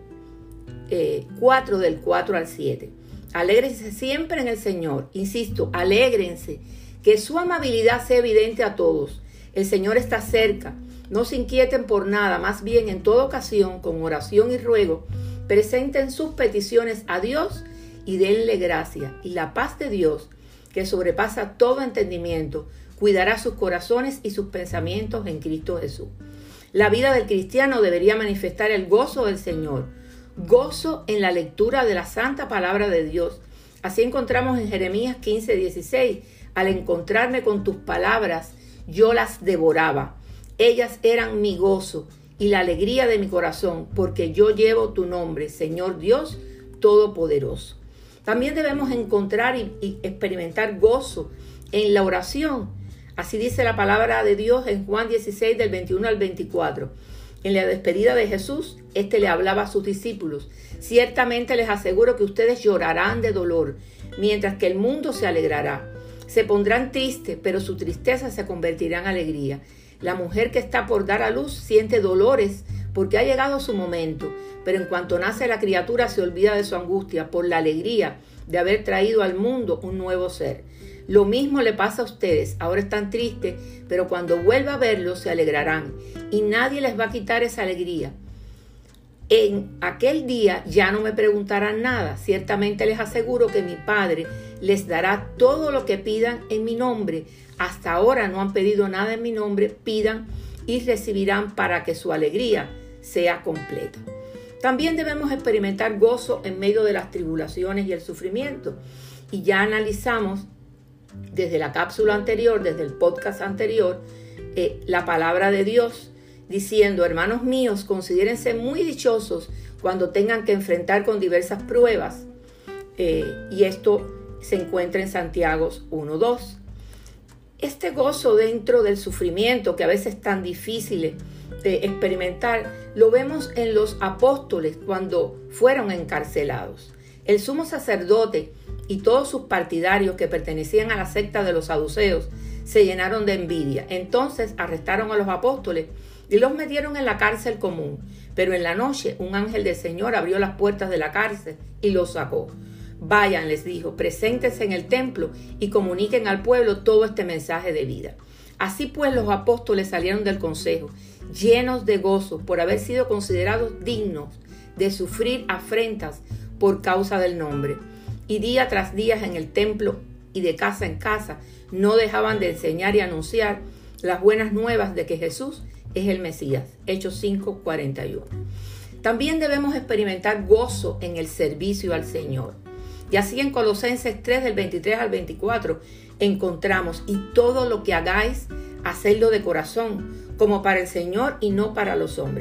eh, cuatro del cuatro al siete. Alégrense siempre en el Señor. Insisto, alégrense. Que su amabilidad sea evidente a todos. El Señor está cerca. No se inquieten por nada, más bien en toda ocasión, con oración y ruego, presenten sus peticiones a Dios y denle gracia. Y la paz de Dios, que sobrepasa todo entendimiento, cuidará sus corazones y sus pensamientos en Cristo Jesús. La vida del cristiano debería manifestar el gozo del Señor. Gozo en la lectura de la santa palabra de Dios. Así encontramos en Jeremías quince dieciséis. Al encontrarme con tus palabras, yo las devoraba. Ellas eran mi gozo y la alegría de mi corazón, porque yo llevo tu nombre, Señor Dios Todopoderoso. También debemos encontrar y, y experimentar gozo en la oración. Así dice la palabra de Dios en Juan dieciséis, del veintiuno al veinticuatro. En la despedida de Jesús, éste le hablaba a sus discípulos. Ciertamente les aseguro que ustedes llorarán de dolor, mientras que el mundo se alegrará. Se pondrán tristes, pero su tristeza se convertirá en alegría. La mujer que está por dar a luz siente dolores porque ha llegado su momento, pero en cuanto nace la criatura se olvida de su angustia por la alegría de haber traído al mundo un nuevo ser. Lo mismo le pasa a ustedes. Ahora están tristes, pero cuando vuelva a verlos se alegrarán y nadie les va a quitar esa alegría. En aquel día ya no me preguntarán nada. Ciertamente les aseguro que mi Padre les dará todo lo que pidan en mi nombre. Hasta ahora no han pedido nada en mi nombre. Pidan y recibirán para que su alegría sea completa. También debemos experimentar gozo en medio de las tribulaciones y el sufrimiento. Y ya analizamos desde la cápsula anterior, desde el podcast anterior, eh, la palabra de Dios, diciendo, hermanos míos, considérense muy dichosos cuando tengan que enfrentar con diversas pruebas. Eh, y esto se encuentra en Santiago uno dos. Este gozo dentro del sufrimiento, que a veces es tan difícil de experimentar, lo vemos en los apóstoles cuando fueron encarcelados. El sumo sacerdote y todos sus partidarios que pertenecían a la secta de los saduceos se llenaron de envidia. Entonces arrestaron a los apóstoles y los metieron en la cárcel común. Pero en la noche un ángel del Señor abrió las puertas de la cárcel y los sacó. Vayan, les dijo, preséntense en el templo y comuniquen al pueblo todo este mensaje de vida. Así pues los apóstoles salieron del consejo, llenos de gozo por haber sido considerados dignos de sufrir afrentas por causa del nombre. Y día tras día en el templo y de casa en casa no dejaban de enseñar y anunciar las buenas nuevas de que Jesús es el Mesías. Hechos cinco cuarenta y uno. También debemos experimentar gozo en el servicio al Señor. Y así en Colosenses tres, del veintitrés al veinticuatro, encontramos, y todo lo que hagáis, hacedlo de corazón, como para el Señor y no para los hombres,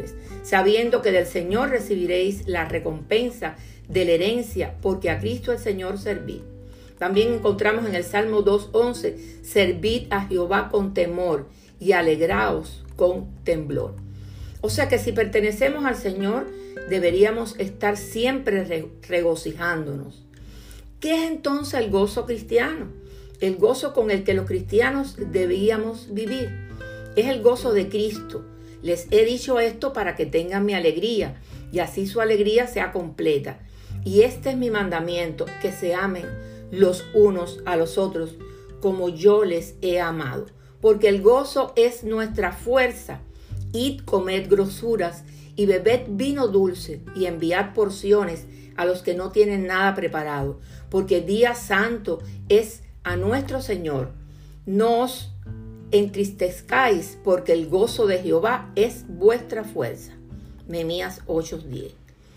sabiendo que del Señor recibiréis la recompensa de la herencia, porque a Cristo el Señor servid. También encontramos en el Salmo dos once, servid a Jehová con temor y alegraos con temblor. O sea que si pertenecemos al Señor, deberíamos estar siempre re- regocijándonos. ¿Qué es entonces el gozo cristiano? El gozo con el que los cristianos debíamos vivir. Es el gozo de Cristo. Les he dicho esto para que tengan mi alegría y así su alegría sea completa. Y este es mi mandamiento, que se amen los unos a los otros como yo les he amado. Porque el gozo es nuestra fuerza. Id, comed grosuras y bebed vino dulce y enviad porciones a los que no tienen nada preparado, porque día santo es a nuestro Señor. No os entristezcáis, porque el gozo de Jehová es vuestra fuerza. Nehemías ocho diez.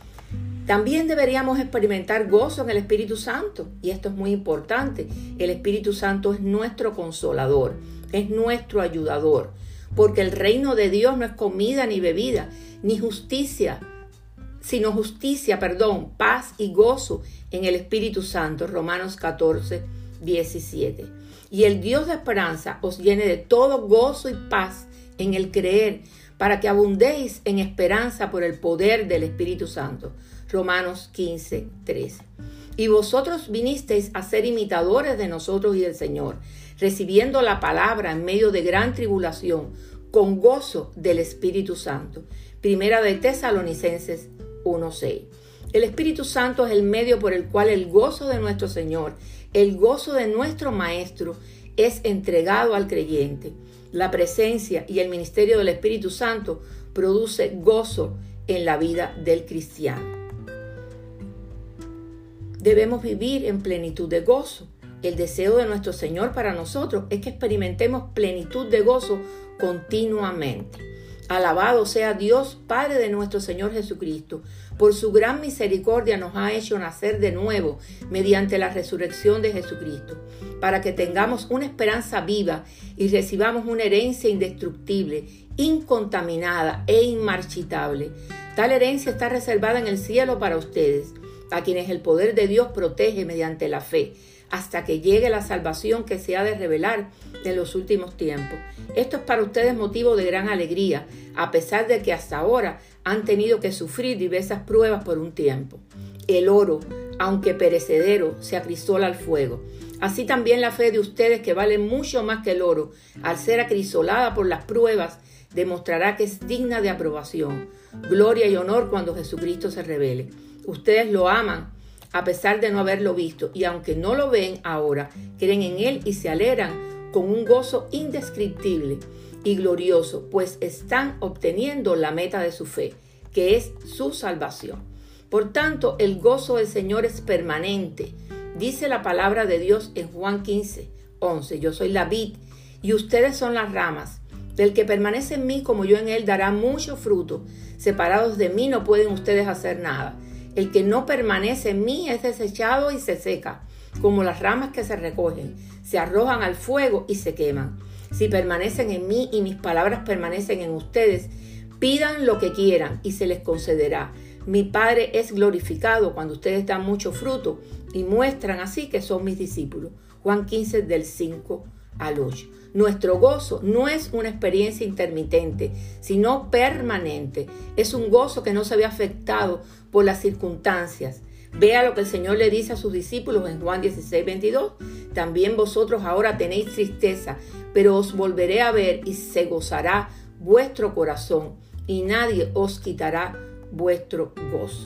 También deberíamos experimentar gozo en el Espíritu Santo, y esto es muy importante. El Espíritu Santo es nuestro consolador, es nuestro ayudador, porque el reino de Dios no es comida ni bebida, ni justicia, sino justicia, perdón, paz y gozo en el Espíritu Santo. Romanos catorce diecisiete. Y el Dios de esperanza os llene de todo gozo y paz en el creer, para que abundéis en esperanza por el poder del Espíritu Santo. Romanos quince trece. Y vosotros vinisteis a ser imitadores de nosotros y del Señor, recibiendo la palabra en medio de gran tribulación, con gozo del Espíritu Santo. Primera de Tesalonicenses uno seis. El Espíritu Santo es el medio por el cual el gozo de nuestro Señor, el gozo de nuestro Maestro, es entregado al creyente. La presencia y el ministerio del Espíritu Santo produce gozo en la vida del cristiano. Debemos vivir en plenitud de gozo. El deseo de nuestro Señor para nosotros es que experimentemos plenitud de gozo continuamente. Alabado sea Dios, Padre de nuestro Señor Jesucristo. Por su gran misericordia nos ha hecho nacer de nuevo mediante la resurrección de Jesucristo, para que tengamos una esperanza viva y recibamos una herencia indestructible, incontaminada e inmarchitable. Tal herencia está reservada en el cielo para ustedes, a quienes el poder de Dios protege mediante la fe, hasta que llegue la salvación que se ha de revelar en los últimos tiempos. Esto es para ustedes motivo de gran alegría, a pesar de que hasta ahora han tenido que sufrir diversas pruebas por un tiempo. El oro, aunque perecedero, se acrisola al fuego. Así también la fe de ustedes, que vale mucho más que el oro, al ser acrisolada por las pruebas, demostrará que es digna de aprobación, gloria y honor cuando Jesucristo se revele. Ustedes lo aman a pesar de no haberlo visto, y aunque no lo ven ahora, creen en Él y se alegran con un gozo indescriptible y glorioso, pues están obteniendo la meta de su fe, que es su salvación. Por tanto, el gozo del Señor es permanente. Dice la palabra de Dios en Juan quince once, yo soy la vid y ustedes son las ramas. Del que permanece en mí como yo en él dará mucho fruto. Separados de mí no pueden ustedes hacer nada. El que no permanece en mí es desechado y se seca, como las ramas que se recogen, se arrojan al fuego y se queman. Si permanecen en mí y mis palabras permanecen en ustedes, pidan lo que quieran y se les concederá. Mi Padre es glorificado cuando ustedes dan mucho fruto y muestran así que son mis discípulos. Juan quince del cinco al ocho. Nuestro gozo no es una experiencia intermitente, sino permanente. Es un gozo que no se ve afectado por las circunstancias. Vea lo que el Señor le dice a sus discípulos en Juan dieciséis veintidós. También vosotros ahora tenéis tristeza, pero os volveré a ver y se gozará vuestro corazón y nadie os quitará vuestro gozo.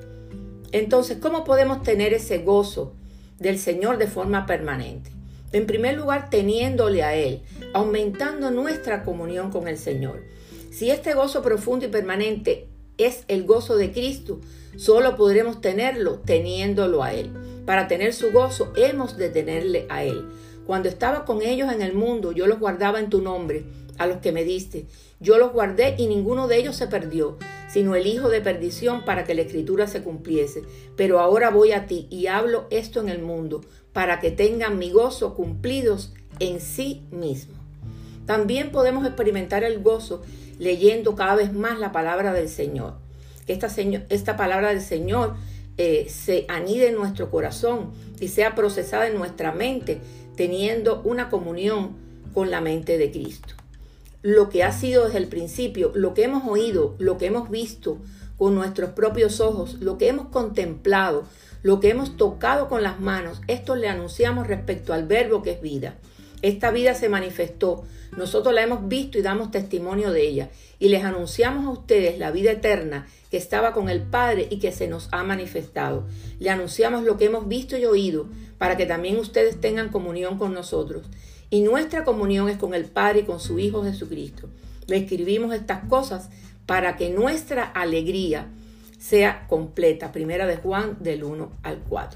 Entonces, ¿cómo podemos tener ese gozo del Señor de forma permanente? En primer lugar, teniéndole a Él, aumentando nuestra comunión con el Señor. Si este gozo profundo y permanente es el gozo de Cristo, solo podremos tenerlo teniéndolo a Él. Para tener su gozo, hemos de tenerle a Él. Cuando estaba con ellos en el mundo, yo los guardaba en tu nombre, a los que me diste. Yo los guardé y ninguno de ellos se perdió, sino el hijo de perdición, para que la escritura se cumpliese. Pero ahora voy a ti y hablo esto en el mundo, para que tengan mi gozo cumplidos en sí mismo. También podemos experimentar el gozo leyendo cada vez más la palabra del Señor. Que esta, esta palabra del Señor eh, se anide en nuestro corazón y sea procesada en nuestra mente, teniendo una comunión con la mente de Cristo. Lo que ha sido desde el principio, lo que hemos oído, lo que hemos visto con nuestros propios ojos, lo que hemos contemplado, lo que hemos tocado con las manos, esto le anunciamos respecto al verbo que es vida. Esta vida se manifestó, nosotros la hemos visto y damos testimonio de ella. Y les anunciamos a ustedes la vida eterna que estaba con el Padre y que se nos ha manifestado. Le anunciamos lo que hemos visto y oído para que también ustedes tengan comunión con nosotros. Y nuestra comunión es con el Padre y con su Hijo Jesucristo. Le escribimos estas cosas para que nuestra alegría sea completa. Primera de Juan del uno al cuatro.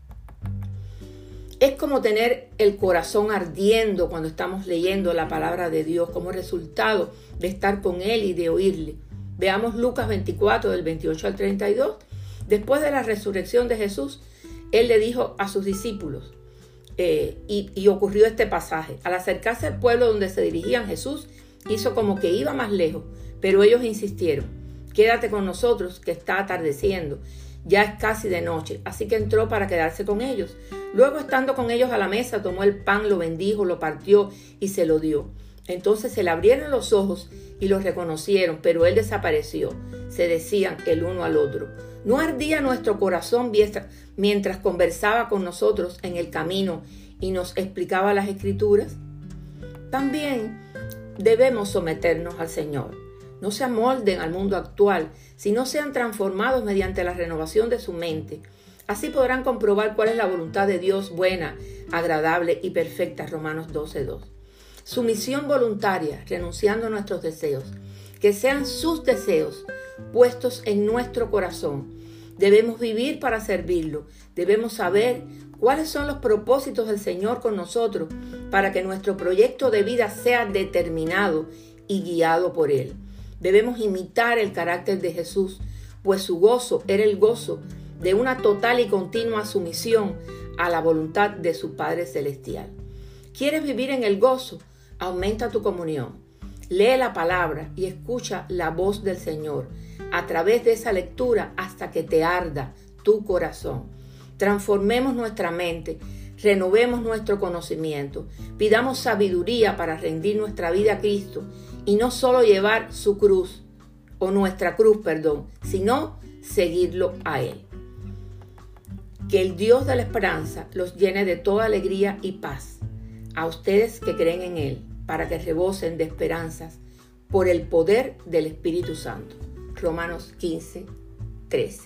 Es como tener el corazón ardiendo cuando estamos leyendo la palabra de Dios como resultado de estar con Él y de oírle. Veamos Lucas veinticuatro del veintiocho al treinta y dos. Después de la resurrección de Jesús, Él le dijo a sus discípulos, eh, y, y ocurrió este pasaje. Al acercarse al pueblo donde se dirigían, Jesús hizo como que iba más lejos, pero ellos insistieron, quédate con nosotros que está atardeciendo. Ya es casi de noche, así que entró para quedarse con ellos. Luego, estando con ellos a la mesa, tomó el pan, lo bendijo, lo partió y se lo dio. Entonces se le abrieron los ojos y lo reconocieron, pero él desapareció. Se decían el uno al otro, ¿no ardía nuestro corazón mientras conversaba con nosotros en el camino y nos explicaba las Escrituras? También debemos someternos al Señor. No se amolden al mundo actual, sino sean transformados mediante la renovación de su mente. Así podrán comprobar cuál es la voluntad de Dios buena, agradable y perfecta. Romanos doce dos. Sumisión voluntaria, renunciando a nuestros deseos. Que sean sus deseos puestos en nuestro corazón. Debemos vivir para servirlo. Debemos saber cuáles son los propósitos del Señor con nosotros para que nuestro proyecto de vida sea determinado y guiado por Él. Debemos imitar el carácter de Jesús, pues su gozo era el gozo de una total y continua sumisión a la voluntad de su Padre Celestial. ¿Quieres vivir en el gozo? Aumenta tu comunión. Lee la palabra y escucha la voz del Señor a través de esa lectura hasta que te arda tu corazón. Transformemos nuestra mente, renovemos nuestro conocimiento, pidamos sabiduría para rendir nuestra vida a Cristo y no solo llevar su cruz, o nuestra cruz, perdón, sino seguirlo a Él. Que el Dios de la esperanza los llene de toda alegría y paz, a ustedes que creen en Él, para que rebosen de esperanzas por el poder del Espíritu Santo. Romanos quince, trece.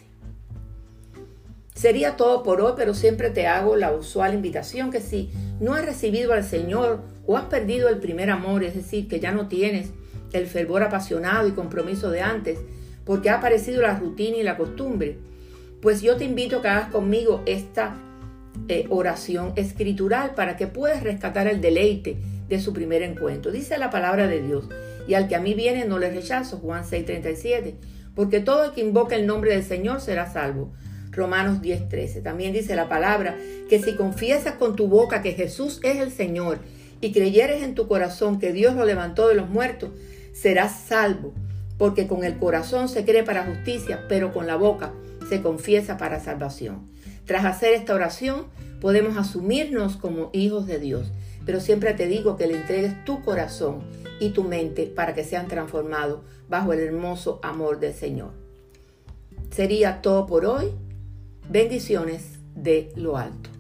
Sería todo por hoy, pero siempre te hago la usual invitación que si no has recibido al Señor o has perdido el primer amor, es decir, que ya no tienes el fervor apasionado y compromiso de antes, porque ha aparecido la rutina y la costumbre, pues yo te invito a que hagas conmigo esta eh, oración escritural para que puedas rescatar el deleite de su primer encuentro. Dice la palabra de Dios, y al que a mí viene no le rechazo, Juan seis, treinta y siete, porque todo el que invoca el nombre del Señor será salvo. Romanos diez, trece. También dice la palabra que si confiesas con tu boca que Jesús es el Señor y creyeres en tu corazón que Dios lo levantó de los muertos, serás salvo, porque con el corazón se cree para justicia, pero con la boca se confiesa para salvación. Tras hacer esta oración, podemos asumirnos como hijos de Dios, pero siempre te digo que le entregues tu corazón y tu mente para que sean transformados bajo el hermoso amor del Señor. Sería todo por hoy. Bendiciones de lo alto.